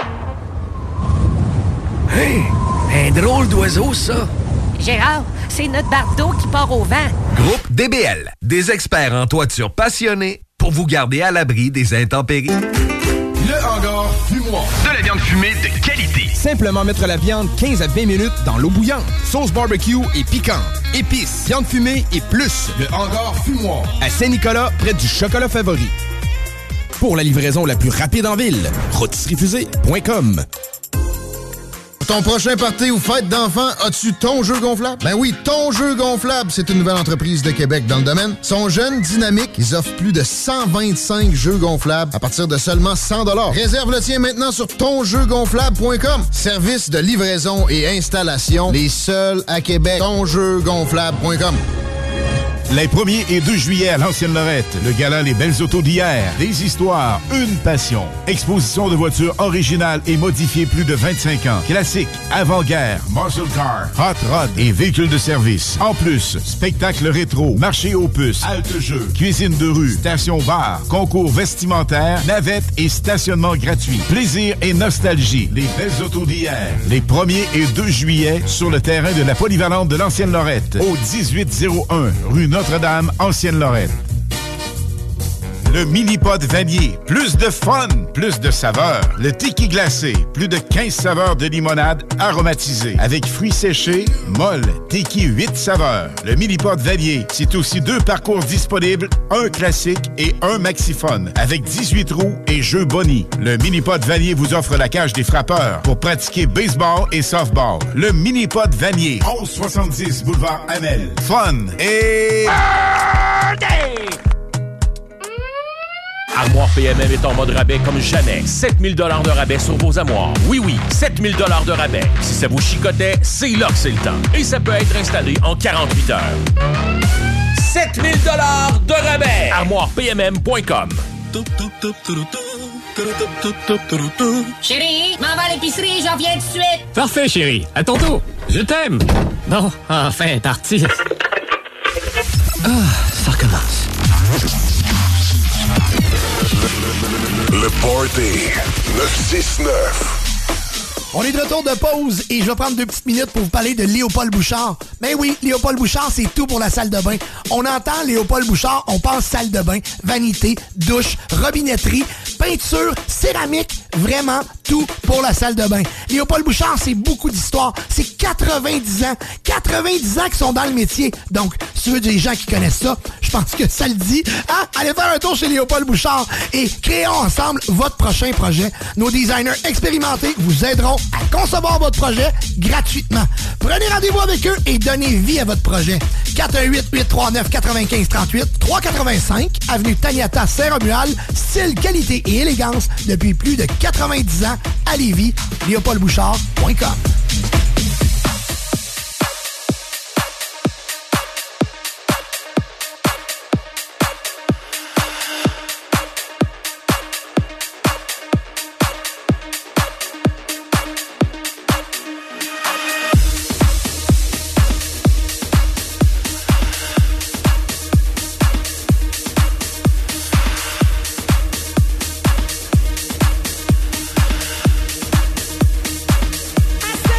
Hey, un drôle d'oiseau, ça. Gérard, c'est notre bardeau qui part au vent. Groupe DBL, des experts en toiture passionnés pour vous garder à l'abri des intempéries. Le hangar fumoir. De la viande fumée de qualité. Simplement mettre la viande 15 à 20 minutes dans l'eau bouillante. Sauce barbecue et piquante. Épices, viande fumée et plus. Le hangar fumoir. À Saint-Nicolas, près du Chocolat Favori. Pour la livraison la plus rapide en ville, rôtisseriefusée.com. Ton prochain party ou fête d'enfants, as-tu ton jeu gonflable? Ben oui, ton jeu gonflable, c'est une nouvelle entreprise de Québec dans le domaine. Ils sont jeunes, dynamiques, ils offrent plus de 125 jeux gonflables à partir de seulement 100 $. Réserve le tien maintenant sur tonjeugonflable.com. Service de livraison et installation, les seuls à Québec. Tonjeugonflable.com. Les 1er et 2 juillet à l'Ancienne-Lorette, le gala Les Belles Autos d'hier, des histoires, une passion. Exposition de voitures originales et modifiées plus de 25 ans. Classiques, avant-guerre, muscle car, hot rod et véhicules de service. En plus, spectacle rétro, marché aux puces, halte jeux, cuisine de rue, station bar, concours vestimentaire, navettes et stationnement gratuit. Plaisir et nostalgie, les Belles Autos d'hier. Les 1er et 2 juillet sur le terrain de la polyvalente de l'Ancienne-Lorette, au 1801 rue Notre-Dame, Ancienne-Lorette. Le mini-pod Vanier. Plus de fun, plus de saveurs. Le tiki glacé. Plus de 15 saveurs de limonade aromatisée. Avec fruits séchés, molle, tiki 8 saveurs. Le mini-pod Vanier, c'est aussi 2 parcours disponibles, un classique et un maxiphone. Avec 18 trous et jeux Bonnie. Le mini-pod Vanier vous offre la cage des frappeurs pour pratiquer baseball et softball. Le mini-pod Vanier. 1170 boulevard Amel. Fun et... Armoire PMM est en mode rabais comme jamais. 7000 $ de rabais sur vos armoires. Oui, 7000 $ de rabais. Si ça vous chicotait, c'est là que c'est le temps. Et ça peut être installé en 48 heures. 7000 $ de rabais. ArmoirePMM.com. Chérie, m'en va à l'épicerie, j'en viens tout de suite. Parfait, chérie. À tantôt. Je t'aime. Bon, enfin, parti. Ça recommence. Le Party 969. On est de retour de pause et je vais prendre 2 petites minutes pour vous parler de Léopold Bouchard. Ben oui, Léopold Bouchard, c'est tout pour la salle de bain. On entend Léopold Bouchard, on pense salle de bain, vanité, douche, robinetterie, peinture, céramique, vraiment tout pour la salle de bain. Léopold Bouchard, c'est beaucoup d'histoires. C'est 90 ans. 90 ans qu'ils sont dans le métier. Donc, si tu veux des gens qui connaissent ça, je pense que ça le dit. Hein? Allez faire un tour chez Léopold Bouchard et créons ensemble votre prochain projet. Nos designers expérimentés vous aideront à concevoir votre projet gratuitement. Prenez rendez-vous avec eux et donnez vie à votre projet. 418-839-9538, 385, avenue Taniata Saint-Romuald, style, qualité et élégance depuis plus de 90 ans à Lévis. LéopoldBouchard.com. I said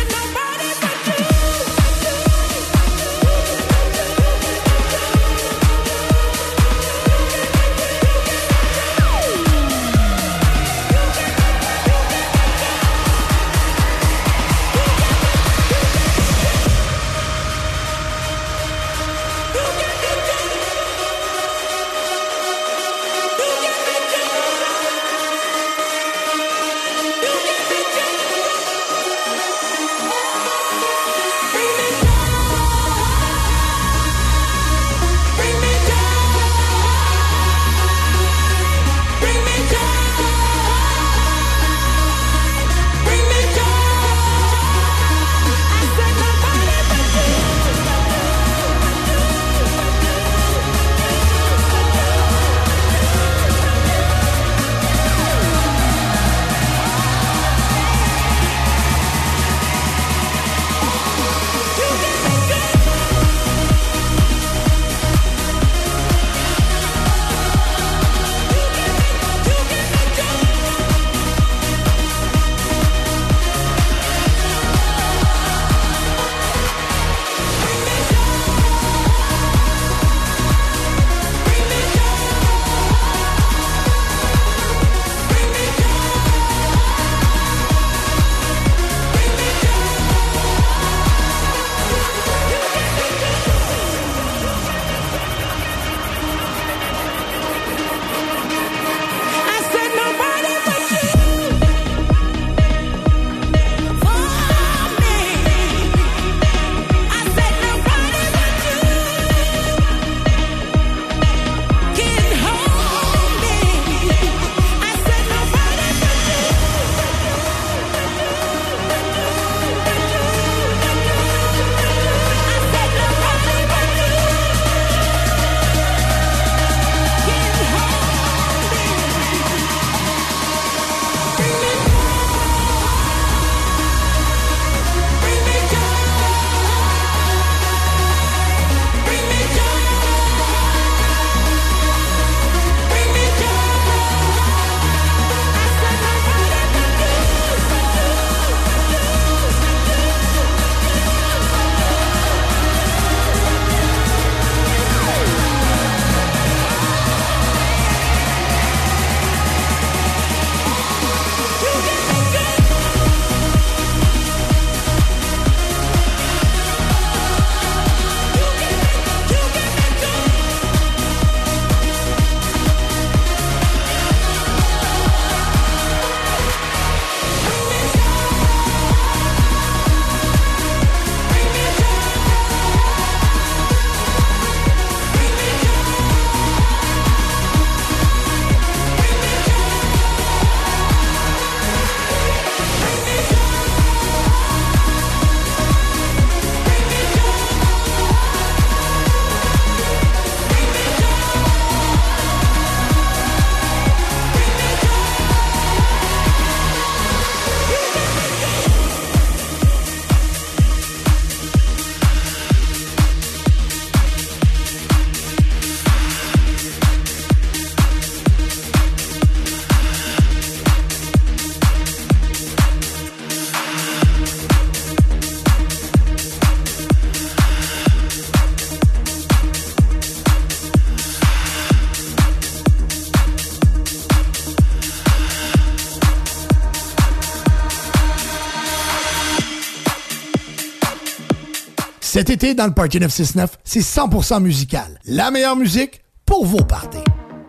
Cet été, dans le Party 969, c'est 100% musical. La meilleure musique pour vos parties.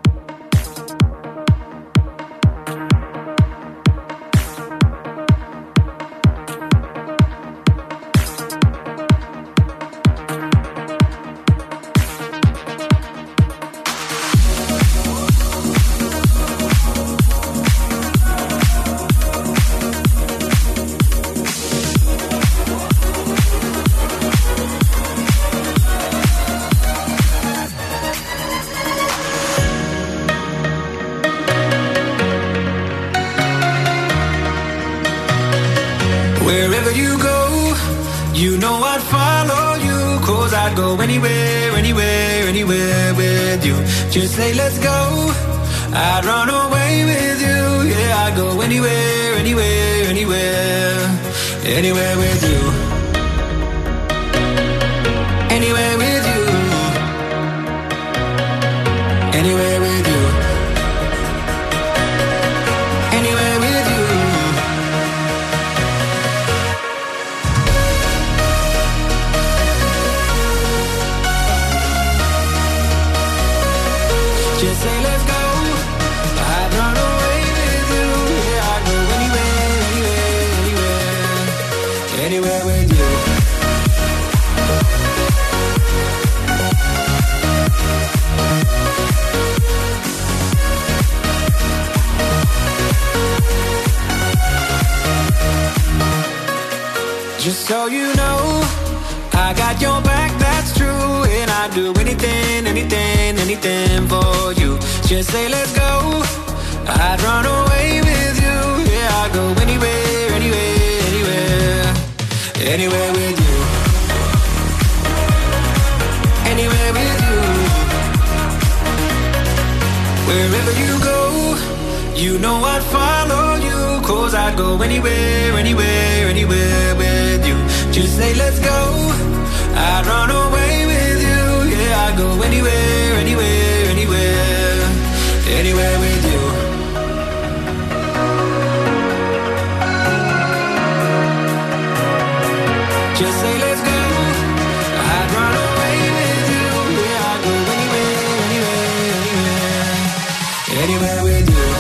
Wherever you go, you know I'd follow you. 'Cause I'd go anywhere, anywhere, anywhere with you. Just say let's go, I'd run away with you. Yeah, I'd go anywhere, anywhere, anywhere, anywhere with you. Anywhere with you. Anywhere with you. Anywhere with you. Just say let's go, I'd run away with you. Yeah, I'd go anywhere, anywhere, anywhere, anywhere with you. Just so you know, I got your back, that's true. And I'd do anything, anything, anything for you. Just say let's go, I'd run away with you. Yeah, I'd go anywhere, anywhere, anywhere, anywhere with you. Anywhere with you. Wherever you go, you know I'd follow you. 'Cause I'd go anywhere, anywhere, anywhere with you. Just say let's go, I'd run away with you. Yeah, I'd go anywhere, anywhere, anywhere, anywhere with you. Just say let's go, I'd run away with you. Yeah, I'd go anywhere, anywhere, anywhere, anywhere with you.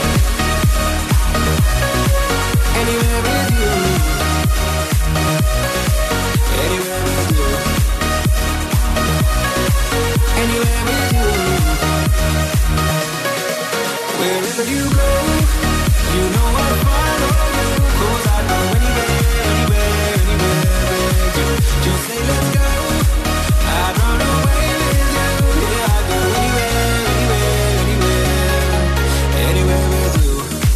Anywhere with you. Anywhere with you. Anywhere with you. Wherever you go, you know I'll follow you. 'Cause I'd go anywhere, anywhere, anywhere with you. Just say let's go, I'd run away with you. Yeah, I'd go anywhere, anywhere, anywhere, anywhere with you.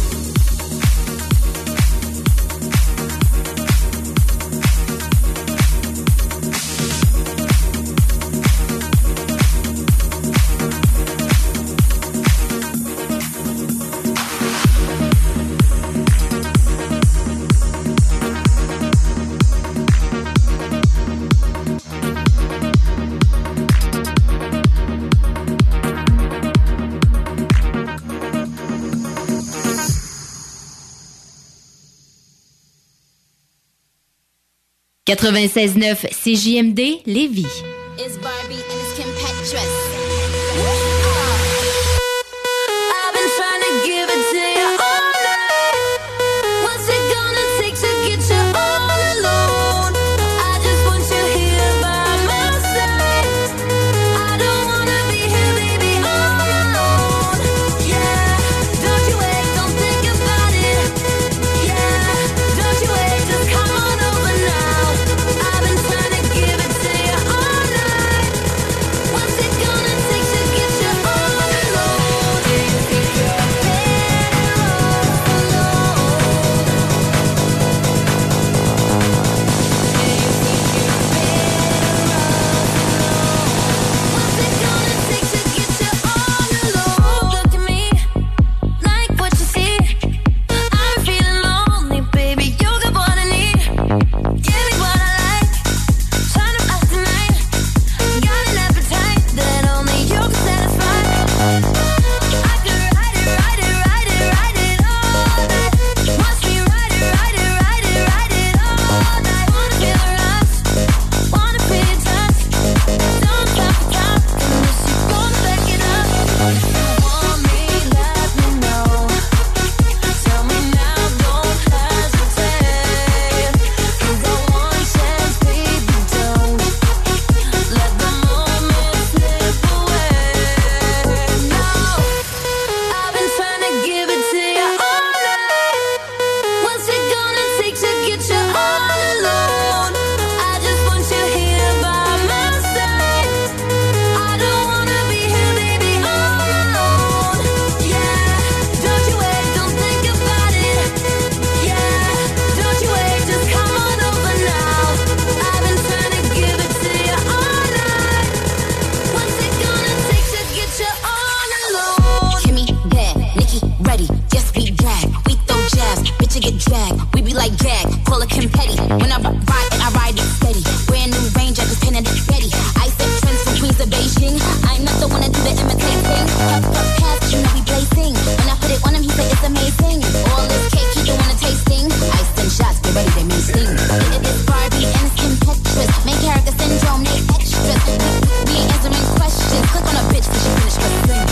« 96.9 CJMD Lévis. It's Barbie and it's Kim Petras. I've been trying to give it to you all night. What's it gonna take to get you all alone? I just want you here by my side. I don't wanna be here, baby, all alone. Yeah, don't you wait, don't think about it. Yeah, don't you wait, just come on over now. I've been trying to give it to you all night. What's it gonna drag, we be like gag, call it Kim Petty. When I ride and I ride it steady. Brand new range, I just painted it ready. I set trends from Queens to Beijing. I'm not the one to do the imitating. Pass, you know we blazing. When I put it on him, he said it's amazing. All this cake, he don't wanna tasting. I send shots, get ready, they may sting. It's Barbie and it's Kim Petras. Main character syndrome, they extras. We ain't answering questions. Click on a bitch till she finish her string.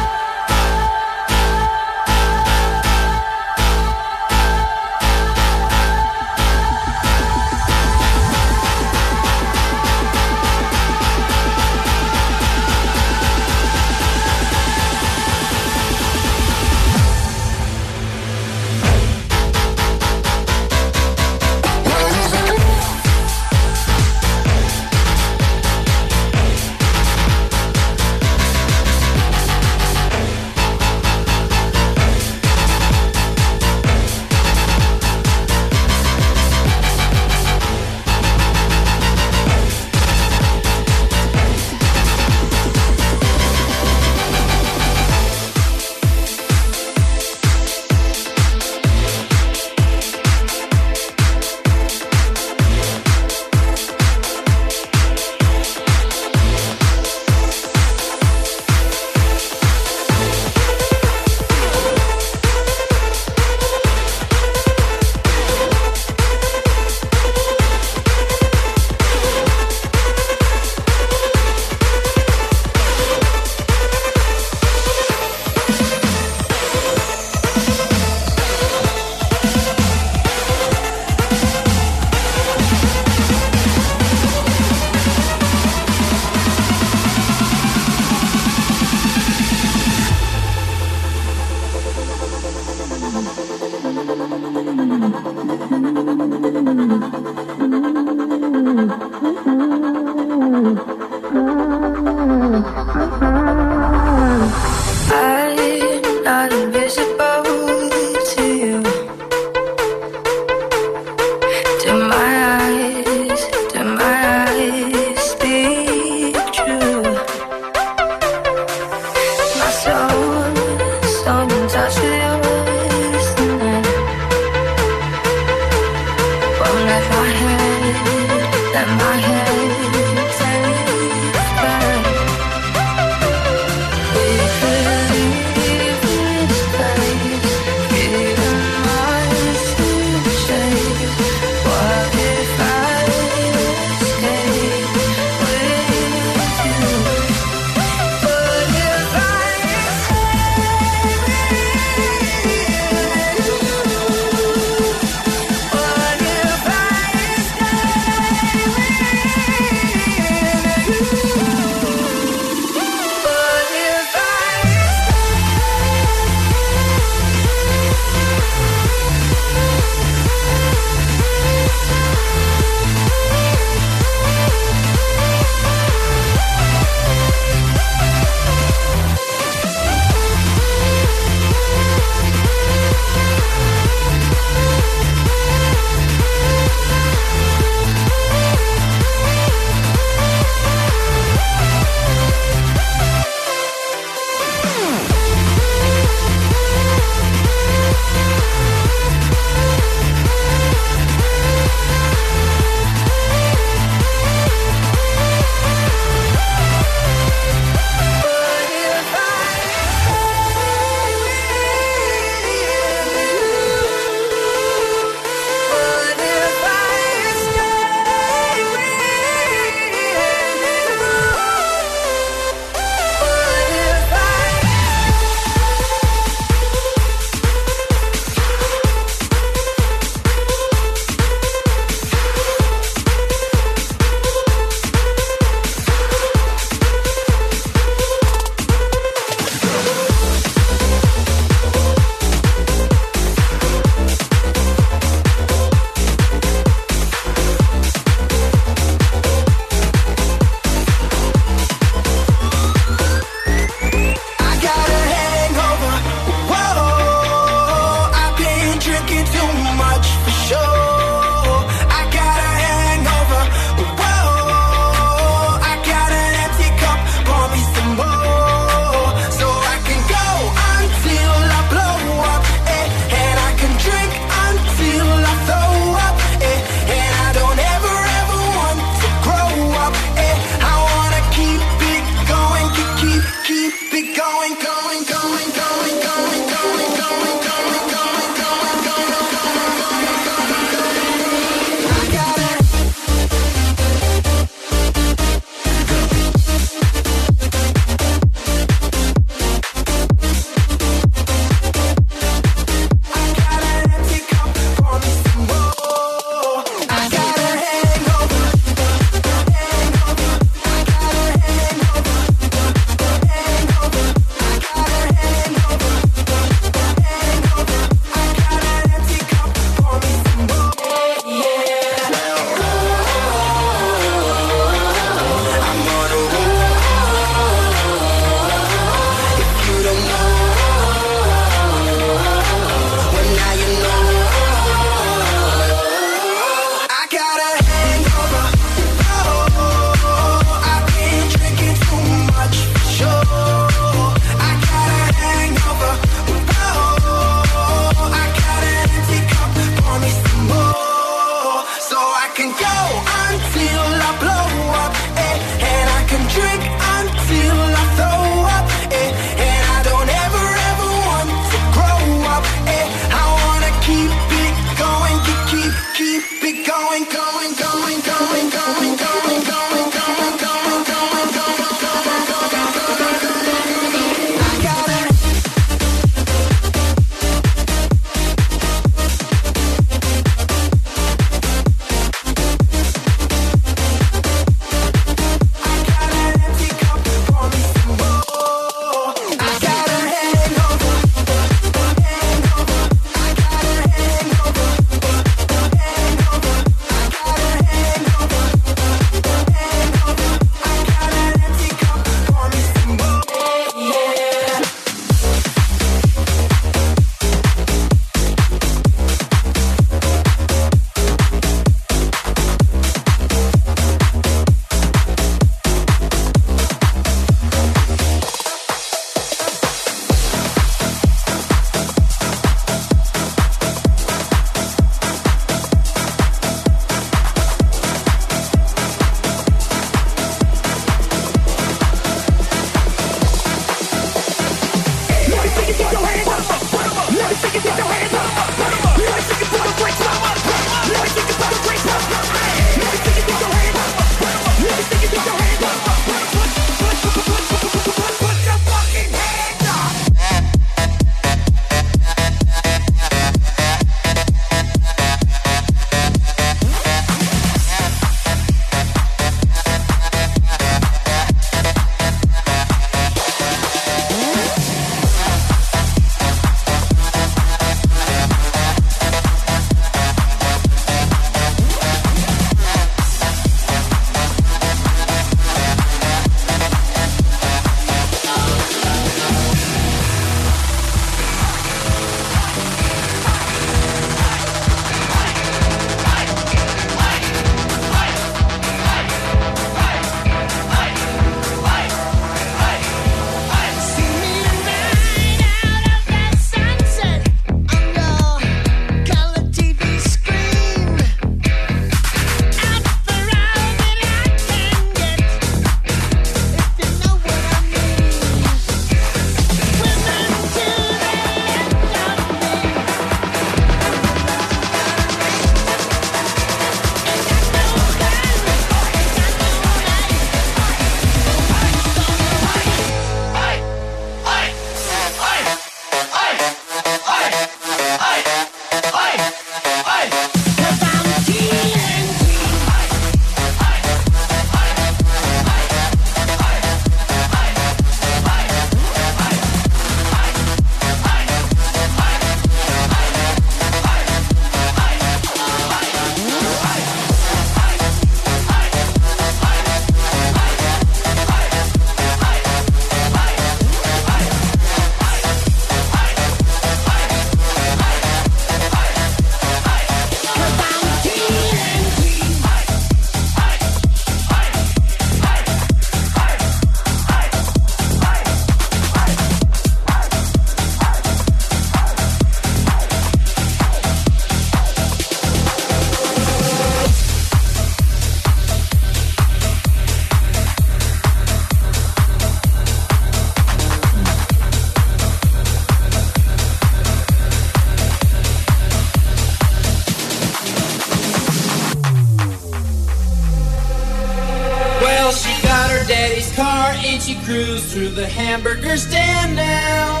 Betty's car and she cruised through the hamburger stand now.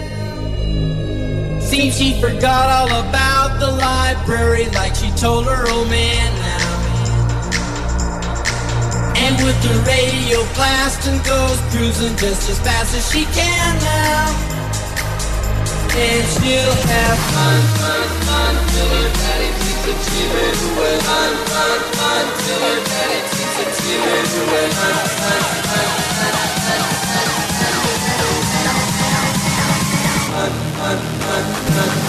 Seems she forgot all about the library like she told her old man now. And with the radio blasting goes cruising just as fast as she can now. And she'll have fun, fun, fun till her daddy thinks that she ran away. Fun, fun, fun till her daddy thinks that she ran away. Fun, fun, fun, fun, fun, fun, fun, fun, fun, fun.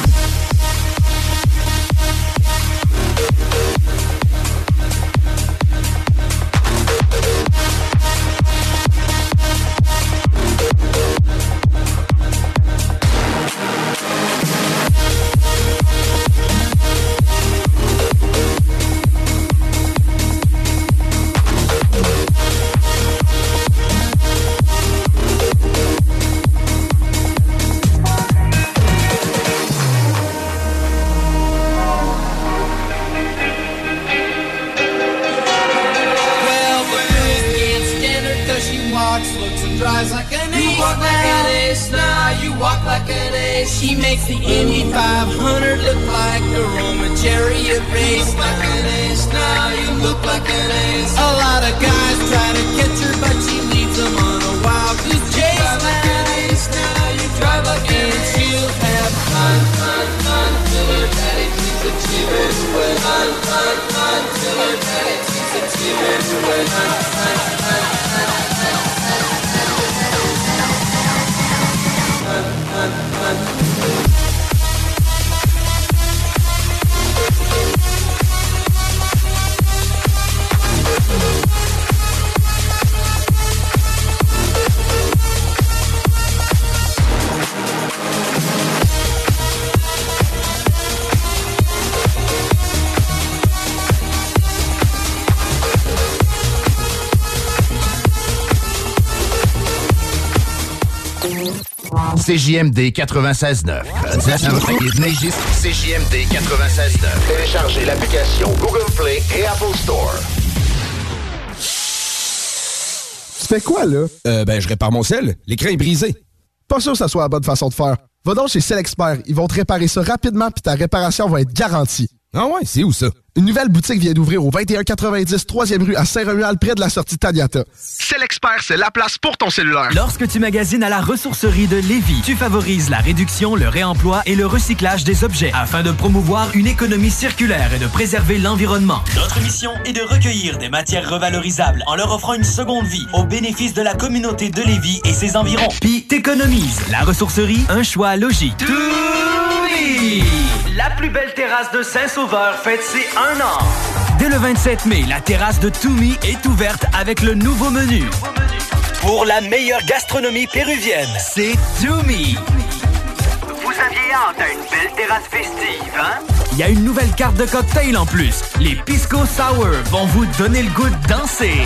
She makes the Indy 500 look like a Roman chariot race. Like an ace, now you look like an ace. A lot of guys try to catch her, but she leaves them on a wild goose chase. Like an ace, now you drive like an ace. She'll have fun, fun, fun till her daddy thinks that she ran away. Fun, fun, fun till her daddy thinks that she ran away. Fun, fun, fun, fun, fun, fun, fun, fun, fun. CJMD 96.9. CJMD 96.9. Téléchargez l'application Google Play et Apple Store. Tu fais quoi, là? Je répare mon sel. L'écran est brisé. Pas sûr que ça soit la bonne façon de faire. Va donc chez Selexpert. Ils vont te réparer ça rapidement puis ta réparation va être garantie. Ah ouais? C'est où, ça? Une nouvelle boutique vient d'ouvrir au 2190 3e rue à Saint-Romuald, près de la sortie Taniata. Selexpert, c'est la place pour ton cellulaire. Lorsque tu magasines à la ressourcerie de Lévis, tu favorises la réduction, le réemploi et le recyclage des objets afin de promouvoir une économie circulaire et de préserver l'environnement. Notre mission est de recueillir des matières revalorisables en leur offrant une seconde vie au bénéfice de la communauté de Lévis et ses environs. Puis t'économises. La ressourcerie, un choix logique. Tumi! La plus belle terrasse de Saint-Sauveur fête ses 1 an. Dès le 27 mai, la terrasse de Tumi est ouverte avec le nouveau menu. Pour la meilleure gastronomie péruvienne, c'est Tumi. Vous aviez hâte à une belle terrasse festive, hein? Il y a une nouvelle carte de cocktail en plus. Les Pisco Sour vont vous donner le goût de danser.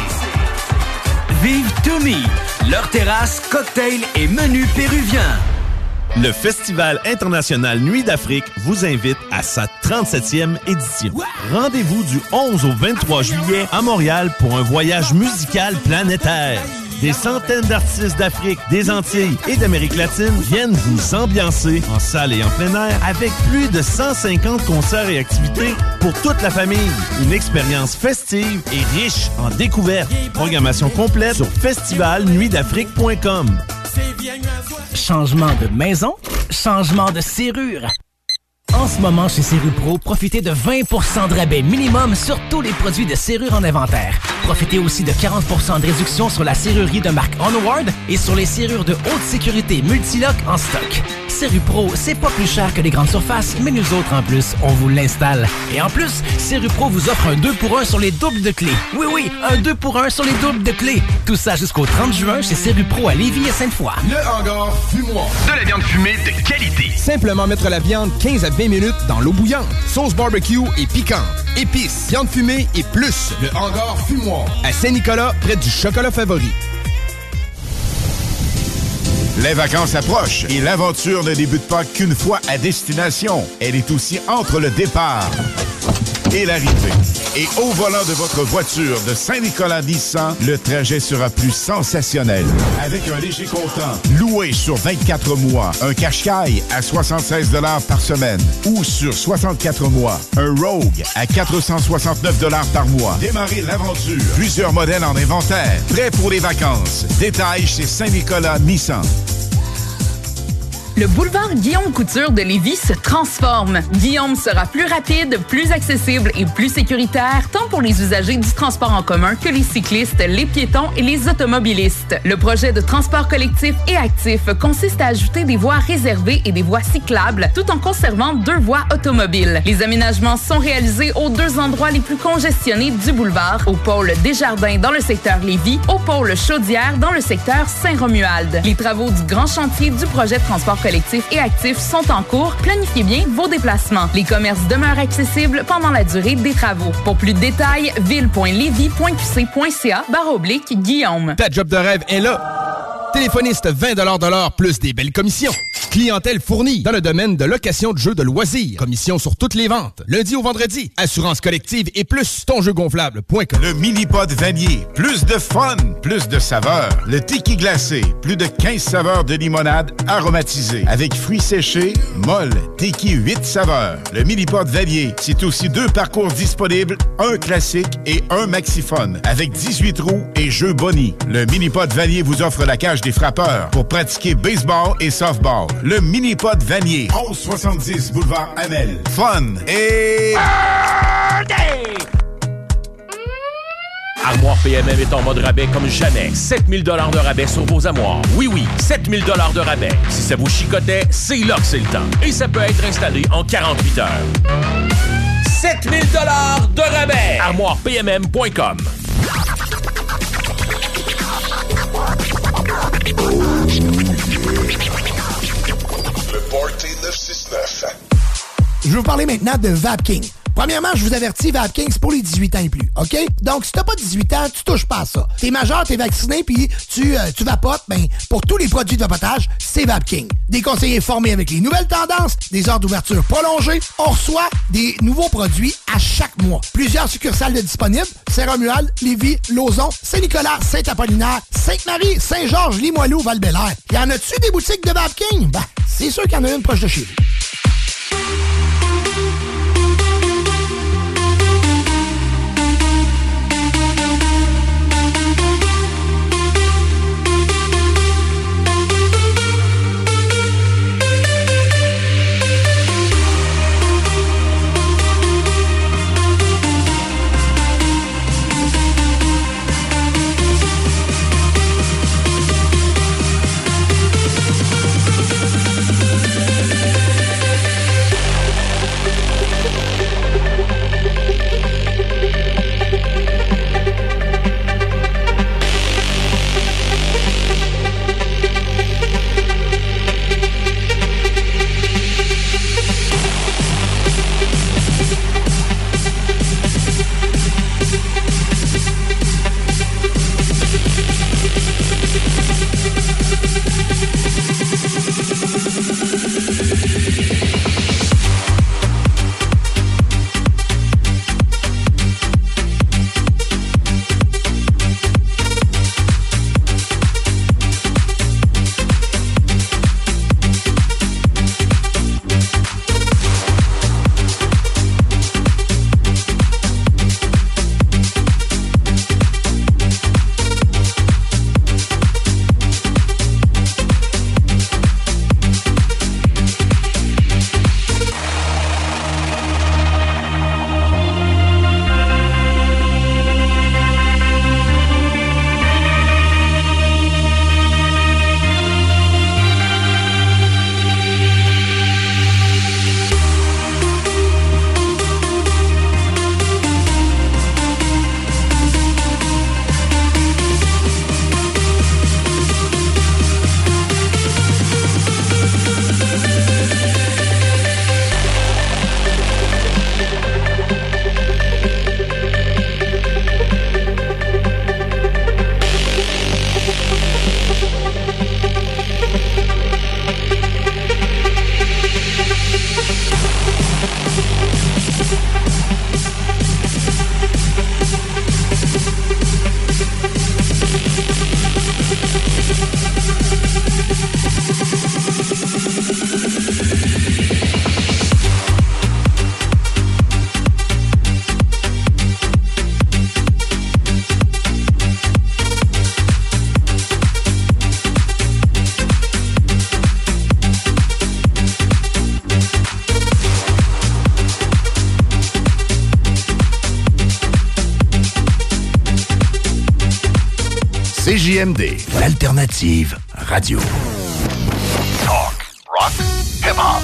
Vive Tumi, leur terrasse, cocktail et menu péruvien. Le Festival international Nuit d'Afrique vous invite à sa 37e édition. Rendez-vous du 11 au 23 juillet à Montréal pour un voyage musical planétaire. Des centaines d'artistes d'Afrique, des Antilles et d'Amérique latine viennent vous ambiancer en salle et en plein air avec plus de 150 concerts et activités pour toute la famille. Une expérience festive et riche en découvertes. Programmation complète sur festivalnuitdafrique.com. Changement de maison, changement de serrure. En ce moment, chez Serrupro, profitez de 20% de rabais minimum sur tous les produits de serrure en inventaire. Profitez aussi de 40% de réduction sur la serrurerie de marque Onward et sur les serrures de haute sécurité Multilock en stock. Serrupro, c'est pas plus cher que les grandes surfaces, mais nous autres, en plus, on vous l'installe. Et en plus, Serrupro vous offre un 2 pour 1 sur les doubles de clés. Oui, oui, un 2 pour 1 sur les doubles de clés. Tout ça jusqu'au 30 juin chez Serrupro à Lévis et Sainte-Foy. Le hangar fumoir. De la viande fumée de qualité. Simplement mettre la viande 15 à 20 minutes dans l'eau bouillante. Sauce barbecue et piquante. Épices, viande fumée et plus. Le hangar fumoir. À Saint-Nicolas, près du Chocolat Favori. Les vacances approchent et l'aventure ne débute pas qu'une fois à destination. Elle est aussi entre le départ et l'arrivée. Et au volant de votre voiture de Saint-Nicolas Nissan, le trajet sera plus sensationnel. Avec un léger comptant, loué sur 24 mois, un Qashqai à 76 $ par semaine ou sur 64 mois, un Rogue à 469 $ par mois. Démarrez l'aventure. Plusieurs modèles en inventaire. Prêt pour les vacances. Détails chez Saint-Nicolas Nissan. Le boulevard Guillaume Couture de Lévis se transforme. Guillaume sera plus rapide, plus accessible et plus sécuritaire, tant pour les usagers du transport en commun que les cyclistes, les piétons et les automobilistes. Le projet de transport collectif et actif consiste à ajouter des voies réservées et des voies cyclables, tout en conservant 2 voies automobiles. Les aménagements sont réalisés aux 2 endroits les plus congestionnés du boulevard, au pôle Desjardins dans le secteur Lévis, au pôle Chaudière dans le secteur Saint-Romuald. Les travaux du grand chantier du projet de transport collectif et actifs sont en cours. Planifiez bien vos déplacements. Les commerces demeurent accessibles pendant la durée des travaux. Pour plus de détails, ville.levy.qc.ca/Guillaume. Ta job de rêve est là. Téléphoniste 20 $ de l'heure plus des belles commissions. Clientèle fournie dans le domaine de location de jeux de loisirs. Commission sur toutes les ventes. Lundi au vendredi. Assurance collective et plus tonjeugonflable.com. Le mini-pod Vanier. Plus de fun, plus de saveurs. Le tiki glacé. Plus de 15 saveurs de limonade aromatisée. Avec fruits séchés, molle, tiki 8 saveurs. Le mini-pod Vanier. C'est aussi 2 parcours disponibles, un classique et un maxiphone. Avec 18 roues et jeux Bonnie. Le mini-pod Vanier vous offre la cage des frappeurs pour pratiquer baseball et softball. Le mini-pod Vanier. 1170 boulevard Amel. Fun et... Armoire PMM est en mode rabais comme jamais. 7000 $ de rabais sur vos armoires. Oui, 7000 $ de rabais. Si ça vous chicotait, c'est là que c'est le temps. Et ça peut être installé en 48 heures. 7000 $ de rabais. ArmoirePMM.com. Le Party 969. Je vais vous parler maintenant de Vapking. Premièrement, je vous avertis, Vapking, c'est pour les 18 ans et plus, OK? Donc, si t'as pas 18 ans, tu touches pas à ça. T'es majeur, t'es vacciné, puis tu vapotes, ben, pour tous les produits de vapotage, c'est Vapking. Des conseillers formés avec les nouvelles tendances, des heures d'ouverture prolongées. On reçoit des nouveaux produits à chaque mois. Plusieurs succursales de disponibles. Saint-Romuald, Lévis, Lauson, Saint-Nicolas, Saint-Apollinaire, Sainte-Marie, Saint-Georges, Limoilou, Val-Bélair. Y en a-tu des boutiques de Vapking? Ben, c'est sûr qu'il y en a une proche de chez vous. CJMD, l'alternative radio. Talk, rock, hip-hop.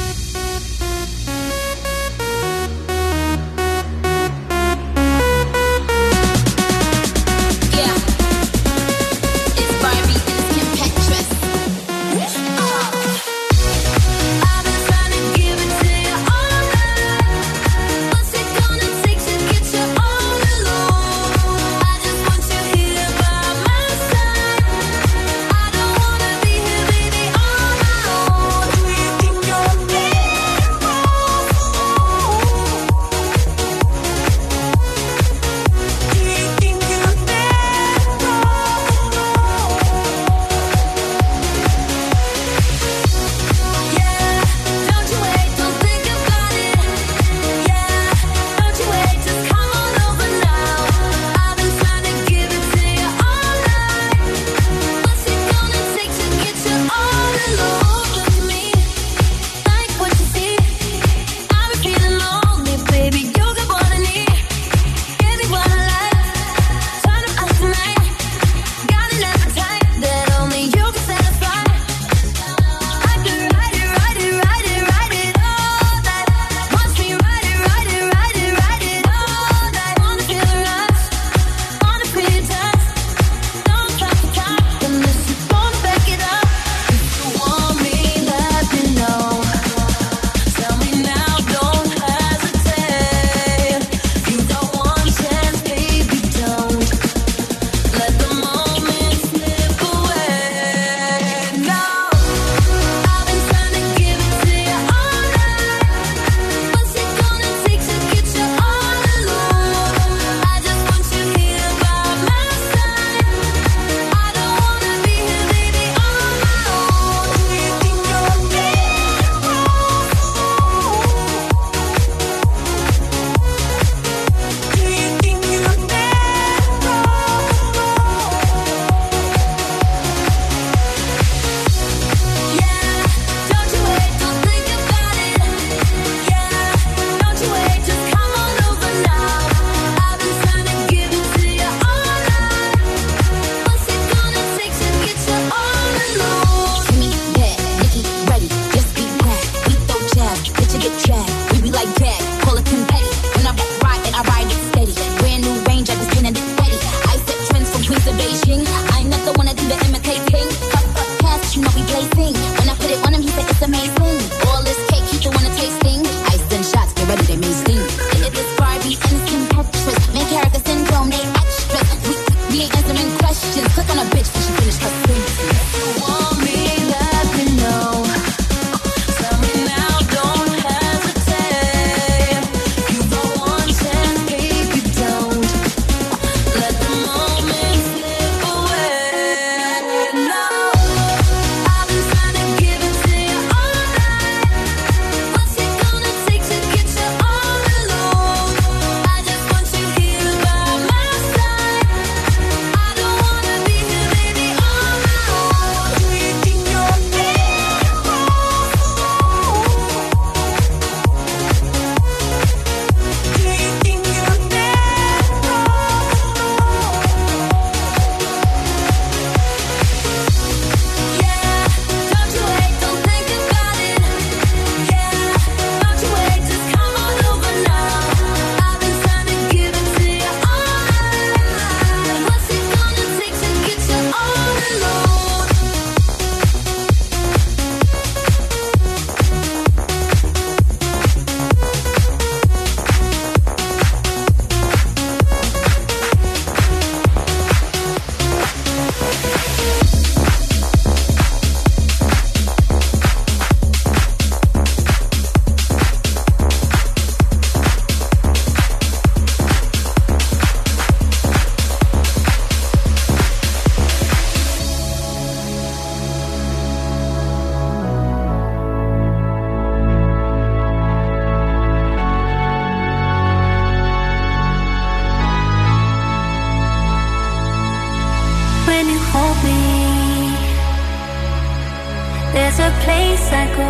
There's a place I go.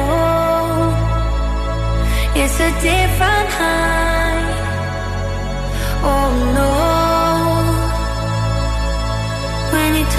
It's a different high. Oh no. When you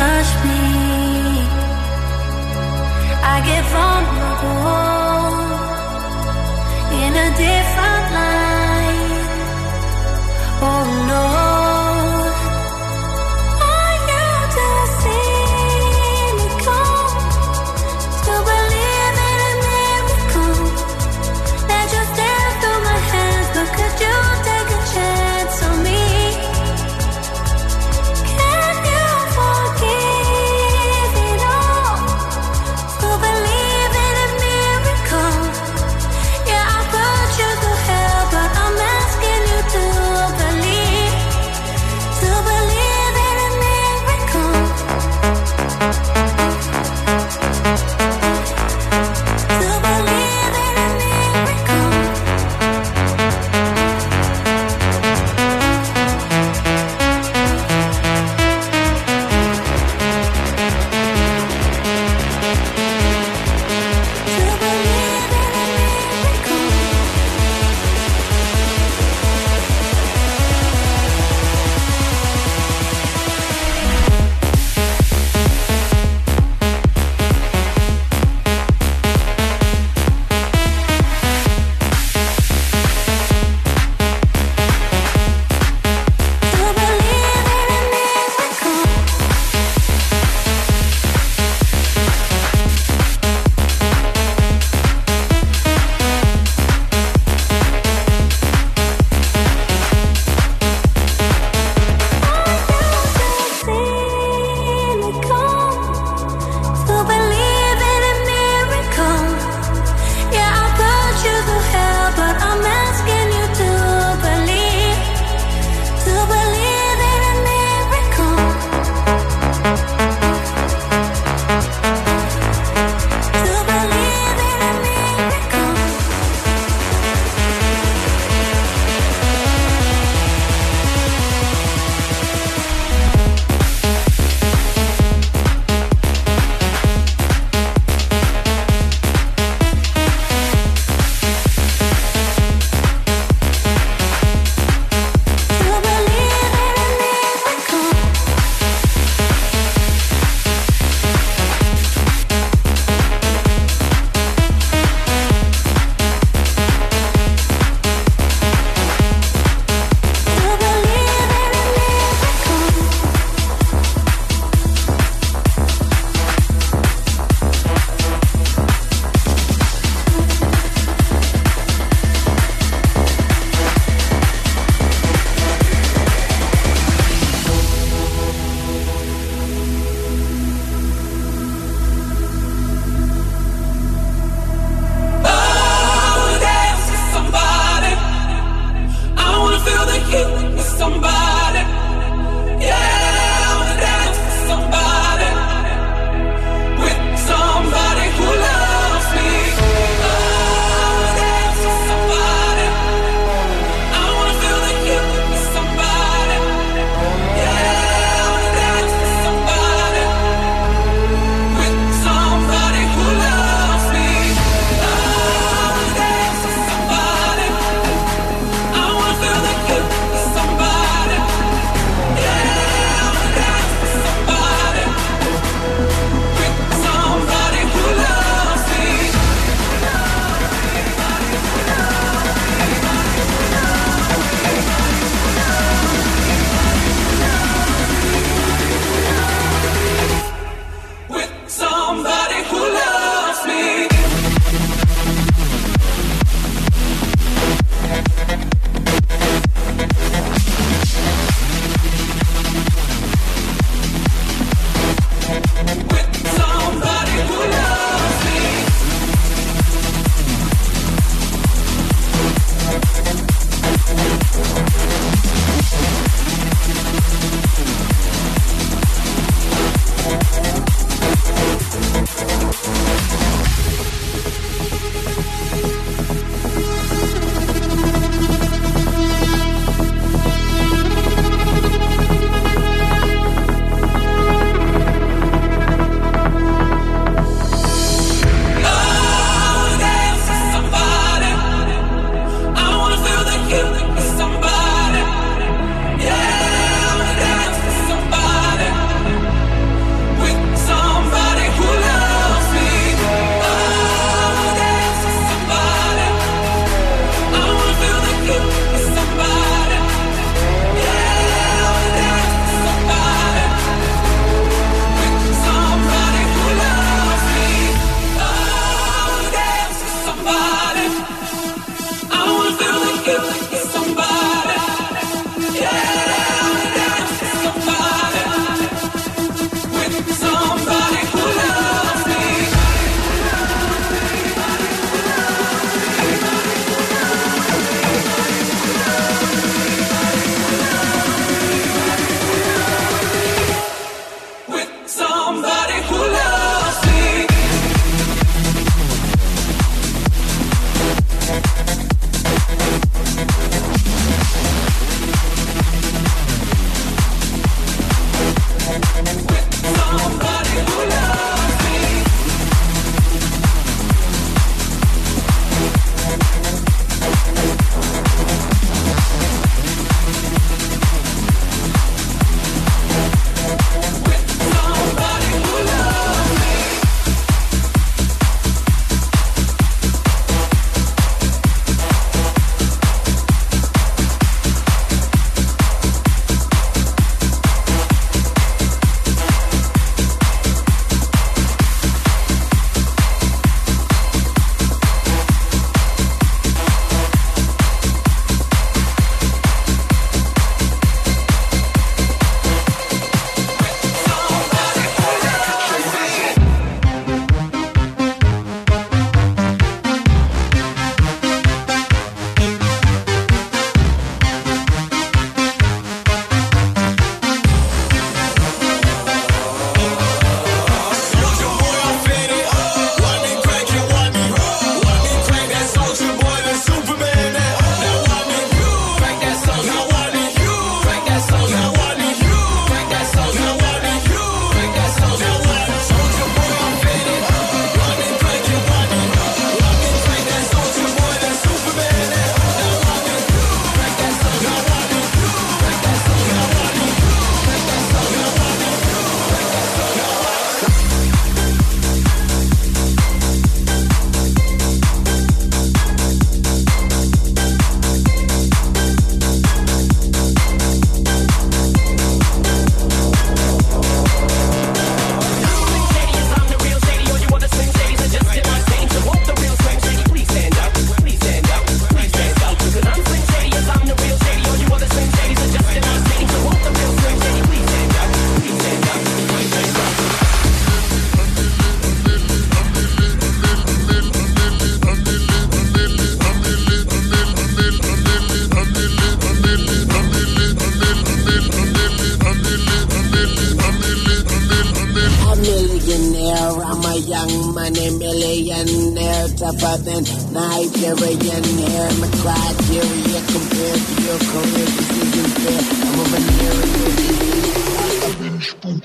a young money millionaire, tougher than Nigerian hair. My criteria compared to your career, this isn't fair. I'm a venereal disease.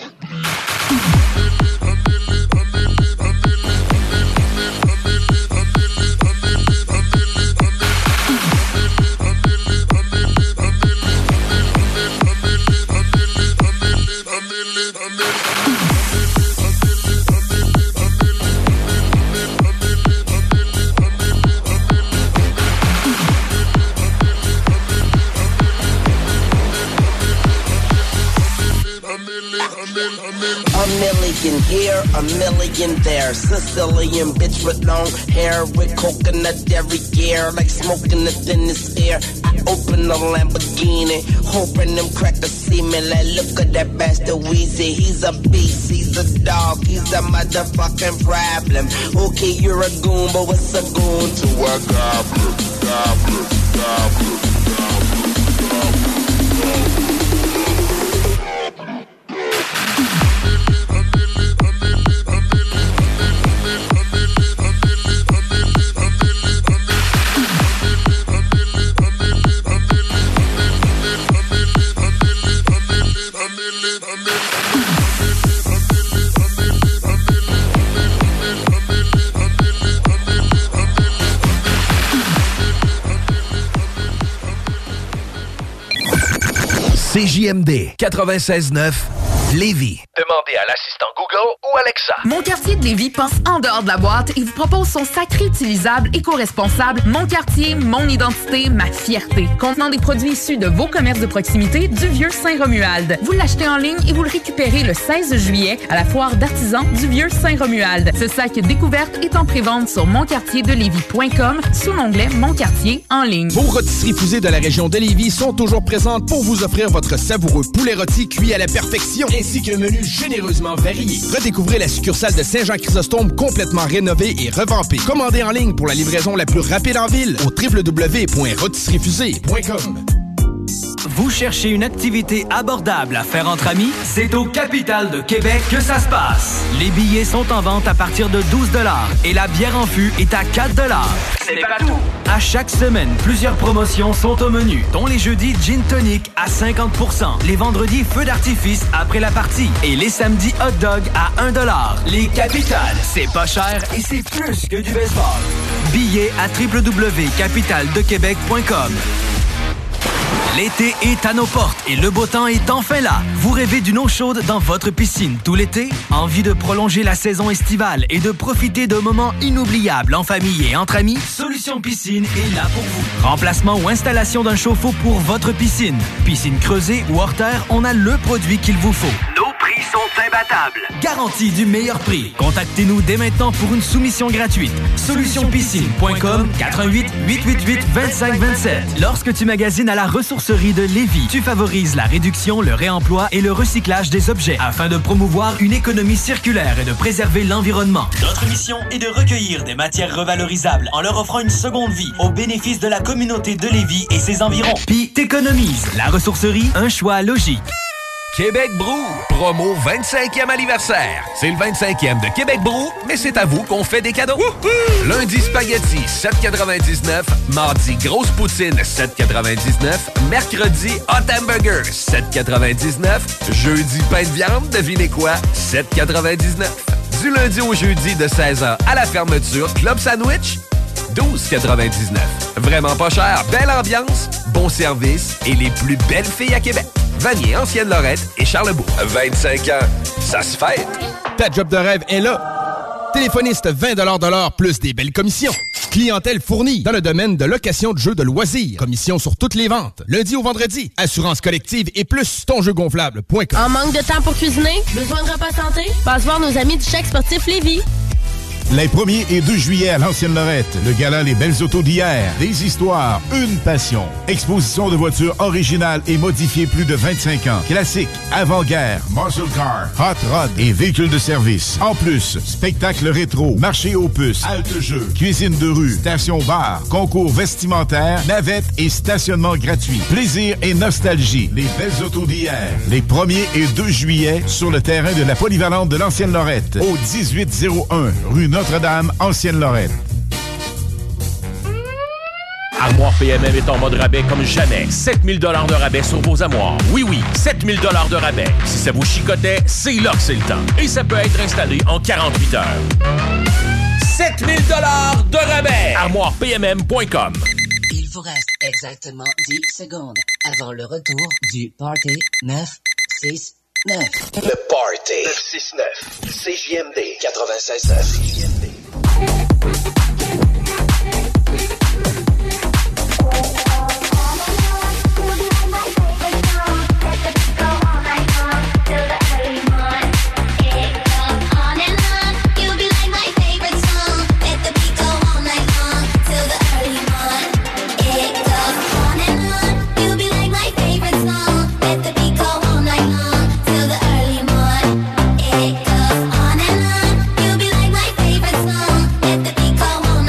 A million here, a million there. Sicilian bitch with long hair, with coconut every gear, like smoking the thinnest air. I open the Lamborghini, hoping them crackers see me. Like, look at that bastard Weezy. He's a beast, he's a dog, he's a motherfucking problem. Okay, you're a goon, but what's a goon to a goblin? Goblin, goblin, CJMD 96.9 Lévis. Demandez à l'assistant Google ou Alexa. Mon quartier de Lévis pense en dehors de la boîte et vous propose son sac réutilisable éco-responsable Mon quartier, mon identité, ma fierté. Contenant des produits issus de vos commerces de proximité du vieux Saint-Romuald. Vous l'achetez en ligne et vous le récupérez le 16 juillet à la foire d'artisans du vieux Saint-Romuald. Ce sac découverte est en prévente sur monquartierdelévis.com sous l'onglet Mon quartier en ligne. Vos rôtisseries fusées de la région de Lévis sont toujours présentes pour vous offrir votre savoureux poulet rôti cuit à la perfection, ainsi qu'un menu généreusement varié. Redécouvrez la succursale de Saint-Jean-Chrysostome complètement rénovée et revampée. Commandez en ligne pour la livraison la plus rapide en ville au www.rôtisseriefusée.com. Vous cherchez une activité abordable à faire entre amis? C'est au Capital de Québec que ça se passe. Les billets sont en vente à partir de 12 $ et la bière en fût est à 4 $. C'est pas tout. À chaque semaine, plusieurs promotions sont au menu, dont les jeudis Gin Tonic à 50%, les vendredis Feux d'artifice après la partie et les samedis Hot Dog à 1 $. Les Capitales, c'est pas cher et c'est plus que du baseball. Billets à www.capitaldequebec.com. L'été est à nos portes et le beau temps est enfin là. Vous rêvez d'une eau chaude dans votre piscine tout l'été? Envie de prolonger la saison estivale et de profiter de moments inoubliables en famille et entre amis? Solution Piscine est là pour vous. Remplacement ou installation d'un chauffe-eau pour votre piscine. Piscine creusée ou hors terre, on a le produit qu'il vous faut. Nos prix sont imbattables. Garantie du meilleur prix. Contactez-nous dès maintenant pour une soumission gratuite. Solutionpiscine.com 88 888 2527. Lorsque tu magasines à la ressourcerie de Lévis, tu favorises la réduction, le réemploi et le recyclage des objets afin de promouvoir une économie circulaire et de préserver l'environnement. Notre mission est de recueillir des matières revalorisables en leur offrant une seconde vie au bénéfice de la communauté de Lévis et ses environs. Puis t'économises. La ressourcerie, un choix logique. Québec Brou, promo 25e anniversaire. C'est le 25e de Québec Brou, mais c'est à vous qu'on fait des cadeaux. Wouhou! Lundi spaghetti, 7,99. Mardi, grosse poutine, 7,99. Mercredi, hot hamburger, 7,99. Jeudi, pain de viande, devinez quoi? 7,99. Du lundi au jeudi de 16h à la fermeture, Club Sandwich, 12,99. Vraiment pas cher, belle ambiance, bon service et les plus belles filles à Québec. Vanier, Ancienne-Lorette et Charlebourg. 25 ans, ça se fête. Ta job de rêve est là. Téléphoniste 20 $ de l'heure plus des belles commissions. Clientèle fournie dans le domaine de location de jeux de loisirs. Commission sur toutes les ventes. Lundi au vendredi. Assurance collective et plus tonjeugonflable.com. En manque de temps pour cuisiner? Besoin de repas santé? Passe voir nos amis du Chèque Sportif Lévis. Les 1er et 2 juillet à l'Ancienne Lorette, le gala Les Belles Autos d'hier. Des histoires, une passion. Exposition de voitures originales et modifiées plus de 25 ans. Classiques, avant-guerre, muscle car, hot rod et véhicules de service. En plus, spectacle rétro, marché aux puces, halte-jeux, cuisine de rue, station-bar, concours vestimentaire, navettes et stationnement gratuit. Plaisir et nostalgie. Les Belles Autos d'hier. Les 1er et 2 juillet sur le terrain de la polyvalente de l'Ancienne Lorette, au 1801 rue Notre-Dame, Ancienne-Lorette. Armoire PMM est en mode rabais comme jamais. 7000 $ de rabais sur vos armoires. Oui, 7000 $ de rabais. Si ça vous chicotait, c'est là que c'est le temps. Et ça peut être installé en 48 heures. 7000 $ de rabais. ArmoirePMM.com. Il vous reste exactement 10 secondes avant le retour du Party 969. Le Party 969. CJMD 96.9. Till the early morning.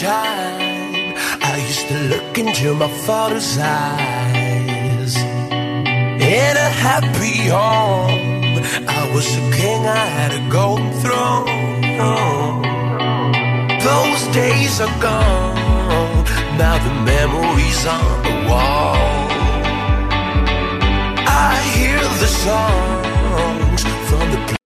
time, I used to look into my father's eyes. In a happy home, I was a king, I had a golden throne. Those days are gone, now the memories on the wall. I hear the songs from the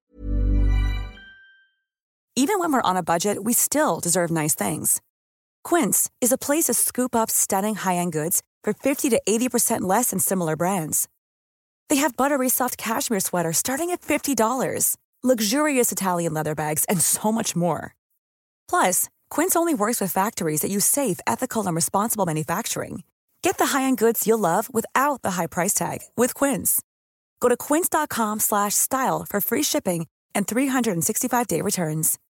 Even when we're on a budget, we still deserve nice things. Quince is a place to scoop up stunning high-end goods for 50 to 80% less than similar brands. They have buttery soft cashmere sweaters starting at $50, luxurious Italian leather bags, and so much more. Plus, Quince only works with factories that use safe, ethical, and responsible manufacturing. Get the high-end goods you'll love without the high price tag with Quince. Go to quince.com/style for free shipping and 365-day returns.